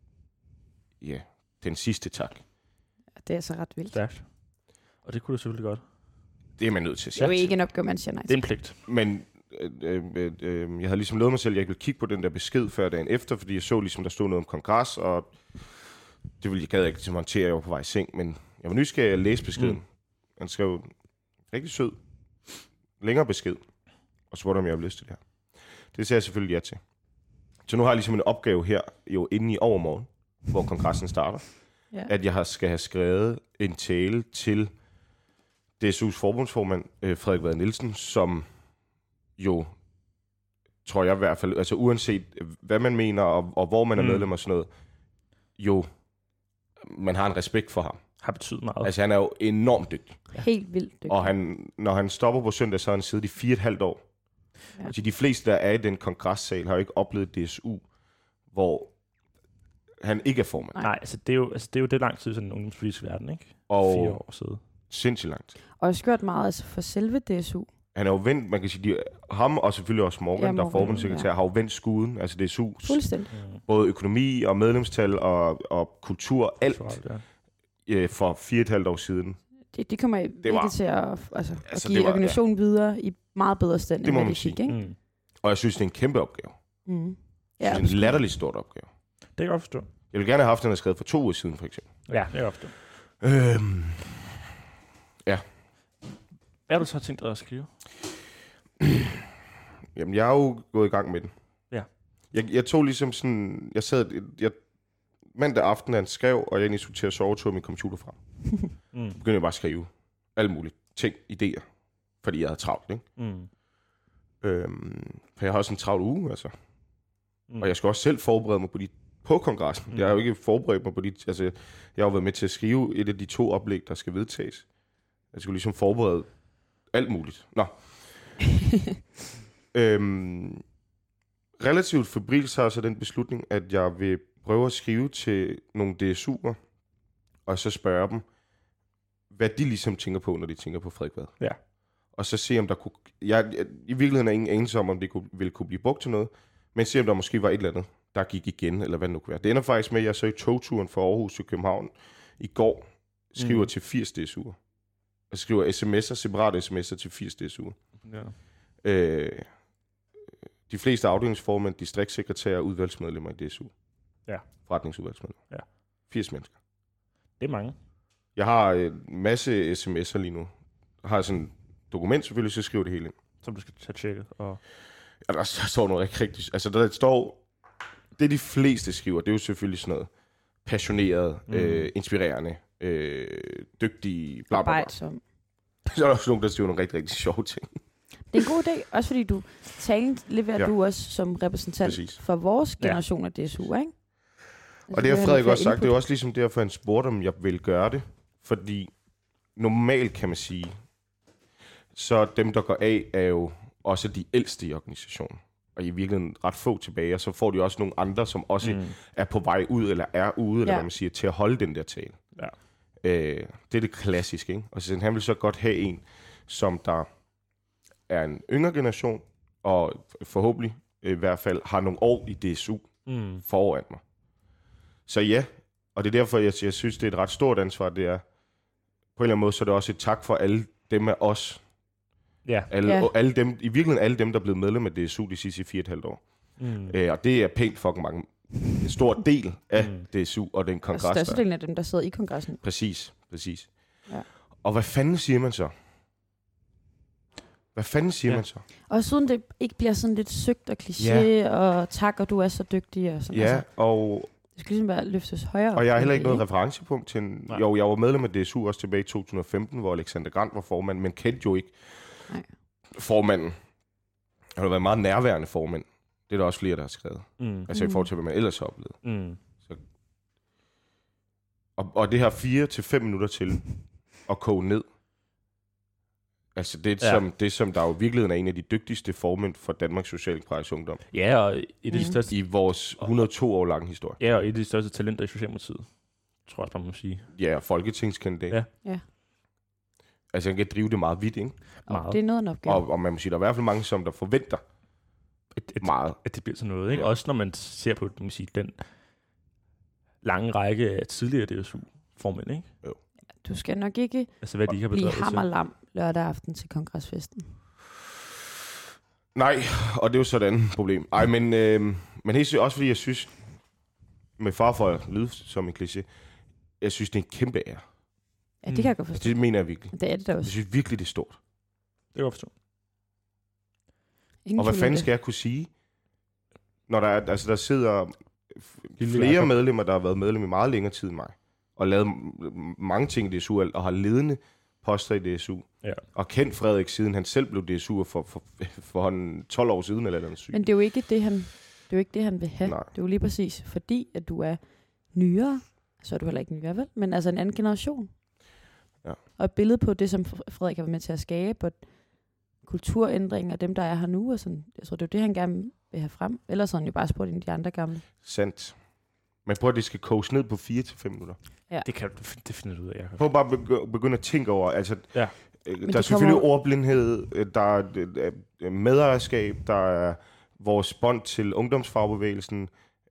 den sidste tak. Det er så ret vildt. Stærkt. Og det kunne du selvfølgelig godt. Det er man nødt til at Det er jo sige. ikke en opgave, man siger nej Det er til. en pligt. Men jeg havde ligesom lovet mig selv, at jeg ikke ville kigge på den der besked før dagen efter, fordi jeg så ligesom, der stod noget om kongres, og det ville jeg gad ikke til at håndtere, jeg var på vej i seng, men jeg var nysgerrig at læse beskeden. Han skrev rigtig sød, længere besked, og spurgte, om jeg ville lyst til det her. Det sagde jeg selvfølgelig ja til. Så nu har jeg ligesom en opgave her, jo inde i overmorgen, hvor kongressen starter, at jeg skal have skrevet en tale til DSU's forbundsformand, Frederik Vad Nielsen, som jo, tror jeg i hvert fald, altså uanset hvad man mener, og hvor man er medlem og sådan noget, jo, man har en respekt for ham. Har betydet meget. Altså han er jo enormt dygtig. Helt vildt dygtig. Og når han stopper på søndag, så har han siddet i 4,5 år. Ja. Altså de fleste, der er i den kongressal, har jo ikke oplevet DSU, hvor han ikke er formand. Nej, altså det er jo det lang tid i sådan en ungdomspolitisk verden, ikke? Og 4 år siden. sindssygt langt. Og jeg har gjort meget altså for selve DSU. Han er jo vendt, man kan sige, ham og selvfølgelig også Morgan, Ja, der er forbundssekretær, har jo vendt skuden, altså DSU's, Fuldstændig. både økonomi og medlemstal og kultur, alt Ja. for 4,5 år siden. Det kommer virkelig til at Altså, give det var- organisationen videre i meget bedre stand, Det end må hvad man vi fik, sige. ikke? Og jeg synes, det er en kæmpe opgave. Mm. Jeg synes, det er en latterligt stort opgave. Det kan jeg godt forstå. Jeg ville gerne have haft, den er skrevet for 2 uger siden, for eksempel. Ja, det kan jeg godt forstå. Ja. Hvad har du så tænkt dig at skrive? Jamen, jeg er jo gået i gang med den. Ja. Jeg tog ligesom sådan... mandag aften, da han skrev, og jeg egentlig skulle til at sove, tog min computer frem. Begyndte jeg bare at skrive alle mulige ting, idéer, fordi jeg havde travlt, ikke? For jeg har også en travl uge, altså. Og jeg skal også selv forberede mig på kongressen. Jeg har jo ikke forberedt mig på altså, jeg har jo været med til at skrive et af de 2 oplæg, der skal vedtages. Jeg skulle ligesom forberede alt muligt. Nå. Relativt febrils har så den beslutning, at jeg vil prøve at skrive til nogle DSU'er, og så spørge dem, hvad de ligesom tænker på, når de tænker på Frederik Vad. Ja. Og så se, om der kunne... I virkeligheden er ingen anelse om det ville kunne blive brugt til noget, men se, om der måske var et eller andet, der gik igen, eller hvad det nu kunne være. Det ender faktisk med, at jeg så i togturen fra Aarhus til København i går skriver til 80 DSU'er. Jeg skriver sms'er, separate sms'er til 80 DSU'er. Ja. de fleste afdelingsformænd, distriktssekretærer og udvalgsmedlemmer i DSU. Ja. Forretningsudvalgsmedlemmer. Ja. 80 mennesker. Det er mange. Jeg har en masse sms'er lige nu. Jeg har sådan et dokument selvfølgelig, så skriver det hele ind. Som du skal tage tjekket. Og... Ja, der står noget rigtigt. Altså, der står... Det de fleste skriver, det er jo selvfølgelig sådan noget passioneret, inspirerende, dygtige, bla bla bla. Arbejdsom. Så er der også nogen, der skriver nogle rigtig, rigtig sjove ting. Det er en god idé, også fordi du leverer du også som repræsentant Præcis. for vores generation af DSU, ikke? Altså, Og det har Frederik også sagt, det er også ligesom derfor, han spurgte, om jeg vil gøre det. Fordi normalt kan man sige, så dem, der går af, er jo også de ældste i organisationen. Og i virkeligheden ret få tilbage, og så får de også nogle andre, som også er på vej ud, eller er ude, eller hvad man siger, til at holde den der tale. Ja. Det er det klassiske, ikke? Og så han vil så godt have en, som der er en yngre generation, og forhåbentlig i hvert fald har nogle år i DSU foran mig. Så ja, og det er derfor, jeg synes, det er et ret stort ansvar. Det er på en eller anden måde, så er det også et tak for alle dem af os. Ja. Alle dem, i virkeligheden alle dem, der er blevet medlem af DSU de sidste 4,5 år. Og det er pænt fucking mange. En stor del af DSU og den kongres. Og størstedelen af dem, der sidder i kongressen. Præcis. Ja. Og hvad fanden siger man så? Man så? Og siden det ikke bliver sådan lidt søgt og kliché, og tak, og du er så dygtig. Og sådan, Ja, altså, og... det skal ligesom være løftes højere op. Og jeg har heller ikke noget referencepunkt til... Jo, jeg var medlem af DSU også tilbage i 2015, hvor Alexander Grant var formand, men kendte jo ikke formanden. Han har været meget nærværende formand. Det er der også flere, der har skrevet. Altså i forhold til, hvad man ellers har oplevet. Så. Og det har 4 til 5 minutter til at koge ned. Altså det, som der jo i virkeligheden er en af de dygtigste formænd for Danmarks Socialdemokratiske Ungdom. Ja, og et af de største... I vores 102 år lange historie. Ja, og et af de største talenter i Socialdemokratiet. Tror jeg, man må sige. Ja, og folketingskandidat. Ja. Altså han kan drive det meget vidt, ikke? Meget. Det er noget en opgave. Og man må sige, der er i hvert fald mange, som der forventer meget. At det bliver sådan noget, ikke? Ja. Også når man ser på, man sige, den lange række af tidligere DSU-formænd, ikke? Jo. Du skal nok ikke hvad de blive hammerlam lørdag aften til kongresfesten. Nej, og det er jo sådan et problem. Ej, men helt også fordi jeg synes, med far for at lyde som en kliché, jeg synes, det er en kæmpe ære. Ja, det kan jeg godt forstå. Det mener jeg virkelig. Det er det da også. Jeg synes virkelig, det er stort. Det kan jeg godt forstå. Og hvad fanden skal jeg kunne sige, når der sidder flere medlemmer, der har været medlem i meget længere tid end mig, og lavet mange ting i DSU, og har ledende poster i DSU, og kendt Frederik siden han selv blev DSU for 12 år siden, eller noget sygt. Men det er jo ikke det, han vil have. Nej. Det er jo lige præcis, fordi at du er nyere, så er du heller ikke nyere, vel? Men altså en anden generation. Ja. Og et billede på det, som Frederik har været med til at skabe, og kulturændringen af dem, der er her nu, og sådan. Jeg tror, det er det, han gerne vil have frem. Ellers har han jo bare spurgt ind de andre gamle. Sandt. Men prøv at det skal koges ned på 4 til 5 minutter. Ja. Det finder du ud af, Jacob. Prøv bare at begynde at tænke over, altså, der er selvfølgelig ordblindhed, der er medejerskab, der er vores bånd til ungdomsfagbevægelsen,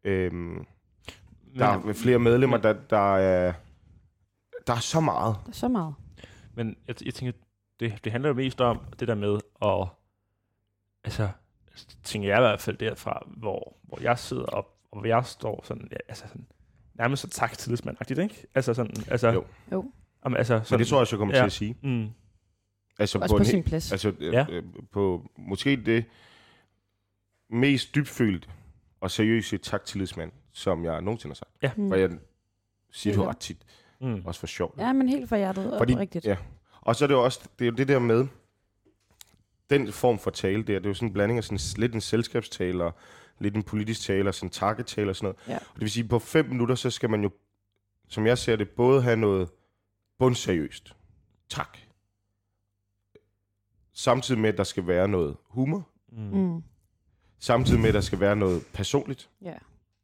der er flere medlemmer, der er så meget. Der er så meget. Men jeg tænker, det handler jo mest om det der med at, altså, tænker jeg i hvert fald derfra, hvor jeg sidder op, og hvor jeg står sådan, altså sådan, nærmest så tak tillidsmand-agtigt, ikke? Altså sådan, altså... Jo. Jamen, altså, sådan, men det tror jeg også, jeg kommer til at sige. Altså også på sin plads. Altså, på måske det mest dybfølte og seriøse tak tillidsmand, som jeg nogensinde har sagt. Ja. For jeg siger det ret tit. Også for sjov. Ja, men helt for hjertet og rigtigt. Ja. Og så er det jo også, det er jo det der med, den form for tale der, det er jo sådan en blanding af sådan lidt en selskabstale og lidt en politisk tale og sådan en takketale og sådan noget. Ja. Og det vil sige, på 5 minutter, så skal man jo, som jeg ser det, både have noget bundseriøst. Tak. Samtidig med, at der skal være noget humor. Samtidig med, at der skal være noget personligt. Ja.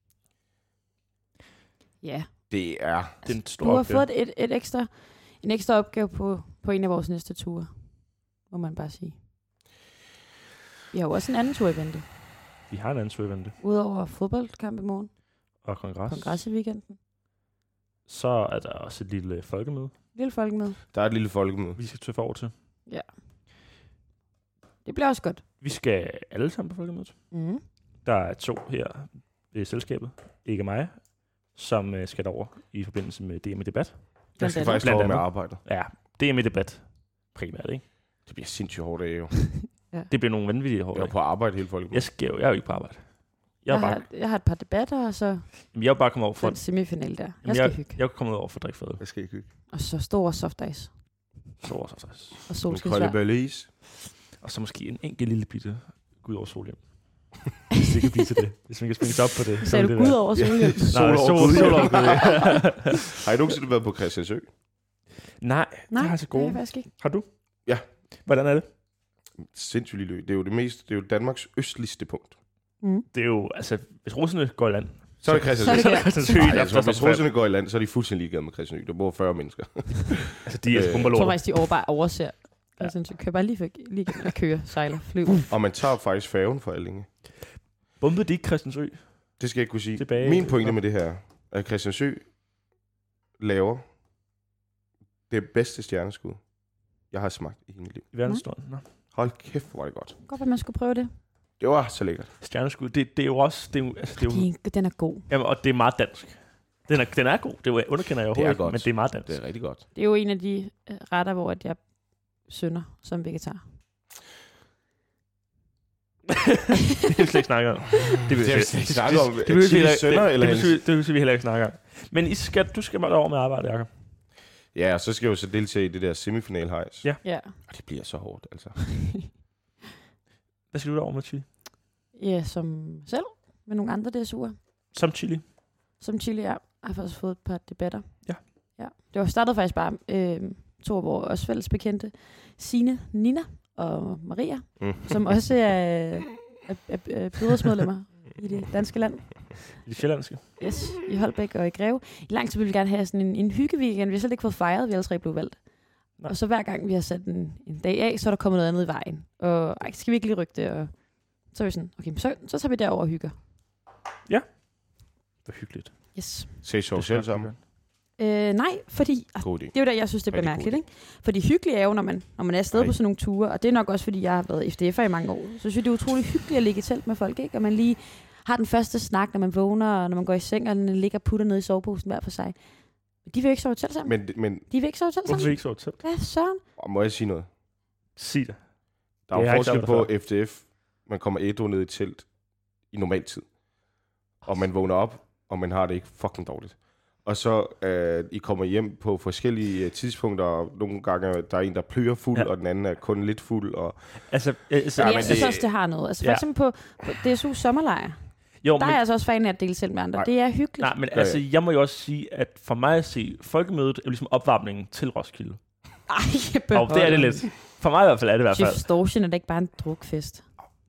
Ja. Det er den store Du har fået en ekstra opgave på en af vores næste ture, må man bare sige. Vi har jo også en anden tur i vente. Vi har en anden tur i vente. Udover fodboldkamp i morgen. Og kongres i weekenden. Så er der også et lille folkemøde. Lille folkemøde. Der er et lille folkemøde. Vi skal tøffe over til. Ja. Det bliver også godt. Vi skal alle sammen på folkemødet. Mm. Der er 2 her ved selskabet, ikke mig, som skal derover i forbindelse med DM i debat. Jeg skal Blandt faktisk Blandt over med andet. arbejdet. Ja, DM i debat primært, ikke? Det bliver sindssygt hårdt af, jo. Det bliver nogle vanvittige år. Jeg er på arbejde hele folkemødet. Jeg er jo ikke på arbejde. Jeg Jeg har et par debatter, og så er jo bare kommet over for... den semifinal der. Jamen, Jeg skal hygge. Jeg er kommet over for at drikke fadøl. Jeg skal ikke hygge. Og så store soft ice. Så Og Kolde solskinsvær. Baileys. og så måske en enkelt lille bitte Gud over solhjem. Hvis det kan blive til det. Hvis man kan springe sig op på det. Sagde du Gud over solhjem? Nej, Sol over sol Gud. over Gud. Har I nogensinde været på Christiansø? Nej, det har jeg så det er gode. jeg faktisk ikke. Har du? Ja. Hvordan er det? Sindssygt lille ø. Det er jo det er jo Danmarks østligste punkt. Mm. Det er jo, altså, hvis russerne går i land, Så er det Christiansø. Så er det Christiansø. Nej, der jeg tror, står hvis for russerne går i land, så er de fuldstændig ligeglade med Christiansø. Der bor 40 mennesker. Altså, de er Øh, Jeg bomber tror lort. faktisk, de bare overser. Jeg synes, jeg kører bare lige at køre, sejler, flyve. Og man tager faktisk færgen fra Allinge. Bombede de ikke Christiansø? Det skal jeg ikke kunne sige. Tilbage. Min pointe med det her, er, at Christiansø laver det bedste stjerneskud, jeg har smagt i hele mit liv. I verdenshistorien? Nå. Hold kæft, hvor er det godt. Godt, at man skulle prøve det. Det var så lækkert. Stjerneskud, det er jo også... Det er jo, altså, det er jo, Den er god. jamen, og det er meget dansk. Den er god. Det underkender jeg overhovedet ikke, godt. men det er meget dansk. Det er rigtig godt. Det er jo en af de retter, hvor jeg synder som vegetar. Det vil vi slet ikke snakke om. Det vil Det vi er slet ikke snakke om. Det vil vi Chili heller- sønner eller det hans? vil vi heller ikke snakke om. Men du skal bare over med arbejde, Jacob. Ja, og så skal jeg jo så deltage i det der semifinalhejs. Ja. Ja. Og det bliver så hårdt, altså. Hvad skal du derover med chili? Ja, som selv med nogle andre DSU'er. Som chili. Som Chile, ja. Har faktisk fået et par debatter. Ja. Det var startet faktisk bare 2 af vores også fælles bekendte. Signe, Nina og Maria, som også er byrådsmedlemmer i det danske land. I det sjællandske. Yes, i Holbæk og i Greve. I lang tid ville vi gerne have sådan en hyggeweekend. Vi har slet ikke fået fejret, vi alle 3 blev valgt. Nej. Og så hver gang vi har sat en dag af, så er der kommet noget andet i vejen. Og skal vi ikke lige rykke det? Og så er vi sådan, okay, så tager vi derover og hygger. Hvor hyggeligt. Yes. Se så selv sammen. Nej, fordi God idé. det er jo der, jeg synes, det bliver Rigtig god mærkeligt. Ikke? Fordi hyggeligt er jo, når man er afsted Nej. på sådan nogle ture, og det er nok også, fordi jeg har været FDF'er i mange år, så synes jeg, det er utrolig hyggeligt at ligge i telt med folk, ikke? Og man lige har den første snak, når man vågner, og når man går i seng, og den ligger og putter ned i soveposen hver for sig. De vil jo ikke sove i telt sammen. Men De vil ikke sove i telt Hvorfor vil I sammen. ikke så telt? Hvad søren? må jeg sige noget? Sig det. Der er Det jo har jeg forskel ikke på FDF. Man kommer ædru ned i et telt i normal tid. Og man vågner op, og man har det ikke fucking dårligt. Og så I kommer hjem på forskellige tidspunkter, og nogle gange der er en, der pløjer fuld, og den anden er kun lidt fuld. Og Altså, Ja, men jeg synes det- også, det har noget. Altså for Ja. eksempel på DSU sommerlejr, jo, der er jeg altså også fan af at dele selv med andre. Nej. Det er hyggeligt. nej, men altså, jeg må jo også sige, at for mig at se, folkemødet er jo ligesom opvarmningen til Roskilde. Ej, Og det er det lidt. For mig i hvert fald er det i hvert fald. Jeff Storchen er da ikke bare en drukfest.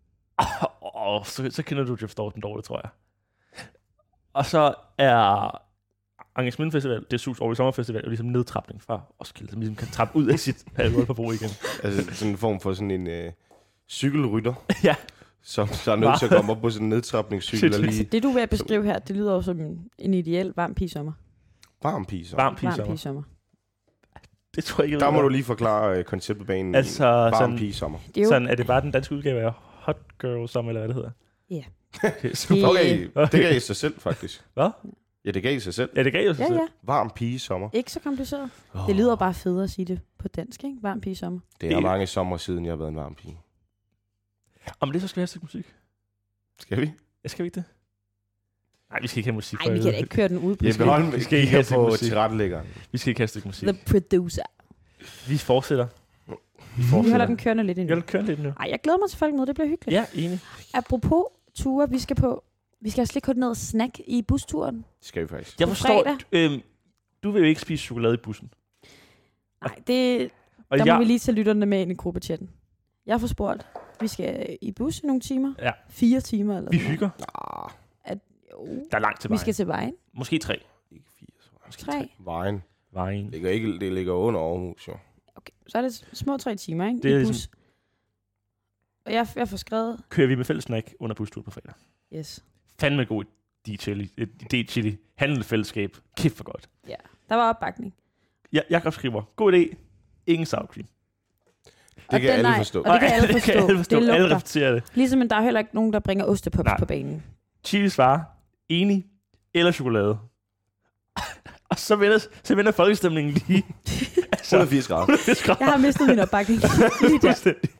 Så kender du Jeff Storten dårligt, tror jeg. Og så er Engagement Festival, det er SUS årlige sommerfestival, er ligesom nedtrapning fra Roskilde, som ligesom kan trappe ud af sit alkoholforbrug igen. altså sådan en form for sådan en cykelrytter, Ja. som så er nødt til at komme op på sådan en nedtrapningscykel og Shit. lige Det du er ved at beskrive her, det lyder jo som en ideel varm pigesommer. varm pige. Varm Varm pigesommer. pigesommer. Det tror jeg ikke, Der må du lige forklare konceptet bag en Altså, varm sådan- pige sommer. Det er jo Sådan, er det bare den danske udgave af Hot Girl Summer, eller hvad det hedder? Ja. Okay, så, Det- Okay, det gav i sig selv, faktisk. Hvad? Ja, det gav i sig selv. Ja, det gav jo sig Ja, selv. ja. Varm pige sommer. Ikke så kompliceret. Det lyder bare federe at sige det på dansk, ikke? Varm pigesommer. Det er mange sommer siden, jeg har været en varm pige. Om det så skal vi have et stykke musik? Skal vi? Ja, skal vi ikke det? Nej, vi skal ikke have musik. Nej, vi kan da ikke køre den ud på Jeppe Holm vi skal ikke have kigger på musik. tilrettelæggeren. Vi skal ikke have et stykke musik. The Producer. Vi fortsætter. Vi holder den kørende lidt Jeg endnu. vil køre lidt nu. Ej, jeg glæder mig til folkemødet, det bliver hyggeligt. Ja, enig. Apropos ture, vi skal have slik og noget snack i busturen. Det skal vi faktisk. Jeg På forstår, fredag. du vil jo ikke spise chokolade i bussen. Nej, det, Og der jeg, må vi lige tage lytterne med ind i gruppechatten. Jeg får spurgt, vi skal i bus i nogle timer. Ja. 4 timer eller vi sådan noget. hygger. Jo, Der er langt til vi vejen. skal til vejen. Måske 3. Ikke 4, tror jeg. 3. Vejen. Vejen. Det ligger under Aarhus, jo. Okay, så er det små 3 timer, ikke? Det er I bus. ligesom- Og jeg får skrevet, Kører vi med fælles snack under bustur på fredag. yes. Fandme god idé-chili. Handelfællesskab. Kæft for godt. Der var opbakning. Jakob skriver, god idé. Ingen sour cream. Det kan alle forstå. Og det kan alle Det forstå. kan alle forstå. Det Alle lugter. repeterer det. Ligesom der er heller ikke nogen, der bringer ostepops Nej. på banen. Chili svarer, enig eller chokolade. Og så vender folkestemningen lige. 180 grader. 180 grader. Jeg har mistet min opbakning lige der. Fuldstændig.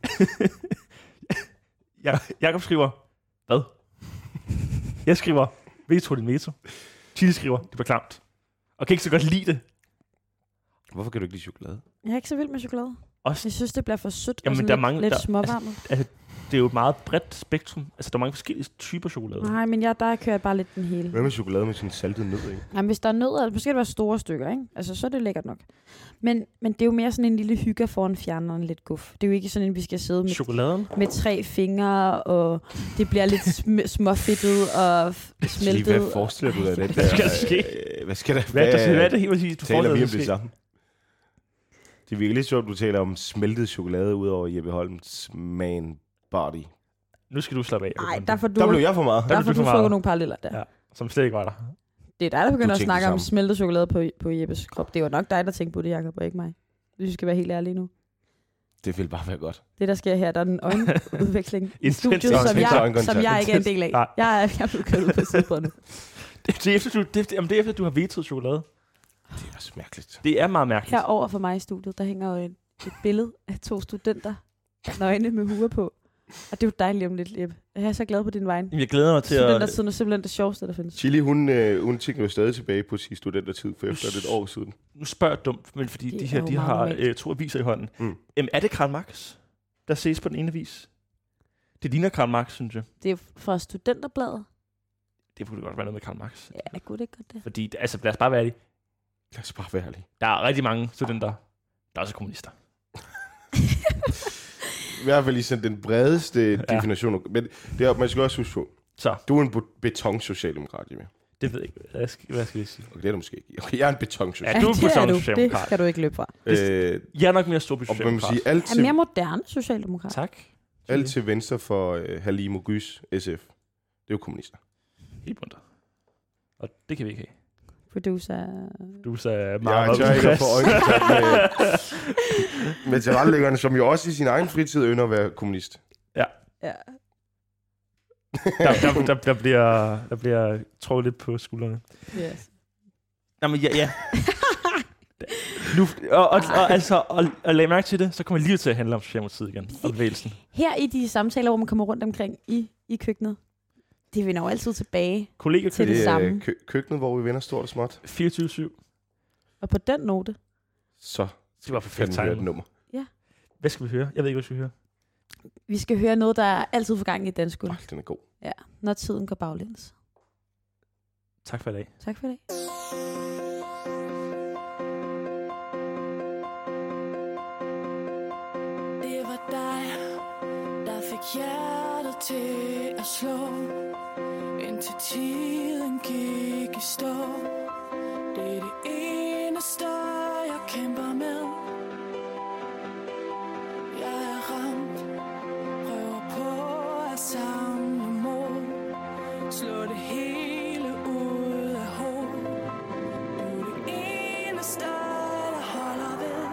Jakob skriver, hvad? Jeg skriver, veto din veto. Chili skriver, det var klamt. Og kan ikke så godt lide det. Hvorfor kan du ikke lide chokolade? Jeg er ikke så vild med chokolade. Også, Jeg synes, det bliver for sødt Jamen, og sådan der er lidt, mange- lidt der- småvarmet. det er jo et meget bredt spektrum. Altså, der er mange forskellige typer chokolade. Nej, men der kører jeg bare lidt den hele. Hvad med chokolade med sådan saltet nød, ikke? Jamen, hvis der er nødder, måske det være store stykker, ikke? Altså, så er det lækkert nok. Men det er jo mere sådan en lille hygge foran fjerneren, lidt guf. Det er jo ikke sådan, at vi skal sidde Chokoladen? med 3 fingre, og det bliver lidt småfedtet og smeltet. Hvad forestiller du dig? Hvad skal der ske? Hvad skal der? Hvad er det helt præcis, du taler vi om forestiller det dig? samme? Det virker lidt sjovt, at du taler om smeltet chokolade ud over Jeppe Holms man body. Nu skal du slappe af. Nej, der får du, Der blev jeg for meget. Der der blev får du for du meget. få nogle paralleller der. Ja. Som slet ikke var der. Det er dig, der begynder at tænkte snakke det om samme. smeltet chokolade på Jeppes krop. Det var nok dig, der tænkte på det, Jacob, og ikke mig. Hvis vi skal være helt ærlige nu. Det vil bare være godt. Det, der sker her, der er en øjenudvikling i Intens studiet, øjenkontakt. som jeg ikke er en del af. Nej. Jeg er blevet kørt ud på sidebåndet. Det er efter, du har vetoet chokolade. Det er også mærkeligt. Det er meget mærkeligt. Her over for mig i studiet, der hænger jo et billede af 2 studenter, nøgne med huer på. Og det er jo dejligt om lidt, Jeppe. Jeg er så glad på din vegne. Jeg glæder mig til Studentertiden er simpelthen det sjoveste, der findes. Chili, hun tænker jo stadig tilbage på sin studentertid for efter et år siden. Nu spørger jeg dumt, men fordi Det de er her, jo de meget har normalt. 2 aviser i hånden. Mm. Er det Karl Marx, der ses på den ene avis? Det ligner Karl Marx, synes jeg. Det er fra Studenterbladet. Det kunne godt være noget med Karl Marx. Ja, jeg kunne det ikke godt det. Fordi, altså lad os bare være ærlige. Lad os bare være ærlige. Der er rigtig mange studenter, der er også kommunister. I hvert fald i sådan den bredeste definition. Men det er, man skal også huske på. Så, Du er en betonsocialdemokrat, Jimmy. det ved jeg ikke. Hvad skal jeg sige? Okay, det er du måske ikke. Okay, jeg er en betonsocialdemokrat. Ja, du er det er du. Det socialdemokrat. skal du ikke løbe fra. Jeg er nok mere stor Og man må sige, alt Jeg er mere til, moderne socialdemokrat. Tak. alt til venstre for Halime Oguz, SF. Det er jo kommunister. Helt bundt. Og det kan vi ikke have. Producer. Du sagde Jeg meget tør ikke at få øjenkontakt med tilrettelæggerne, som jo også i sin egen fritid ynder at være kommunist. Ja. Der bliver trukket lidt på skuldrene. Yes. Nå, men ja. Nu, og lad mærke til det, så kommer lige til at handle om Socialdemokratiet igen, og bevægelsen. Her i de samtaler, hvor man kommer rundt omkring i køkkenet, det vender jo altid tilbage. Kollega Til Det er samme. køkkenet, hvor vi vender stort og småt. 24/7. Og på den note, Så Det var kan perfekt den høre et tegn. nummer. Hvad skal vi høre? Jeg ved ikke, hvad vi skal høre. vi skal høre noget, der er altid for gang i dansk guld. Den er god. Ja, når tiden går baglæns. Tak for i dag. Tak for i dag. Det var dig, der fik hjertet til at slå, indtil tiden gik i stå. Det er det eneste, jeg kæmper med. Jeg er ramt, prøver på at samle mod, slå det hele ud af hoved. Du er det eneste, der holder ved.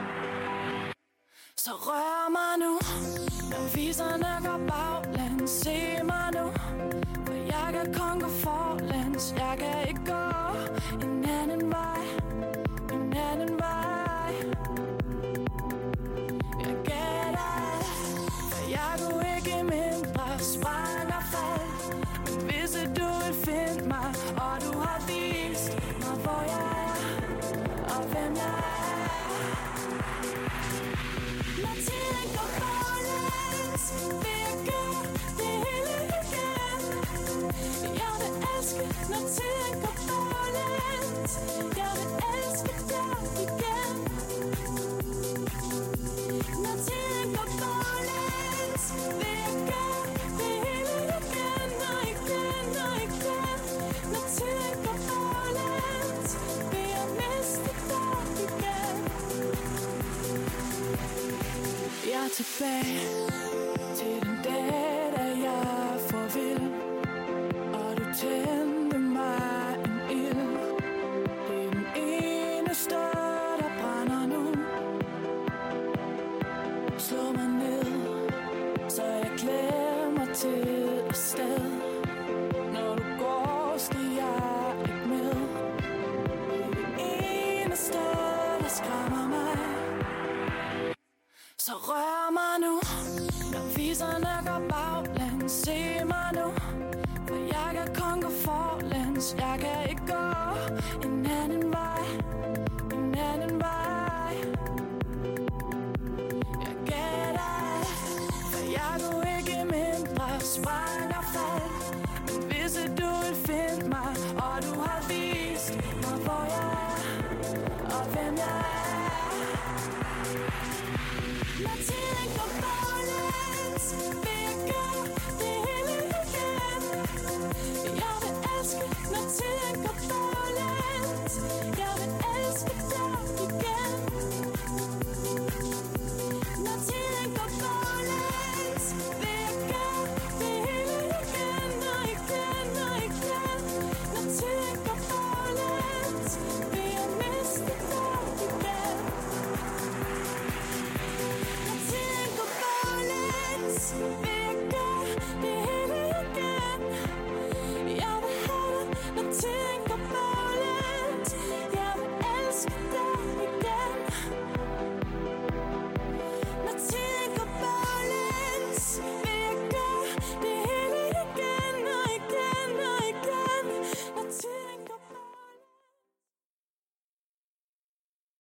Så rør mig nu, når viserne går baglæns. Se mig nu, for jeg kan kun gå forlæns. Jeg kan ikke gå en anden vej, en anden vej. Jeg gætter, for jeg kunne ikke mindre sprang og fald. Men hvis du vil finde mig, og du har vist mig, hvor jeg er, og hvem jeg er. Når tiden går baglæns, vil jeg gøre det hele igen. Jeg vil elske, når tiden går baglæns. Jeg vil elske dig igen. Når tiden går baglæns, vil jeg gøre det hele igen og igen og igen. Når tiden går baglæns, vil jeg miste dig igen. Jeg er tilbage til den dag, da jeg får vild, og du tændte mig en ild. Det er den eneste, der brænder nu. til afsted. Når du går, skal jeg ikke med. Det eneste, der skræmmer mig. Så rør mig nu, når viserne går baglæns. Se mig nu, for jeg kan kun gå forlæns. Jeg kan ikke gå en anden vej, en anden vej. Jeg gætter, for jeg kunne ikke mindre sprang og fald. Men vidste du